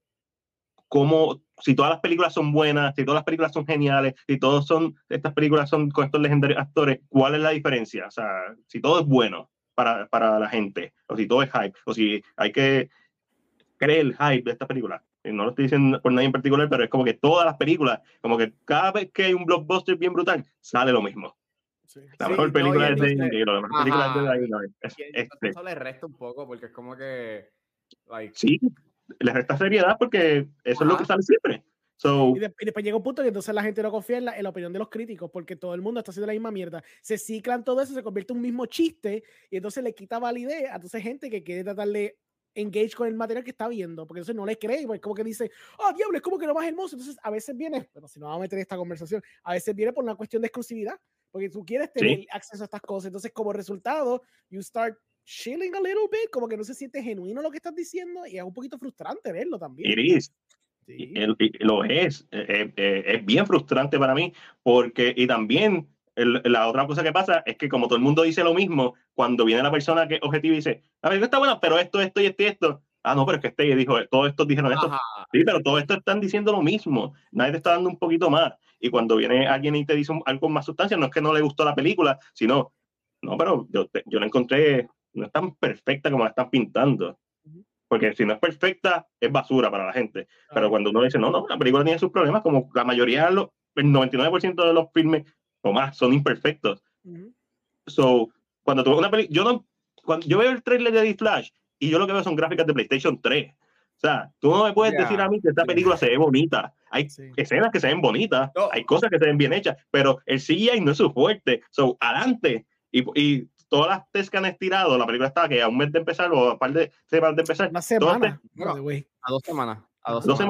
como si todas las películas son buenas, si todas las películas son geniales, si todos son, estas películas son con estos legendarios actores, ¿cuál es la diferencia? O sea, si todo es bueno para, para la gente, o si todo es hype, o si hay que creer el hype de esta película. No lo estoy diciendo por nadie en particular, pero es como que todas las películas, como que cada vez que hay un blockbuster bien brutal, sale lo mismo. Sí. La mejor sí, película no, es de Endgame, la mejor película es de ahí, no, es, este. Eso le resta un poco, porque es como que... Like... Sí, le resta seriedad porque eso ajá. es lo que sale siempre. So, y, de, y después llega un punto que entonces la gente no confía en la, en la opinión de los críticos porque todo el mundo está haciendo la misma mierda. Se ciclan todo eso, se convierte en un mismo chiste y entonces le quita validez a entonces gente que quiere tratar de engage con el material que está viendo, porque entonces no le cree, pues como que dice, oh diablo, es como que lo más hermoso. Entonces a veces viene, bueno, si no vamos a meter esta conversación, a veces viene por una cuestión de exclusividad, porque tú quieres tener sí. acceso a estas cosas, entonces como resultado, you start chilling a little bit, como que no se siente genuino lo que estás diciendo y es un poquito frustrante verlo también. It is. Sí. El, el, lo es, eh, eh, es bien frustrante para mí, porque, y también el, la otra cosa que pasa es que como todo el mundo dice lo mismo, cuando viene la persona que objetiva y dice, la película está buena, pero esto, esto y esto y esto, ah, no, pero es que este dijo, todos estos dijeron esto, ajá. Sí, pero todos estos están diciendo lo mismo, nadie te está dando un poquito más, y cuando viene alguien y te dice un, algo con más sustancia, no es que no le gustó la película, sino, no, pero yo, yo la encontré, no es tan perfecta como la están pintando. Porque si no es perfecta, es basura para la gente. Pero cuando uno dice, no, no, la película tiene sus problemas, como la mayoría, el noventa y nueve por ciento de los filmes o más son imperfectos. Uh-huh. So, cuando tú ves una película, yo no, cuando yo veo el trailer de The Flash y yo lo que veo son gráficas de PlayStation tres. O sea, tú no me puedes yeah. decir a mí que esta película se ve bonita. Hay sí. escenas que se ven bonitas, oh. hay cosas que se ven bien hechas, pero el C G I no es su fuerte. So, adelante. Y, y todas las test que han estirado, la película está que a un mes de empezar o a un par de semanas de empezar. Una semana. Este, bueno, a dos semanas. A dos, dos semanas. semanas.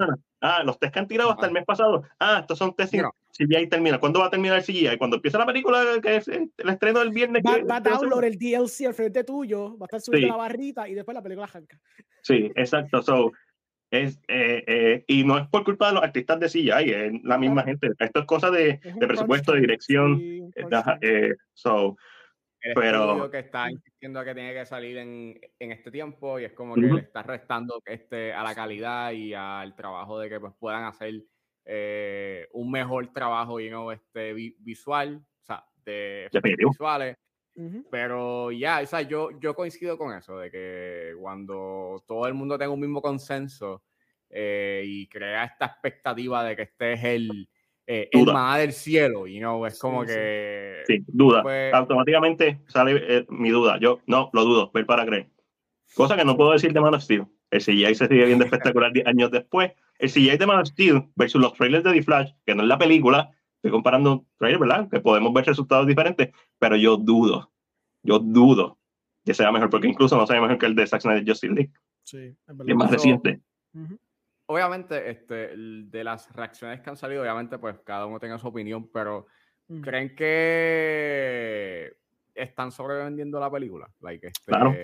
Ah, los test que han tirado hasta el mes pasado. Ah, estos son test Mira. C G I termina. ¿Cuándo va a terminar el C G I? Cuando empieza la película, que es el estreno del viernes. Va, que, va a download el D L C al frente tuyo, va a estar subiendo sí. la barrita y después la película janca. Sí, exacto. So, es, eh, eh, y no es por culpa de los artistas de C G I, es la misma Claro. gente. Esto es cosa de, de presupuesto, de dirección. Sí, eh, eh, so, el pero, estudio que está insistiendo que tiene que salir en, en este tiempo y es como que uh-huh. le está restando este, a la calidad y al trabajo de que pues, puedan hacer eh, un mejor trabajo you know, este, vi, visual, o sea, de efectos visuales. Uh-huh. Pero ya, yeah, o sea, yo, yo coincido con eso, de que cuando todo el mundo tenga un mismo consenso eh, y crea esta expectativa de que este es el Eh, el maná del cielo, you know, es como sí, que... Sí, duda. Pues, automáticamente sale eh, mi duda. Yo no, lo dudo, ver para creer. Cosa que no puedo decir de Man of Steel. El C G I se sigue viendo espectacular diez años después. El C G I de Man of Steel versus los trailers de The Flash, que no es la película, estoy comparando trailers, ¿verdad? Que podemos ver resultados diferentes, pero yo dudo, yo dudo que sea mejor, porque incluso no sea mejor que el de Zack Snyder Justice League. Sí, es, es más so, reciente. Uh-huh. Obviamente, este, de las reacciones que han salido, obviamente, pues cada uno tenga su opinión, pero mm. ¿creen que están sobrevendiendo la película? Like, este, claro.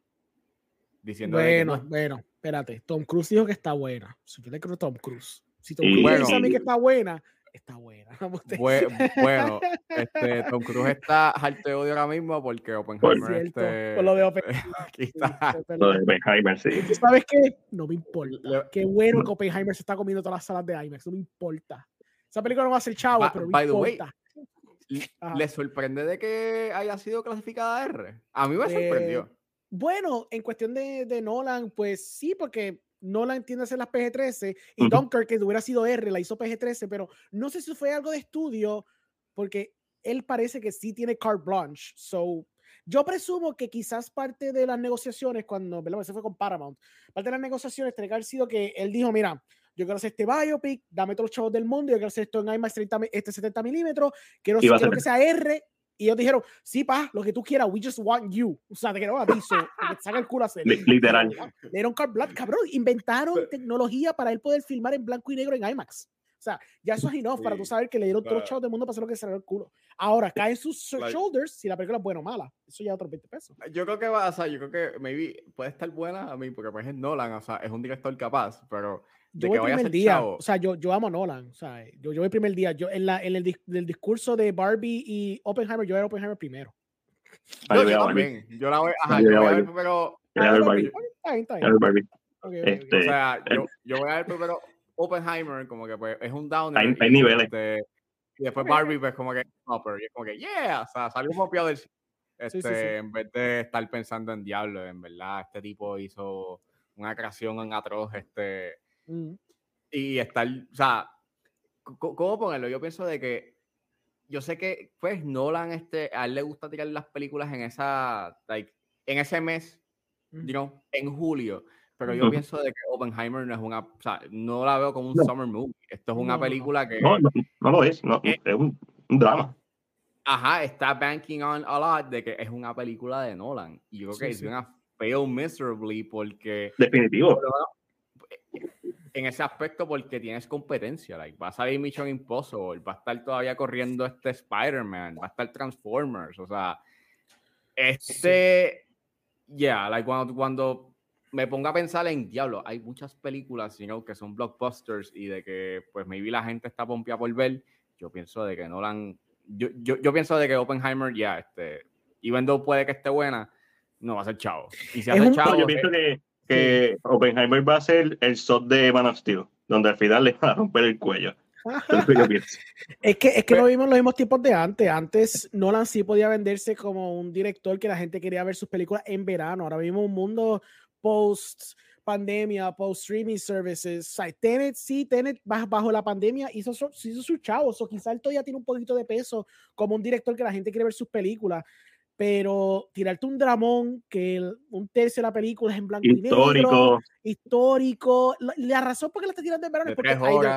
Diciendo bueno, que no. bueno, espérate. Tom Cruise dijo que está buena. Si yo le creo a Tom Cruise. Si Tom y, Cruise bueno, dice a mí que está buena, está buena. Bue, bueno, este, Tom Cruise está harto de odio ahora mismo porque Oppenheimer por cierto, este, por lo de Oppenheimer. Aquí está. Sí, lo de Oppenheimer, sí. ¿Tú sabes qué? No me importa. Qué bueno que Oppenheimer se está comiendo todas las salas de IMAX. No me importa. Esa película no va a ser chavo, ba, pero no by importa. The way, ¿le sorprende de que haya sido clasificada R? A mí me sorprendió. Eh, bueno, en cuestión de, de Nolan, pues sí, porque Nolan tiende a hacer las P G trece y uh-huh. Dunkirk, que hubiera sido R, la hizo P G trece, pero no sé si fue algo de estudio, porque él parece que sí tiene carte blanche. So, yo presumo que quizás parte de las negociaciones, cuando, ¿verdad? Se fue con Paramount, parte de las negociaciones tendría que haber sido que él dijo, mira, yo quiero hacer este biopic, dame todos los chavos del mundo, yo quiero hacer esto en IMAX treinta, este setenta milímetros, quiero, quiero que sea R, y ellos dijeron, sí, pa, lo que tú quieras, we just want you. O sea, te quiero aviso, que te saca el culo a hacer. Literal. Le dieron carte blanche, cabrón, inventaron tecnología para él poder filmar en blanco y negro en IMAX. O sea, ya eso es enough sí, para tú saber que le dieron todos los chavos del mundo para hacer lo que se le dio el culo. Ahora, cae en sus like, shoulders si la película es buena o mala. Eso ya es otros veinte pesos. Yo creo que va, o sea, yo creo que maybe puede estar buena a mí, porque pues es Nolan, o sea, es un director capaz, pero de yo que voy vaya primer a ser día, chavo. o sea, yo, yo amo a Nolan, o sea, yo, yo voy primer día, yo en, la, en el, el discurso de Barbie y Oppenheimer, yo era Oppenheimer primero. Yo, yo también, yo la voy, ajá, yo voy a ver primero Barbie. Barbie. Okay, este, okay. O sea, yo, yo voy a ver primero Oppenheimer, como que pues es un downer. Hay, hay niveles. Este, y después Barbie, pues como que upper, y es como que, yeah, o sea, salió un copiado del este, sí, sí, sí. En vez de estar pensando en diablo, en verdad, este tipo hizo una creación en atroz, este, mm. y estar, o sea, ¿cómo ponerlo? Yo pienso de que, yo sé que, pues, Nolan, este, a él le gusta tirar las películas en esa, like, en ese mes, mm. you know, en julio. Pero yo uh-huh. pienso de que Oppenheimer no es una, o sea, no la veo como un no. summer movie. Esto es una no, película que... No, no, no lo es, no, eh, es un, un drama. Ajá, está banking on a lot de que es una película de Nolan. Y yo creo que sí, es sí. una fail miserably porque... Definitivo. Pero, en ese aspecto porque tienes competencia. Like, va a salir Mission Impossible, va a estar todavía corriendo este Spider-Man, va a estar Transformers, o sea... Este... Ya, yeah, like, cuando... cuando me pongo a pensar en, diablo, hay muchas películas, you know, que son blockbusters y de que, pues, maybe la gente está pompeada por ver. Yo pienso de que Nolan, yo, yo, yo pienso de que Oppenheimer, ya, yeah, este, even though puede que esté buena, no va a ser chavo. Y si hace un, chavo... Yo pienso que, que sí. Oppenheimer va a ser el shot de Man of Steel, donde al final le va a romper el cuello. es que, es que no vimos los mismos tiempos de antes. Antes Nolan sí podía venderse como un director que la gente quería ver sus películas en verano. Ahora vimos un mundo... post pandemia, post streaming services. O sea, Tenet, sí, Tenet bajo la pandemia hizo, hizo su chavo, o so, quizá él todavía tiene un poquito de peso como un director que la gente quiere ver sus películas, pero tirarte un dramón que el, un tercio de la película es en blanco histórico. y negro, histórico, la, la razón por qué la está tirando en verano es porque hay,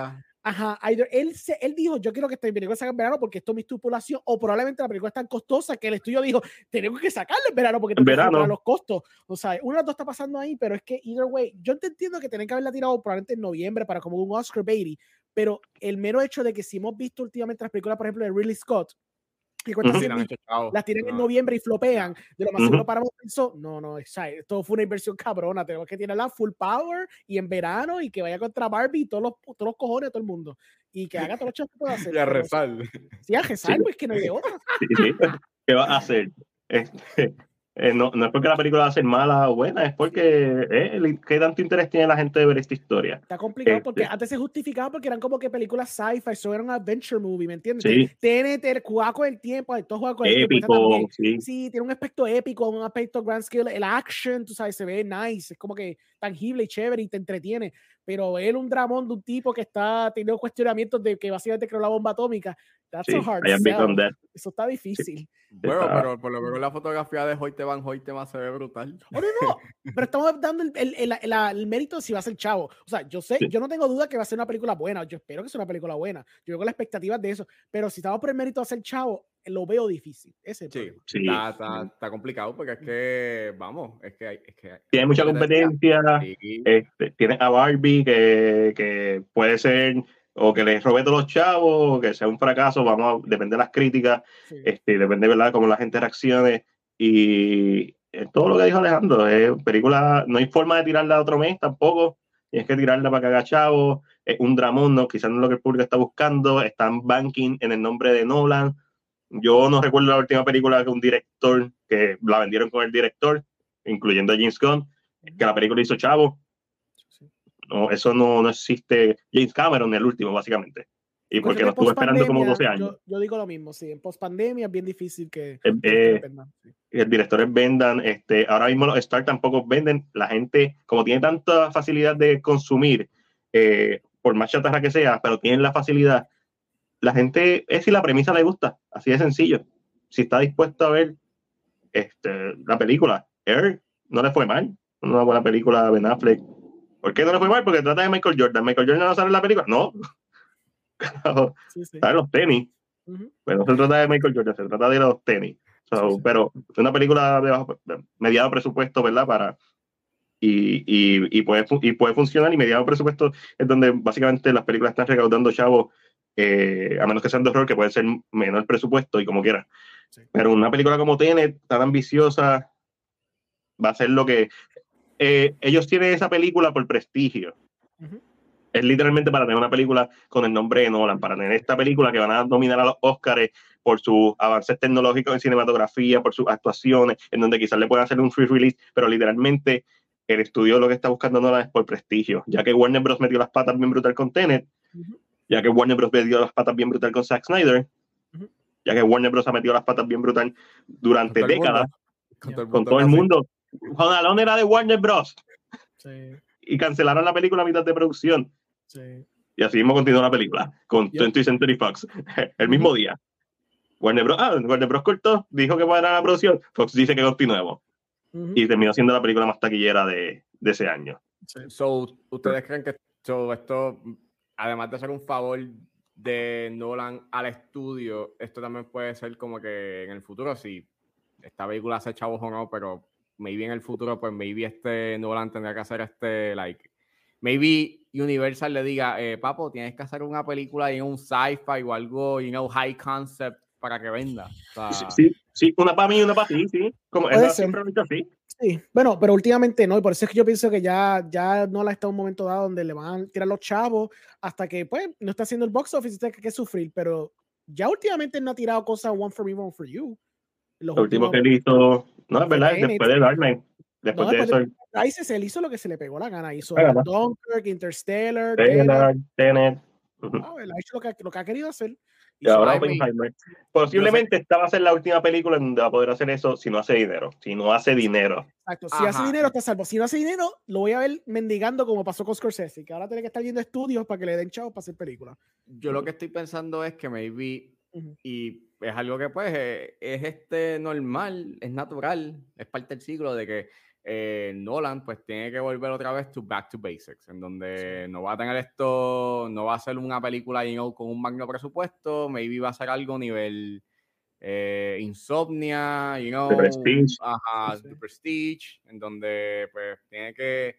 Ajá, either, él, se, él dijo, yo quiero que esta película salga en verano porque esto es mi estipulación, o probablemente la película es tan costosa que el estudio dijo, tenemos que sacarla en verano porque tengo que comprar los costos. O sea, una de las dos está pasando ahí, pero es que, either way, yo te entiendo que tienen que haberla tirado probablemente en noviembre para como un Oscar baity, pero el mero hecho de que si hemos visto últimamente las películas, por ejemplo, de Ridley Scott, que cuesta cien mil, las tiran no, en noviembre y flopean, no. De lo más uh-huh. seguro paramos pensó, no, no, esto fue una inversión cabrona, tenemos que tirarla full power y en verano y que vaya contra Barbie y todos los, todos los cojones de todo el mundo y que haga todos los chavos que pueda hacer. Y a rezar. Sí, a rezar, sí. Pues que no hay de otra. Sí, sí. ¿Qué va a hacer? Este, eh, no, no es porque la película va a ser mala o buena, es porque eh, ¿qué tanto interés tiene la gente de ver esta historia? Está complicado este, porque antes se justificaba porque eran como que películas sci-fi, eso era un adventure movie, ¿me entiendes? Sí. T N T, juega con el tiempo, estos juegos con el épico, tiempo. sí. Sí, tiene un aspecto épico, un aspecto grand scale, el action, tú sabes, se ve nice, es como que tangible y chévere y te entretiene, pero él un dramón de un tipo que está teniendo cuestionamientos de que básicamente creó la bomba atómica, that's sí, a hard sell. Eso está difícil. Sí. Bueno, está... pero por lo menos la fotografía de Hoyte Van Hoytema se ve brutal. Oh, no, no, pero estamos dando el, el, el, el, el mérito de si va a ser chavo. O sea, yo sé, sí. yo no tengo duda que va a ser una película buena. Yo espero que sea una película buena. Yo tengo las expectativas de eso. Pero si estamos por el mérito de ser chavo, lo veo difícil. Ese es sí, el sí. Está, está, está complicado porque es que, vamos, es que hay. Es que hay tiene mucha competencia. Sí. Este, tiene a Barbie que, que puede ser. O que les robe todos los chavos, o que sea un fracaso, vamos a, depende de las críticas, sí. este, depende, ¿verdad?, cómo la gente reaccione, y eh, todo lo que dijo Alejandro, es eh, película, no hay forma de tirarla a otro mes tampoco, tienes que tirarla para que haga chavos, es un dramón, ¿no? Quizás no es lo que el público está buscando, están banking en el nombre de Nolan, yo no recuerdo la última película que un director, que la vendieron con el director, incluyendo a James Gunn, que la película hizo chavos. No, eso no, no existe. James Cameron, el último, básicamente. Y porque lo estuvo esperando como doce años. Yo, yo digo lo mismo, sí. En post-pandemia es bien difícil que... Eh, eh, sí. El director es vendan. Este, ahora mismo los Star tampoco venden. La gente, como tiene tanta facilidad de consumir, eh, por más chatarra que sea, pero tienen la facilidad, la gente, es si la premisa le gusta. Así de sencillo. Si está dispuesto a ver este, la película, Air, no le fue mal. Una buena película de Ben Affleck. ¿Por qué no le fue mal? Porque trata de Michael Jordan. ¿Michael Jordan no sale en la película? No. Sí, sí. Sale los tenis. Uh-huh. Pero no se trata de Michael Jordan, se trata de los tenis. So, sí, sí. Pero es una película de, bajo, de mediado presupuesto, ¿verdad? Para, y, y, y, puede, y puede funcionar. Y mediado presupuesto es donde básicamente las películas están recaudando chavos, eh, a menos que sean de horror, que pueden ser menor presupuesto y como quiera. Sí. Pero una película como Tenet, tan ambiciosa, va a ser lo que... Eh, ellos tienen esa película por prestigio. Uh-huh. Es literalmente para tener una película con el nombre de Nolan, para tener esta película que van a nominar a los Oscars por sus avances tecnológicos en cinematografía, por sus actuaciones, en donde quizás le puedan hacer un free release, pero literalmente el estudio lo que está buscando Nolan es por prestigio, ya que Warner Bros. Metió las patas bien brutal con Tenet, uh-huh. ya que Warner Bros. Metió las patas bien brutal con Zack Snyder, uh-huh. ya que Warner Bros. Ha metido las patas bien brutal durante con décadas, con todo el mundo. Con todo el mundo. Home Alone era de Warner Bros. Sí. Y cancelaron la película a mitad de producción. Sí. Y así mismo continuó la película con yep. twentieth Century Fox el mismo uh-huh. día. Warner Bros. Ah, Warner Bros. Cortó, dijo que para la producción. Fox dice que continuemos. Uh-huh. Y terminó siendo la película más taquillera de, de ese año. Sí. So, ¿ustedes creen que so, esto, además de ser un favor de Nolan al estudio, esto también puede ser como que en el futuro, si esta película hace chavos o no, pero maybe en el futuro, pues maybe este Nolan tendría que hacer este, like, maybe Universal le diga, eh, papo, tienes que hacer una película en un sci-fi o algo, you know, high concept para que venda. O sea, sí, sí, sí, una para mí y una para ti, sí. Como él siempre lo ha dicho así. Sí, bueno, pero últimamente no, y por eso es que yo pienso que ya, ya Nolan está en un momento dado donde le van a tirar los chavos hasta que, pues, no está haciendo el box office y tiene que, que sufrir, pero ya últimamente no ha tirado cosas One for Me, One for You. Lo último que él hizo, no, es verdad, después de Dark Knight. Después no, de después eso. De, ahí se, se le hizo lo que se le pegó la gana. Hizo ah, Dunkirk, Interstellar, Tenet. Tenet. No, él ha hecho lo que, lo que ha querido hacer. Y ahora Oppenheimer. Posiblemente esta va a ser la última película en donde va a poder hacer eso si no hace dinero. Si no hace dinero. Exacto. Si Ajá. hace dinero, está salvo. Si no hace dinero, lo voy a ver mendigando como pasó con Scorsese, que ahora tiene que estar yendo estudios para que le den chavos para hacer películas. Yo lo que estoy pensando es que maybe, uh-huh. y es algo que pues es, es este normal, es natural, es parte del ciclo de que eh, Nolan pues tiene que volver otra vez to back to basics, en donde sí. no va a tener esto, no va a ser una película you know, con un magno presupuesto, maybe va a ser algo nivel eh, Insomnia, you know, The Prestige. Ajá, sí. The Prestige, en donde pues tiene que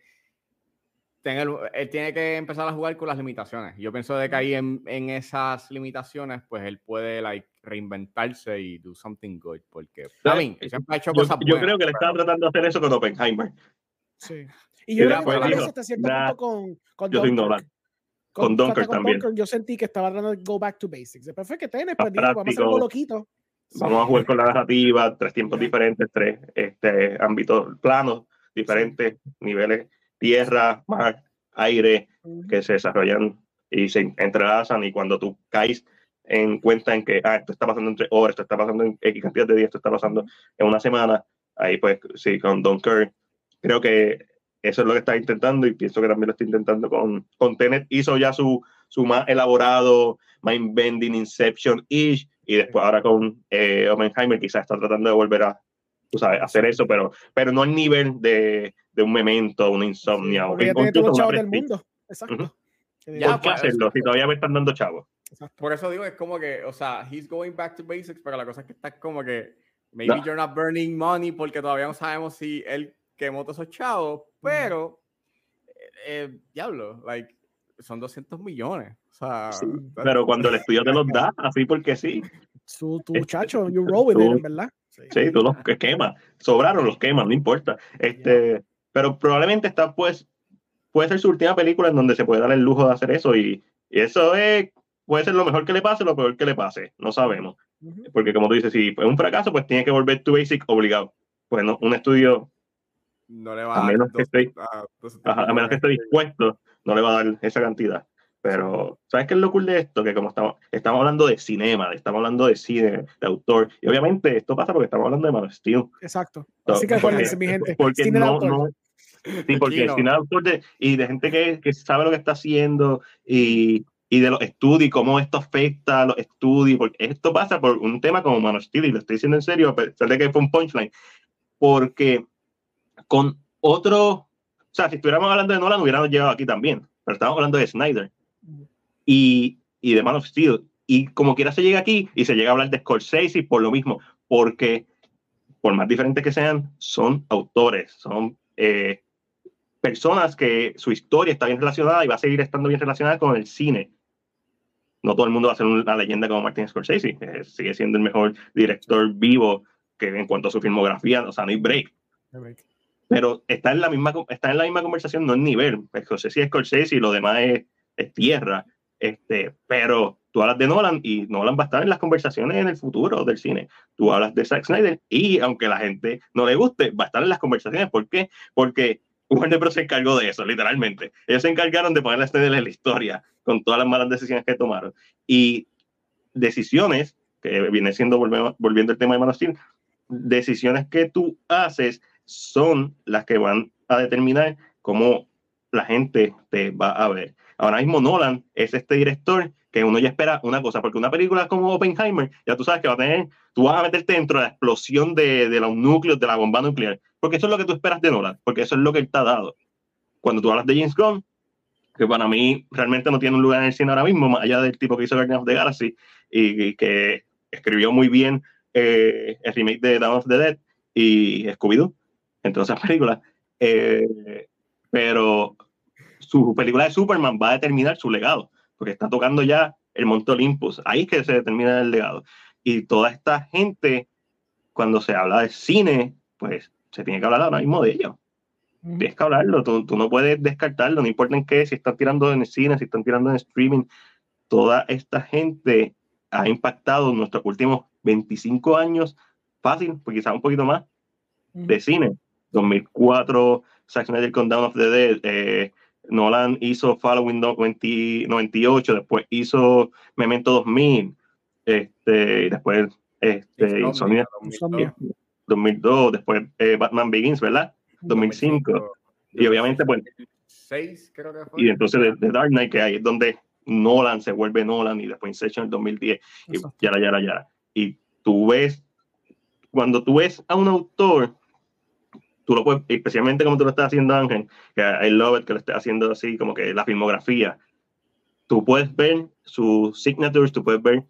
tener, él tiene que empezar a jugar con las limitaciones. Yo pienso de que ahí en, en esas limitaciones, pues él puede like, reinventarse y do something good, porque también él siempre ha hecho yo, cosas yo buenas. creo que le estaba pero... tratando de hacer eso con Oppenheimer. Sí. Y yo y creo que pues también dijo, hasta cierto nah, punto con, con yo soy Dunkirk. Nolan. Con, con Dunkirk con también. Dunkirk yo sentí que estaba tratando de go back to basics. Después fue que Tenet, Más pues dijo, vamos a hacer algo loquito. Vamos sí. a jugar con la narrativa, tres tiempos Yeah. diferentes, tres este, ámbitos planos diferentes, sí. niveles, tierra, mar, aire, uh-huh. que se desarrollan y se entrelazan, y cuando tú caes en cuenta en que ah, esto está pasando en tres horas, esto está pasando en X cantidad de días, esto está pasando uh-huh. en una semana, ahí pues sí, con Dunkirk, creo que eso es lo que está intentando, y pienso que también lo está intentando con, con Tenet. Hizo ya su, su más elaborado mind-bending Inception-ish, y después ahora con eh, Oppenheimer quizás está tratando de volver a, tú sabes, hacer eso, pero, pero no al nivel de, de un Memento, una Insomnia. Sí, o, ya o tiene todos los chavos del Prestige. mundo. Exacto. Uh-huh. Ya, ¿por qué pues, hacerlo si todavía me están dando chavos? Exacto. Por eso digo, es como que, o sea, he's going back to basics, pero la cosa es que está como que maybe no. you're not burning money porque todavía no sabemos si él quemó todos esos chavos, pero eh, eh, diablo, like, son doscientos millones. O sea, sí, pero cuando el estudio te los da, así porque sí. Tu, tu muchacho, you roll with tú, it, ¿verdad? Sí. sí, tú los quemas. Sobraron, los quemas, no importa. Este, yeah. Pero probablemente está, pues, puede ser su última película en donde se puede dar el lujo de hacer eso, y, y eso es, puede ser lo mejor que le pase o lo peor que le pase. No sabemos. Uh-huh. Porque como tú dices, si es un fracaso, pues tiene que volver to basic obligado. Pues no, un estudio... No le va a, a menos dar que dos, esté, dos, ajá, a menos que esté dispuesto, no le va a dar esa cantidad. Pero, ¿sabes qué es lo cool de esto? Que como estamos, estamos hablando de cinema, estamos hablando de cine, de autor, y obviamente esto pasa porque estamos hablando de Man of Steel. Exacto. Así que acuérdense, mi gente. Porque cine no, de autor. no, sí, porque el cine de autor de, y de gente que, que sabe lo que está haciendo, y, y de los estudios, y cómo esto afecta a los estudios, porque esto pasa por un tema como Man of Steel, y lo estoy diciendo en serio, a pesar de que fue un punchline, porque con otro, o sea, si estuviéramos hablando de Nolan, hubiéramos llegado aquí también, pero estamos hablando de Snyder y, y de Man of Steel, y como quiera se llega aquí y se llega a hablar de Scorsese por lo mismo, porque por más diferentes que sean, son autores, son eh, personas que su historia está bien relacionada y va a seguir estando bien relacionada con el cine. No todo el mundo va a ser una leyenda como Martin Scorsese, que sigue siendo el mejor director vivo que en cuanto a su filmografía, o sea, no hay break. No break. Pero está en la misma, está en la misma conversación, no en nivel. Scorsese es Scorsese y lo demás es, es tierra. Este, pero tú hablas de Nolan y Nolan va a estar en las conversaciones en el futuro del cine. Tú hablas de Zack Snyder y aunque a la gente no le guste, va a estar en las conversaciones. ¿Por qué? Porque Warner Bros. Se encargó de eso, literalmente. Ellos se encargaron de poner a Snyder en la historia con todas las malas decisiones que tomaron. Y decisiones, que viene siendo, volviendo, volviendo el tema de Man of Steel, decisiones que tú haces son las que van a determinar cómo la gente te va a ver. Ahora mismo Nolan es este director que uno ya espera una cosa, porque una película como Oppenheimer, ya tú sabes que va a tener, tú vas a meterte dentro de la explosión de, de los núcleos, de la bomba nuclear, porque eso es lo que tú esperas de Nolan, porque eso es lo que él te ha dado. Cuando tú hablas de James Gunn, que para mí realmente no tiene un lugar en el cine ahora mismo, más allá del tipo que hizo Guardians of the Galaxy, y, y que escribió muy bien eh, el remake de Dawn of the Dead y Scooby-Doo, entre otras películas, eh, pero su película de Superman va a determinar su legado, porque está tocando ya el Monte Olympus, ahí es que se determina el legado. Y toda esta gente, cuando se habla de cine, pues se tiene que hablar ahora mismo de ellos. Mm. Tienes que hablarlo, tú, tú no puedes descartarlo, no importa en qué, si están tirando en el cine, si están tirando en streaming, toda esta gente ha impactado en nuestros últimos veinticinco años, fácil, pues quizás un poquito más, mm. de cine. dos mil cuatro, Zack Snyder con Dawn of the Dead, eh, Nolan hizo Following noventa y ocho, después hizo Memento dos mil, este, y después este, Insomnia, Insomnia dos mil dos, después eh, Batman Begins, ¿verdad? dos mil cinco, dos mil cinco y obviamente pues dos mil seis, creo que fue. Y entonces de, de Dark Knight, que ahí es donde Nolan se vuelve Nolan, y después Inception en el dos mil diez, y yara, yara, yara. Y tú ves, cuando tú ves a un autor, tú lo puedes, especialmente como tú lo estás haciendo, Ángel, que I love it, que lo estés haciendo así, como que la filmografía, tú puedes ver sus signatures, tú puedes ver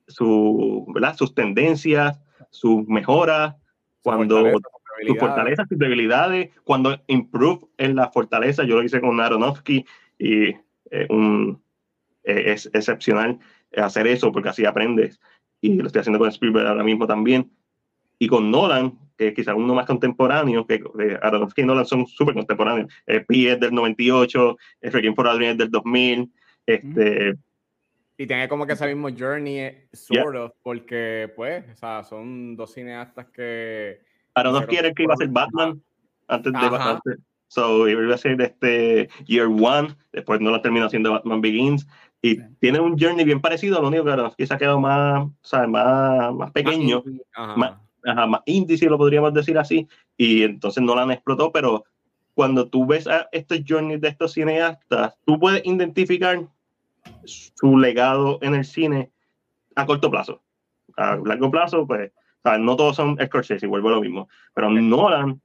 su, ¿verdad? sus tendencias, sus mejoras, cuando sus fortalezas, sus debilidades, cuando improve en la fortaleza. Yo lo hice con Aronofsky y eh, un, eh, es excepcional hacer eso porque así aprendes, y lo estoy haciendo con Spielberg ahora mismo también, y con Nolan, que quizás uno más contemporáneo, que eh, Aronofsky y Nolan son súper contemporáneos. eh, Pi es del noventa y ocho, eh, Requiem for a Dream es del dos mil, este... Y tiene como que ese mismo journey, sort yeah. of, porque, pues, o sea, son dos cineastas que... Aronofsky era el que iba a ser Batman antes de Batman. So, iba a ser este Year One, después no lo terminó haciendo Batman Begins. Y sí. tiene un journey bien parecido, lo único que Aronofsky se ha quedado más, ¿sabes? más, más pequeño, ajá. Más, ajá, más indie, si lo podríamos decir así. Y entonces no la han explotado, pero cuando tú ves a estos journeys de estos cineastas, tú puedes identificar su legado en el cine a corto plazo. A largo plazo, pues, ¿sabes? No todos son Scorsese, vuelvo a lo mismo, pero okay. Nolan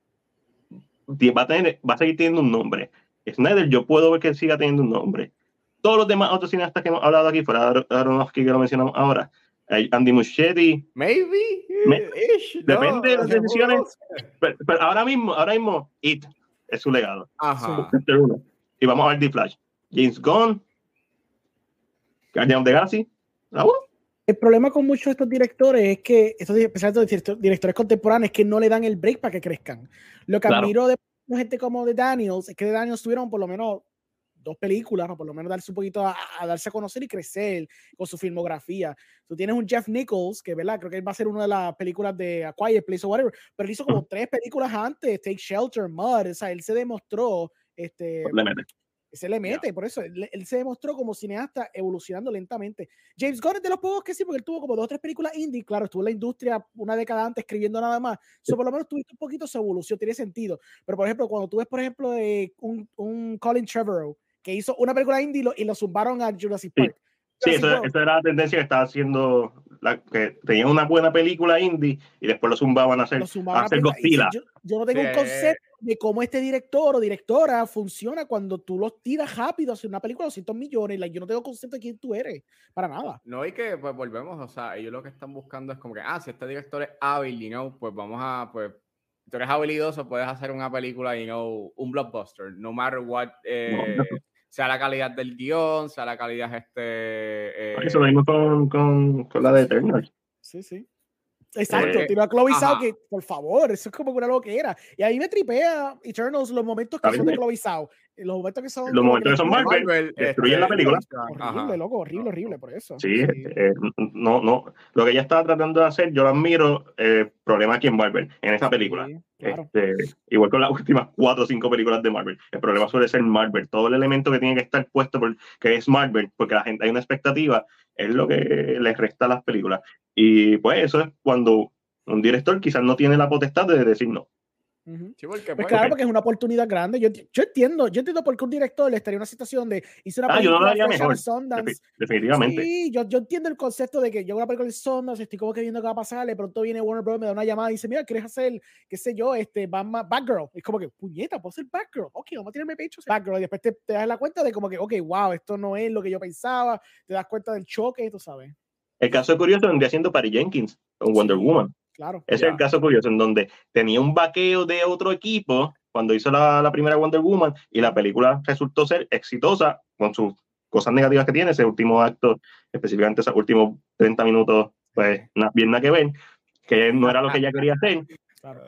va a, tener, va a seguir teniendo un nombre. Snyder, yo puedo ver que siga teniendo un nombre. Todos los demás otros cineastas que hemos hablado aquí, fuera de Aronofsky, que lo mencionamos ahora, Andy Muschietti, maybe, me, Ish, depende no, de las decisiones, pero, pero ahora mismo, ahora mismo, It es su legado. Ajá. Y vamos a ver The Flash. James Gunn, Guardian of the Galaxy, ¿seguro? El problema con muchos de estos directores es que, estos especialmente directores contemporáneos, es que no le dan el break para que crezcan. Lo que claro. admiro de gente como de Daniels es que de Daniels tuvieron por lo menos dos películas, o por lo menos darse un poquito a, a darse a conocer y crecer con su filmografía. Tú tienes un Jeff Nichols, que ¿verdad? Creo que él va a ser una de las películas de A Quiet Place o whatever, pero él hizo como tres películas antes, Take Shelter, Mud, o sea, él se demostró este, se le mete, yeah. por eso él, él se demostró como cineasta evolucionando lentamente. James Gunn es de los pocos que sí, porque él tuvo como dos o tres películas indie, claro, estuvo en la industria una década antes escribiendo nada más, so, por lo menos tuviste un poquito su evolución, tiene sentido, pero por ejemplo, cuando tú ves por ejemplo de un, un Colin Trevorrow que hizo una película indie y lo, y lo zumbaron a Jurassic Park. Sí. Sí, esa, esa era la tendencia que estaba haciendo, la, que tenían una buena película indie y después lo zumbaban a hacer, zumbaban a hacer Godzilla. Yo, yo no tengo sí. un concepto de cómo este director o directora funciona cuando tú los tiras rápido a hacer una película de doscientos millones. Like, yo no tengo concepto de quién tú eres, para nada. No, y que pues volvemos, o sea, ellos lo que están buscando es como que, ah, si este director es hábil, you know, pues vamos a, pues, tú eres habilidoso, puedes hacer una película, you know, un blockbuster, no matter what, eh, no, no. sea la calidad del guión, sea la calidad este... Eh... Eso lo vimos con, con, con la de Eternals. Sí, sí. Exacto, eh, tiró a Chloe Zhao, que por favor, eso es como una loquera. Y ahí me tripea Eternals los momentos que son de Chloe Zhao. Los momentos que son... Los momentos que son Marvel, Marvel destruyen este, la película. Horrible, Ajá. loco, horrible, horrible, por eso. Sí, sí. Eh, no, no. Lo que ella estaba tratando de hacer, yo lo admiro, eh, problema aquí en Marvel, en esa película. Sí, claro. este, igual con las últimas cuatro o cinco películas de Marvel. El problema suele ser Marvel. Todo el elemento que tiene que estar puesto, por, que es Marvel, porque la gente hay una expectativa, es lo que les resta a las películas. Y pues eso es cuando un director quizás no tiene la potestad de decir no. Uh-huh. Sí, porque, pues claro, porque es una oportunidad grande. Yo, yo entiendo, yo entiendo por qué un director le estaría en una situación de hice una ah, película yo no lo haría mejor, Sundance. Definitivamente. Sí, yo, yo entiendo el concepto de que yo hago una película de Sundance, estoy como que viendo qué va a pasar, de pronto viene Warner Bros, me da una llamada y dice, mira, ¿quieres hacer, qué sé yo, este, Batman, Batgirl? Es como que, puñeta, puedo ser Batgirl. Ok, vamos a tirarme pecho, Batgirl. Y después te, te das la cuenta de como que, ok, wow, esto no es lo que yo pensaba, te das cuenta del choque, tú sabes. El caso curioso vendría siendo Patty Jenkins con Wonder sí. Woman. Claro. Ese yeah. es el caso curioso, en donde tenía un vaqueo de otro equipo cuando hizo la, la primera Wonder Woman y la película resultó ser exitosa con sus cosas negativas que tiene, ese último acto, específicamente esos últimos treinta minutos, pues na, bien nada que ver, que no era lo que ella quería hacer. Claro.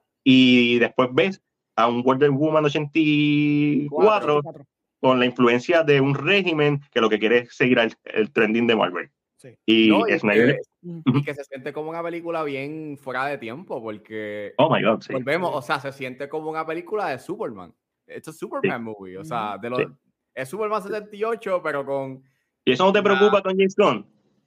Y después ves a un Wonder Woman ochenta y cuatro con la influencia de un régimen que lo que quiere es seguir el, el trending de Marvel. Sí. Y, no, y, Snyder, que, y que se siente como una película bien fuera de tiempo, porque oh my God, sí. volvemos, o sea, se siente como una película de Superman. Esto es Superman sí. movie, o sea, de los, sí. es Superman setenta y ocho, pero con... ¿Y eso no te preocupa con James Gunn?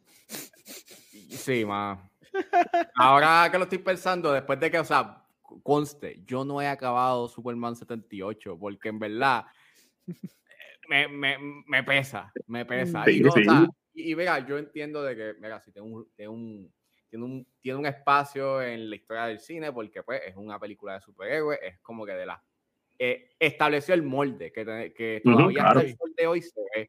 Sí, ma. Ahora que lo estoy pensando, después de que, o sea, conste, yo no he acabado Superman setenta y ocho, porque en verdad me, me, me pesa, me pesa. Sí, y no, sí. o sea, Y, y mira, yo entiendo de que, mira, si tengo un, tengo un tiene un, tiene un espacio en la historia del cine porque pues es una película de superhéroes, es como que de la eh, estableció el molde que, te, que todavía uh-huh, claro. hasta el sol de hoy se ve.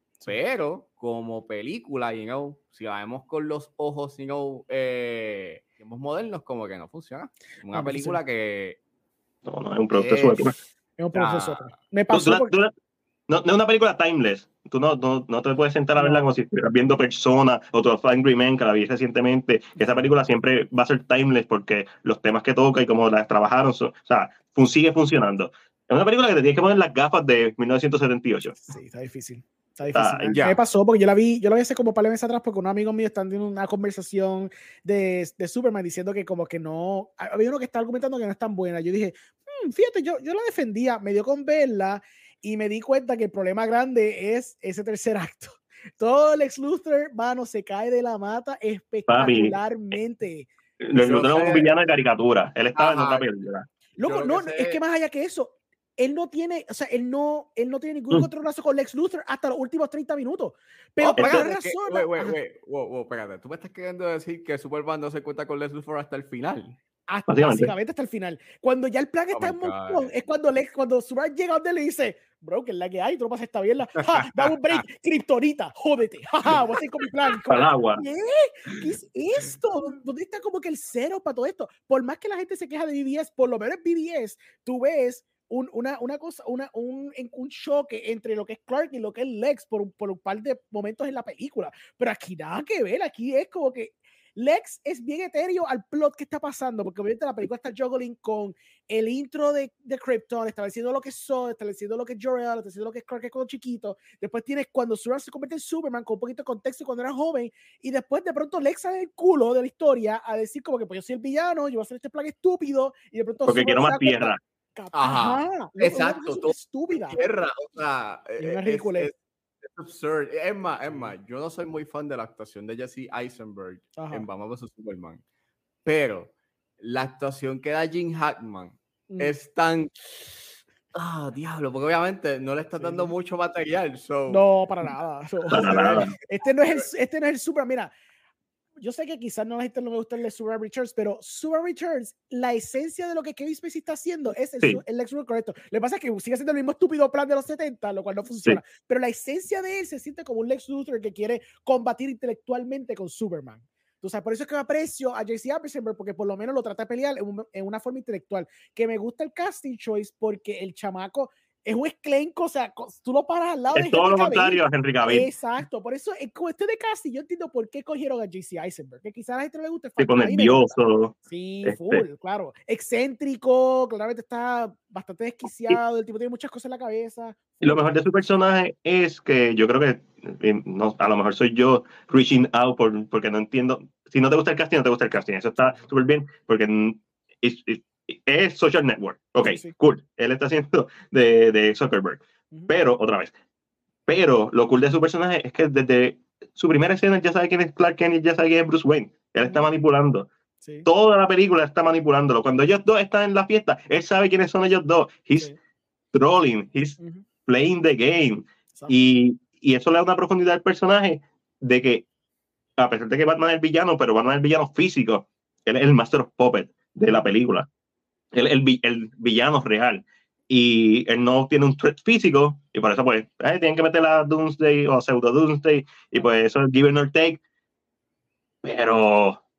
Pero como película, you know, si la vemos con los ojos, you know, eh, tiempos modernos, como que no funciona. Una no, película no que... No, no, es un producto de su época. Es un producto de su época. Me pasó tú, tú, porque... tú, no, no es una película timeless. Tú no, no, no te puedes sentar a verla no. como si estuvieras viendo Persona o twelve Angry Men, que la vi recientemente. Que esa película siempre va a ser timeless porque los temas que toca y cómo las trabajaron, son, o sea, fun, sigue funcionando. Es una película que te tienes que poner las gafas de mil novecientos setenta y ocho. Sí, está difícil. Está difícil. Ah, ya. Me pasó porque yo la vi, yo la vi hace como un par de meses atrás porque unos amigos míos están teniendo una conversación de, de Superman diciendo que como que no, había uno que está argumentando que no es tan buena. Yo dije, hmm, fíjate, yo, yo la defendía, me dio con verla y me di cuenta que el problema grande es ese tercer acto. Todo Lex Luthor, mano, se cae de la mata espectacularmente. Lex Luthor es un villano de caricatura. Él estaba Ajá. en otra película. Loco, no, sé. Es que más allá que eso, él no tiene, o sea, él no, él no tiene ningún mm. controlazo con Lex Luthor hasta los últimos treinta minutos. Pero oh, por qué razón. Wait, wait, wait, wow, wow, espérate. ¿Tú me estás queriendo decir que Superman no se cuenta con Lex Luthor hasta el final? Hasta, básicamente hasta el final. Cuando ya el plan está oh en montón, es cuando Lex, cuando Superman llega donde le dice, bro, que es la que hay, tú no pasas esta bien, ja, da un break, kriptonita, jódete, jaja, voy a ir con mi plan. Al agua. ¿Qué? ¿Qué es esto? ¿Dónde está como que el cero para todo esto? Por más que la gente se queja de B B S, por lo menos en B B S, tú ves Un, una, una cosa, una, un, un choque entre lo que es Clark y lo que es Lex por un, por un par de momentos en la película. Pero aquí nada que ver, aquí es como que Lex es bien etéreo al plot que está pasando, porque obviamente la película está juggling con el intro de, de Krypton, estableciendo lo que es Zod, estableciendo lo que es Jor-El, estableciendo lo que es Clark cuando chiquito. Después tienes cuando Superman se convierte en Superman con un poquito de contexto cuando era joven, y después de pronto Lex sale del culo de la historia a decir como que pues yo soy el villano, yo voy a hacer este plan estúpido, y de pronto porque Superman quiero más tierra. Ajá, Ajá. Exacto, todo estúpida. Tierra, o sea, es, una ridícula. Es, es, es absurd. Es más, es más, yo no soy muy fan de la actuación de Jesse Eisenberg Ajá. en Batman versus Superman, pero la actuación que da Gene Hackman mm. es tan... Ah, oh, diablo, porque obviamente no le está sí. dando mucho material. So. No, para nada. So, para nada. Este no es el, este no es el Superman, mira. Yo sé que quizás no a la gente no le gusta el de Superman Returns, pero Superman Returns, la esencia de lo que Kevin Spacey está haciendo es el, sí. el Lex Luthor correcto. Lo que pasa es que sigue siendo el mismo estúpido plan de los setenta, lo cual no funciona. Sí. Pero la esencia de él se siente como un Lex Luthor que quiere combatir intelectualmente con Superman. Entonces, por eso es que me aprecio a J C Eisenberg, porque por lo menos lo trata de pelear en, un, en una forma intelectual. Que me gusta el casting choice porque el chamaco es un esclenco, o sea, tú lo paras al lado es de todo Henry lo contrario a Henry Cavill. Exacto, por eso en cuestión de casting yo entiendo por qué cogieron a J C Eisenberg, que quizás a la gente no le guste. Tipo nervioso. Sí, este. full, claro. Excéntrico, claramente está bastante desquiciado, el tipo tiene muchas cosas en la cabeza. Y lo mejor de su personaje es que yo creo que, no, a lo mejor soy yo reaching out por, porque no entiendo. Si no te gusta el casting, no te gusta el casting. Eso está súper bien, porque es, es, es Social Network. Ok, sí, sí. Cool. Él está haciendo de, de Zuckerberg. Uh-huh. Pero, otra vez, pero lo cool de su personaje es que desde su primera escena ya sabe quién es Clark Kent y ya sabe quién es Bruce Wayne. Él uh-huh. está manipulando. Sí. Toda la película está manipulándolo. Cuando ellos dos están en la fiesta, él sabe quiénes son ellos dos. He's sí. trolling, he's uh-huh. playing the game. Y, y eso le da una profundidad al personaje de que, a pesar de que Batman es el villano, pero Batman es el villano físico. Él es el Master of Puppet de la película. Él es el, el villano real. Y él no tiene un threat físico. Y por eso, pues, eh, tienen que meter a Doomsday o Pseudo Doomsday. Y pues eso es give or take. Pero,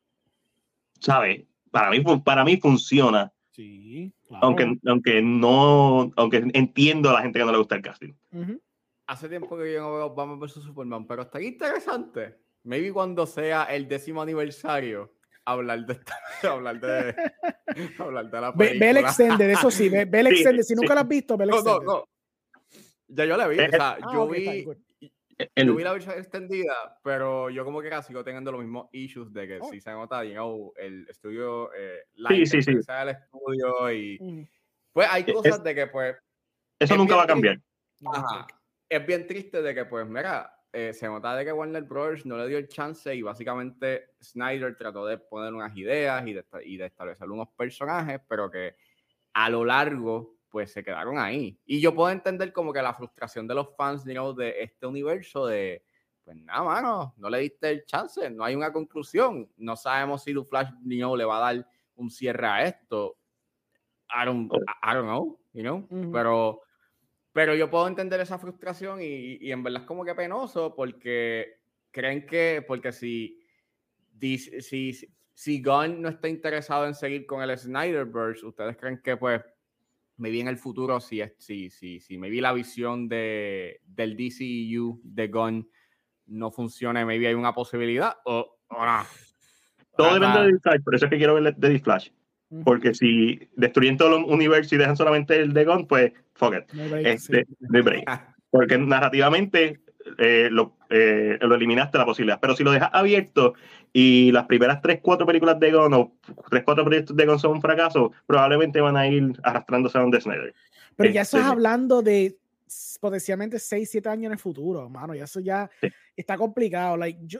¿sabes? Para mí, para mí funciona. Sí, claro. Aunque, aunque no, aunque entiendo a la gente que no le gusta el casting. Uh-huh. Hace tiempo que yo no veo Batman versus Superman, pero está interesante. Maybe cuando sea el décimo aniversario, hablar de esta, hablar de, hablar de la película. Ve, ve el Extended, eso sí, ve, ve el sí, Extended. Si sí. nunca lo has visto, ve el Extended. No, no, no. Ya yo la vi, o sea, ah, yo okay, vi... El... Yo vi la versión extendida, pero yo como que casi sigo teniendo los mismos issues de que oh. si se nota, you know, el estudio, eh, sí, sí, sí. el estudio y mm. pues hay cosas es, de que pues... Eso nunca va a cambiar. Ajá. Es bien triste de que pues, mira, eh, se nota de que Warner Brothers no le dio el chance y básicamente Snyder trató de poner unas ideas y de, y de establecer unos personajes, pero que a lo largo pues se quedaron ahí. Y yo puedo entender como que la frustración de los fans, you know, de este universo de, pues nada, mano, no le diste el chance, no hay una conclusión, no sabemos si Flash no le va a dar un cierre a esto. I don't, I don't know, you know, uh-huh. pero, pero yo puedo entender esa frustración y, y en verdad es como que penoso porque creen que, porque si, si, si, si Gunn no está interesado en seguir con el Snyderverse, ustedes creen que pues maybe en el futuro si, si, si, si maybe la visión de, del D C E U de Gunn no funcione, maybe hay una posibilidad o, o no. Todo depende de Flash, por eso es que quiero ver de Flash. Porque si destruyen todo el universo y dejan solamente el de Gunn, pues fuck it. No break, este, sí. No break. Porque narrativamente eh, lo, eh, lo eliminaste la posibilidad. Pero si lo dejas abierto y las primeras tres, cuatro películas de Gunn o tres, cuatro proyectos de Gunn son un fracaso, probablemente van a ir arrastrándose a donde Snyder. Pero este, ya estás hablando de potencialmente seis, siete años en el futuro, mano. Y eso ya sí. Está complicado. Like, yo,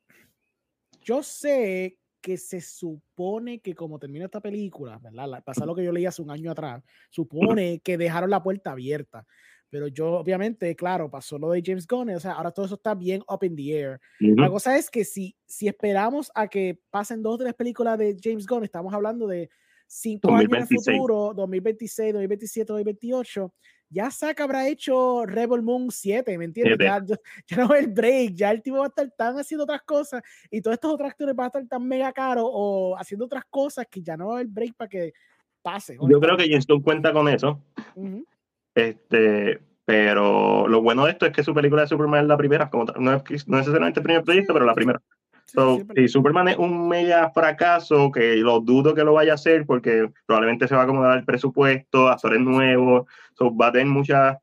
yo sé que se supone que como termina esta película, ¿verdad? Pasa lo que yo leí hace un año atrás, supone que dejaron la puerta abierta, pero yo obviamente, claro, pasó lo de James Gunn, o sea, ahora todo eso está bien up in the air. Uh-huh. La cosa es que si, si esperamos a que pasen dos o tres películas de James Gunn, estamos hablando de cinco años en el futuro, dos mil veintiséis, dos mil veintisiete, dos mil veintiocho, ya Zack habrá hecho Rebel Moon siete, ¿me entiendes? Ya, ya, ya no es el break, ya el tipo va a estar tan haciendo otras cosas y todos estos otros actores van a estar tan mega caros o haciendo otras cosas que ya no va a haber break para que pase. Yo creo que James Gunn cuenta con eso. Uh-huh. Este, pero lo bueno de esto es que su película de Superman es la primera, como no es no necesariamente el primer proyecto, pero la primera. Sí, so, sí, y Superman es un mega fracaso que lo dudo que lo vaya a hacer porque probablemente se va a acomodar el presupuesto, actores nuevos, so, va a tener mucha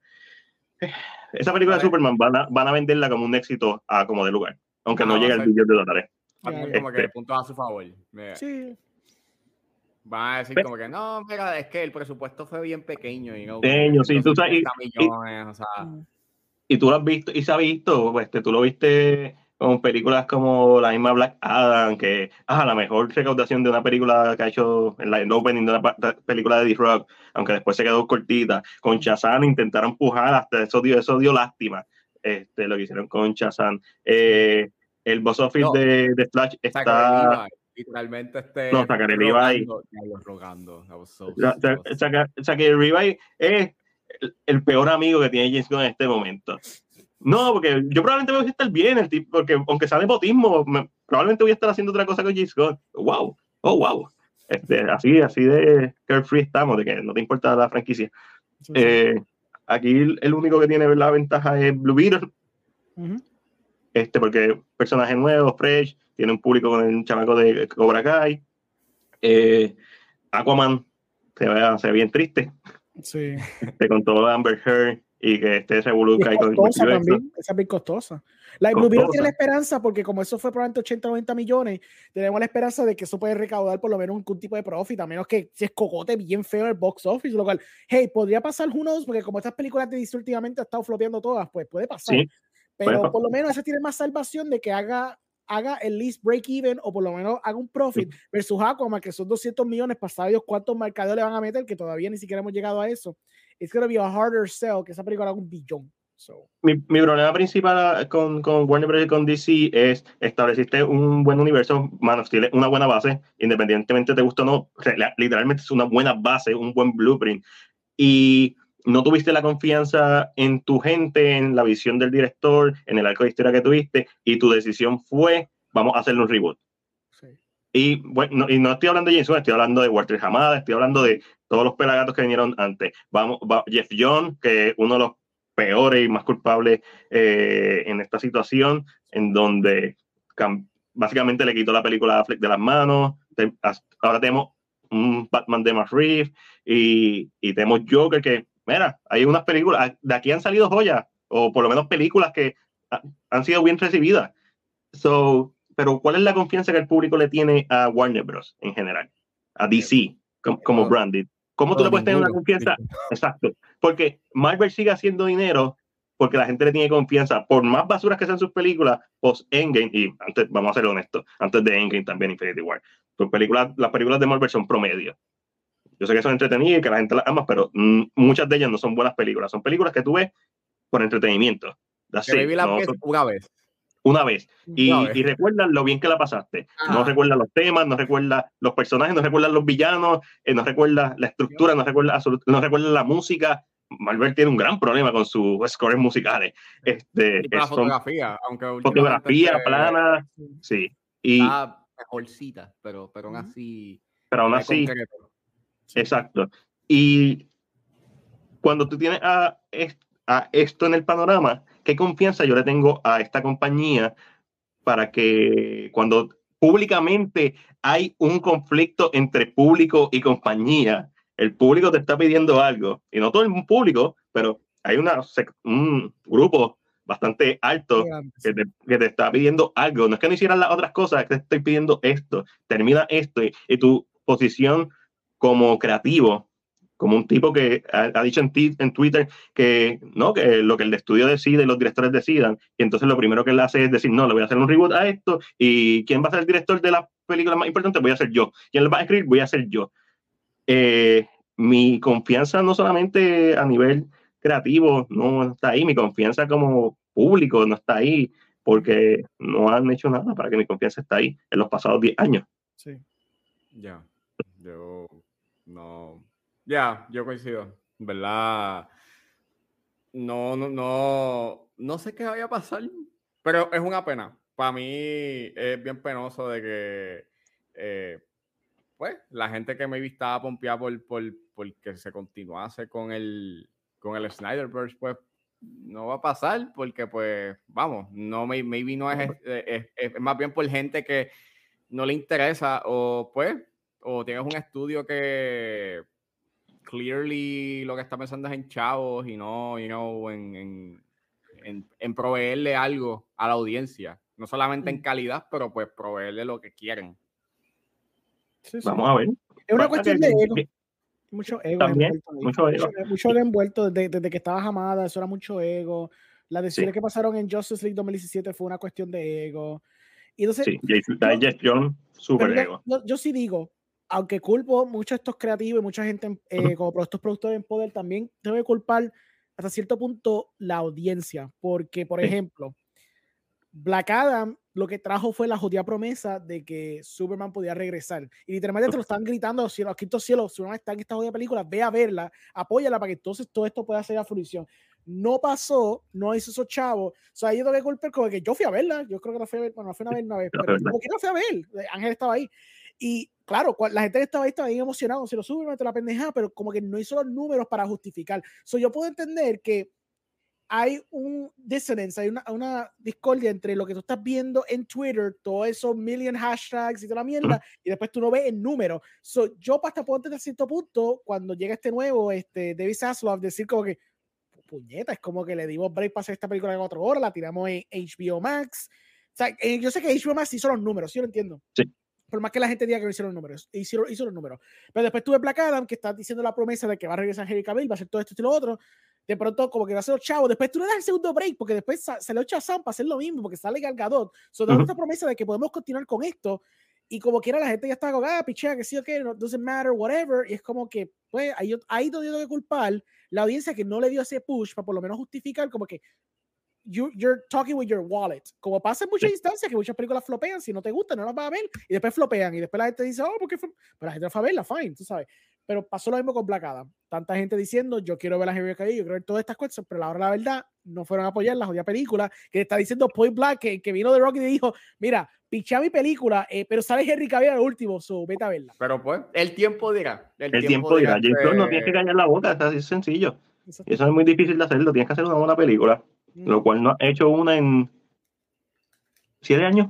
esa película de Superman van a, van a venderla como un éxito a como de lugar, aunque no, no llegue al billón de dólares. Va a tener como este, que puntos a su favor. Mira. Sí. Van a decir pero, como que no, mira, es que el presupuesto fue bien pequeño y no pequeño, sí, tú sabes, y, millones, o sea. Y tú lo has visto y se ha visto, pues, tú lo viste con películas como la misma Black Adam, que ah, la mejor recaudación de una película que ha hecho en la el opening de una película de D-Rock, aunque después se quedó cortita. Con Shazam intentaron empujar, hasta eso dio, eso dio lástima, este, lo que hicieron con Shazam. Eh, el box office no, de, de Flash está... Literalmente este... No, Zachary Levi. Rogando. Zachary Levi es el, el peor amigo que tiene James Gunn en este momento. No, porque yo probablemente voy a estar bien, el tipo, porque aunque sea nepotismo, me, probablemente voy a estar haciendo otra cosa con James Gunn. Wow, oh wow. Este, así, así de carefree estamos, de que no te importa la franquicia. Sí, sí. Eh, aquí el único que tiene la ventaja es Blue Beetle. Uh-huh. Este, porque personaje nuevo, fresh, tiene un público con el chamaco de Cobra Kai. Eh, Aquaman se ve, se ve bien triste. Sí. Este, con todo Amber Heard. Y que este revoluca y con costosa también, esa es bien costosa. La Blue Beetle tiene la esperanza, porque como eso fue probablemente ochenta, noventa millones, tenemos la esperanza de que eso puede recaudar por lo menos un, un tipo de profit, a menos que si es cocote bien feo el box office, lo cual, hey, podría pasar who knows, porque como estas películas de Disney últimamente han estado floteando todas, pues puede pasar. Sí, pero puede por lo menos esa tiene más salvación de que haga haga el least break even o por lo menos haga un profit sí. Versus Aquaman, que son doscientos millones, pasado Dios cuántos marcadores le van a meter, que todavía ni siquiera hemos llegado a eso. It's gonna be a harder sell que esa película haga un billón. So. Mi, mi problema principal con, con Warner Bros. Y con D C es estableciste un buen universo, Man of Steel, una buena base, independientemente te guste o no, literalmente es una buena base, un buen blueprint, y no tuviste la confianza en tu gente, en la visión del director, en el arco de historia que tuviste, y tu decisión fue, vamos a hacerle un reboot. Sí. Y, bueno, no, y no estoy hablando de James Gunn, estoy hablando de Walter Hamada, estoy hablando de todos los pelagatos que vinieron antes. Vamos, va, Jeff Johns, que uno de los peores y más culpables eh, en esta situación, en donde cam- básicamente le quitó la película a Affleck de las manos. Te, ahora tenemos un Batman de Matt Reeves y, y tenemos Joker, que, mira, hay unas películas, de aquí han salido joyas, o por lo menos películas que ha, han sido bien recibidas. So, pero ¿cuál es la confianza que el público le tiene a Warner Bros. En general? A D C, como, como branded. ¿Cómo tú le puedes tener una confianza? Exacto. Porque Marvel sigue haciendo dinero porque la gente le tiene confianza. Por más basuras que sean sus películas, post Endgame, y antes, vamos a ser honestos, antes de Endgame también Infinity War. Sus películas, las películas de Marvel son promedio. Yo sé que son entretenidas y que la gente las ama, pero mm, muchas de ellas no son buenas películas. Son películas que tú ves por entretenimiento. Que vi la no, vez, una vez. una vez y, no, y recuerdas lo bien que la pasaste. Ah. No recuerdas los temas, no recuerdas los personajes, no recuerdas los villanos, eh, no recuerdas la estructura, no recuerdas, no recuerdas la música. Marvel tiene un gran problema con sus scores musicales. Este, y para la fotografía, aunque fotografía se... plana, sí. Y está mejorcita, pero, pero aún así. Pero aún así. Sí. Exacto. Y cuando tú tienes a, a esto en el panorama, ¿qué confianza yo le tengo a esta compañía para que cuando públicamente hay un conflicto entre público y compañía, el público te está pidiendo algo, y no todo el público, pero hay una, un grupo bastante alto que te, que te está pidiendo algo? No es que no hicieran las otras cosas, es que te estoy pidiendo esto, termina esto, y, y tu posición como creativo, como un tipo que ha, ha dicho en, ti, en Twitter que, no, que lo que el estudio decide y los directores decidan, y entonces lo primero que él hace es decir, no, le voy a hacer un reboot a esto, y ¿quién va a ser el director de las películas más importantes? Voy a ser yo. ¿Quién lo va a escribir? Voy a ser yo. Eh, mi confianza no solamente a nivel creativo no está ahí, mi confianza como público no está ahí, porque no han hecho nada para que mi confianza esté ahí en los pasados diez años. Sí. Ya. Yeah. Yo no... Ya, yeah, yo coincido, ¿verdad? No, no, no, no sé qué vaya a pasar, pero es una pena. Para mí es bien penoso de que, eh, pues, la gente que me estaba pompeada por, por, por que se continuase con el, con el Snyderverse, pues, no va a pasar, porque, pues, vamos, no, maybe no es, es, es, es más bien por gente que no le interesa, o, pues, o tienes un estudio que clearly lo que está pensando es en chavos y no, you know, en, en, en, en proveerle algo a la audiencia. No solamente en calidad, pero pues proveerle lo que quieren. Sí, sí. Vamos a ver. Es una cuestión de ego. Mucho ego. También, mucho ego. Mucho, mucho ego envuelto desde, desde que estabas amada, eso era mucho ego. Las decisiones sí. que pasaron en Justice League dos mil diecisiete fue una cuestión de ego. Y entonces, sí, Jeff Jones, súper ego. Yo, yo sí digo, aunque culpo mucho a estos creativos y mucha gente eh, como estos productores en poder, también tengo que culpar hasta cierto punto la audiencia, porque por sí. ejemplo Black Adam lo que trajo fue la jodida promesa de que Superman podía regresar, y literalmente te lo están gritando a los cielos, quinto cielo, Superman está en esta jodida película, ve a verla, apóyala para que entonces todo esto pueda ser a fruición. No pasó, no hizo esos chavos. O sea, yo tengo que culpar como que yo fui a verla, yo creo que la fui a ver, bueno, la fui a ver una vez, pero como que no fui a ver, Ángel estaba ahí. Y claro, la gente que estaba ahí estaba bien emocionada, si lo sube, mete la pendejada, pero como que no hizo los números para justificar. So, yo puedo entender que hay un dissonance, hay una, una discordia entre lo que tú estás viendo en Twitter, todos esos million hashtags y toda la mierda, uh-huh. y después tú no ves el número. So, yo hasta puedo entender a cierto punto, cuando llega este nuevo, este David Zaslav, decir como que, puñeta, es como que le dimos break para hacer esta película en cuatro horas, la tiramos en H B O Max. O sea, eh, yo sé que H B O Max hizo los números, ¿sí lo entiendo? Sí. Por más que la gente diga que no hicieron los números, hizo, hizo los números. Pero después tuve Black Adam, que está diciendo la promesa de que va a regresar Henry Cavill, va a hacer todo esto y lo otro. De pronto, como que va a ser los chavos. Después tú le das el segundo break, porque después salió Shazam para hacer lo mismo, porque sale Gal Gadot. So, da uh-huh. esta promesa de que podemos continuar con esto. Y como quiera, la gente ya está como, ah, pichea, que sí o que, no doesn't matter, whatever. Y es como que, pues, ahí, ahí donde tengo que culpar la audiencia que no le dio ese push para por lo menos justificar, como que You, you're talking with your wallet, como pasa en muchas sí. instancias que muchas películas flopean, si no te gusta no las vas a ver y después flopean y después la gente dice, oh, ¿por qué fue? Pero la gente va a verla, fine, tú sabes. Pero pasó lo mismo con Black Adam, tanta gente diciendo, yo quiero ver a Henry Cavill, yo quiero ver todas estas cosas, pero a la hora de la verdad no fueron a apoyar la jodida película que está diciendo Point Black, que, que vino de Rocky y dijo, mira, piché mi película, eh, pero sale Henry Cavill al último, so vete a verla. Pero pues, el tiempo dirá. El, el tiempo, tiempo dirá. James Gunn no tienes que callar la boca, es así sencillo. Eso, eso es muy difícil de hacerlo, tienes que hacer una buena película. Mm. Lo cual no ha hecho una en siete años.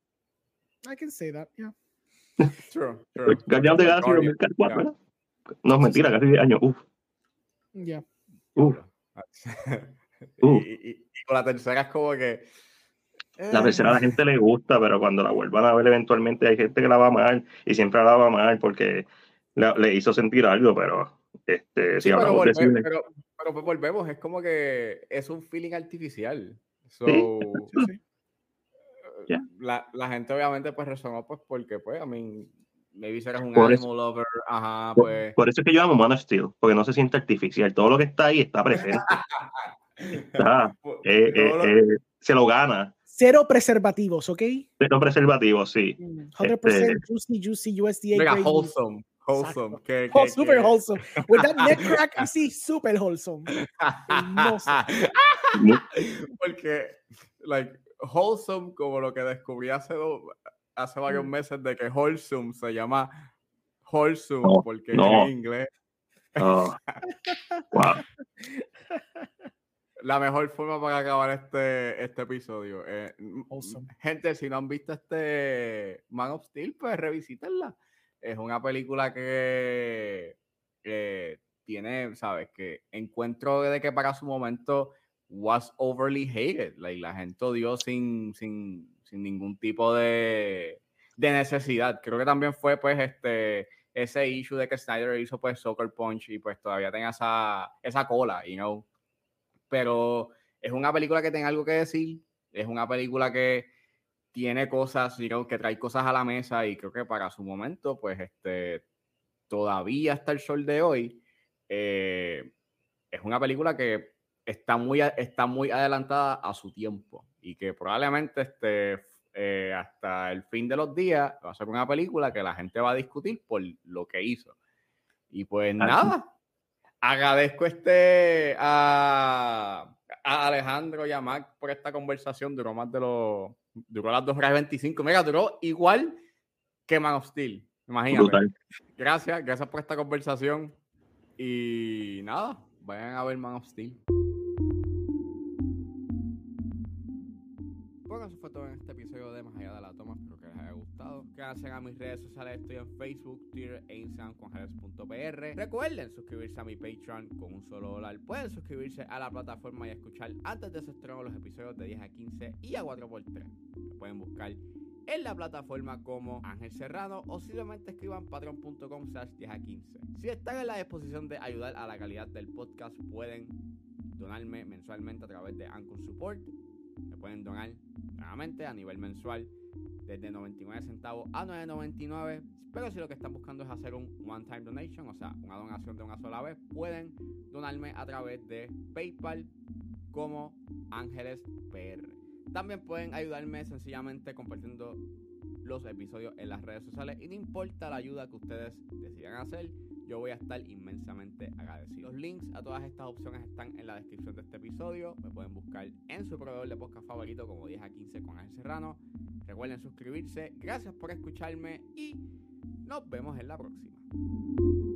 I can say that, yeah. True, true. Guardián de Galaxy dos mil cuatro, ¿verdad? No, mentira, casi diez años. Uf. Ya. Yeah. Uf. Uf. Y, y, y con la tercera es como que... Eh. La tercera a la gente le gusta, pero cuando la vuelvan a ver eventualmente hay gente que la va a amar y siempre la va a amar porque le, le hizo sentir algo, pero... Este, sí, si pero, volver, de cine, pero, pero pues volvemos, es como que es un feeling artificial. So, sí, sí. Yeah. La, la gente obviamente pues resonó pues porque pues, I mean, maybe serás un por animal eso, lover, ajá, pues. Por, por eso es que yo amo Man of Steel, porque no se siente artificial, todo lo que está ahí está presente. Está, eh, eh, eh, se lo gana. Cero preservativos, ¿ok? Cero preservativos, sí. cien por ciento este... juicy, juicy, U S D A. Mega wholesome. Wholesome. Que, oh, que, super que... wholesome. With that neck crack, sí, super wholesome. Porque, like, wholesome, como lo que descubrí hace, do, hace varios meses de que wholesome se llama wholesome, no, porque no. En inglés. Oh. Wow. La mejor forma para acabar este, este episodio. Eh, awesome. Gente, si no han visto este Man of Steel, pues revisítenla. Es una película que eh, tiene, ¿sabes? Que encuentro de que para su momento was overly hated. Like, la gente odió sin, sin, sin ningún tipo de, de necesidad. Creo que también fue, pues, este ese issue de que Snyder hizo, pues, Sucker Punch y, pues, todavía tenga esa, esa cola, you know. Pero es una película que tiene algo que decir, es una película que tiene cosas, digamos, que trae cosas a la mesa y creo que para su momento, pues, este, todavía hasta el sol de hoy, eh, es una película que está muy, está muy adelantada a su tiempo y que probablemente este, eh, hasta el fin de los días va a ser una película que la gente va a discutir por lo que hizo. Y pues nada. Agradezco este a, a Alejandro y a Mac por esta conversación. Duró más de los... Duró las dos horas y veinticinco. Mira, duró igual que Man of Steel. Imagínate. Brutal. Gracias, gracias por esta conversación. Y nada, vayan a ver Man of Steel. Bueno, eso fue todo en este episodio de Más Allá de la Toma. Espero que les haya gustado. Gracias a mis redes sociales. Estoy en Facebook, Twitter e Instagram con Jerez punto P R. Recuerden suscribirse a mi Patreon con un solo dólar. Pueden suscribirse a la plataforma y escuchar antes de su estreno los episodios de diez a quince y a cuatro por tres. Me pueden buscar en la plataforma como Ángel Serrano o simplemente escriban patreon punto com slash diez a quince. Si están en la disposición de ayudar a la calidad del podcast, pueden donarme mensualmente a través de Anchor Support. Me pueden donar nuevamente a nivel mensual desde noventa y nueve centavos a nueve noventa y nueve. Pero si lo que están buscando es hacer un one time donation, o sea, una donación de una sola vez, pueden donarme a través de PayPal como Ángeles P R. También pueden ayudarme sencillamente compartiendo los episodios en las redes sociales y no importa la ayuda que ustedes decidan hacer, yo voy a estar inmensamente agradecido. Los links a todas estas opciones están en la descripción de este episodio. Me pueden buscar en su proveedor de podcast favorito como diez a quince con Ángel Serrano. Recuerden suscribirse. Gracias por escucharme y nos vemos en la próxima.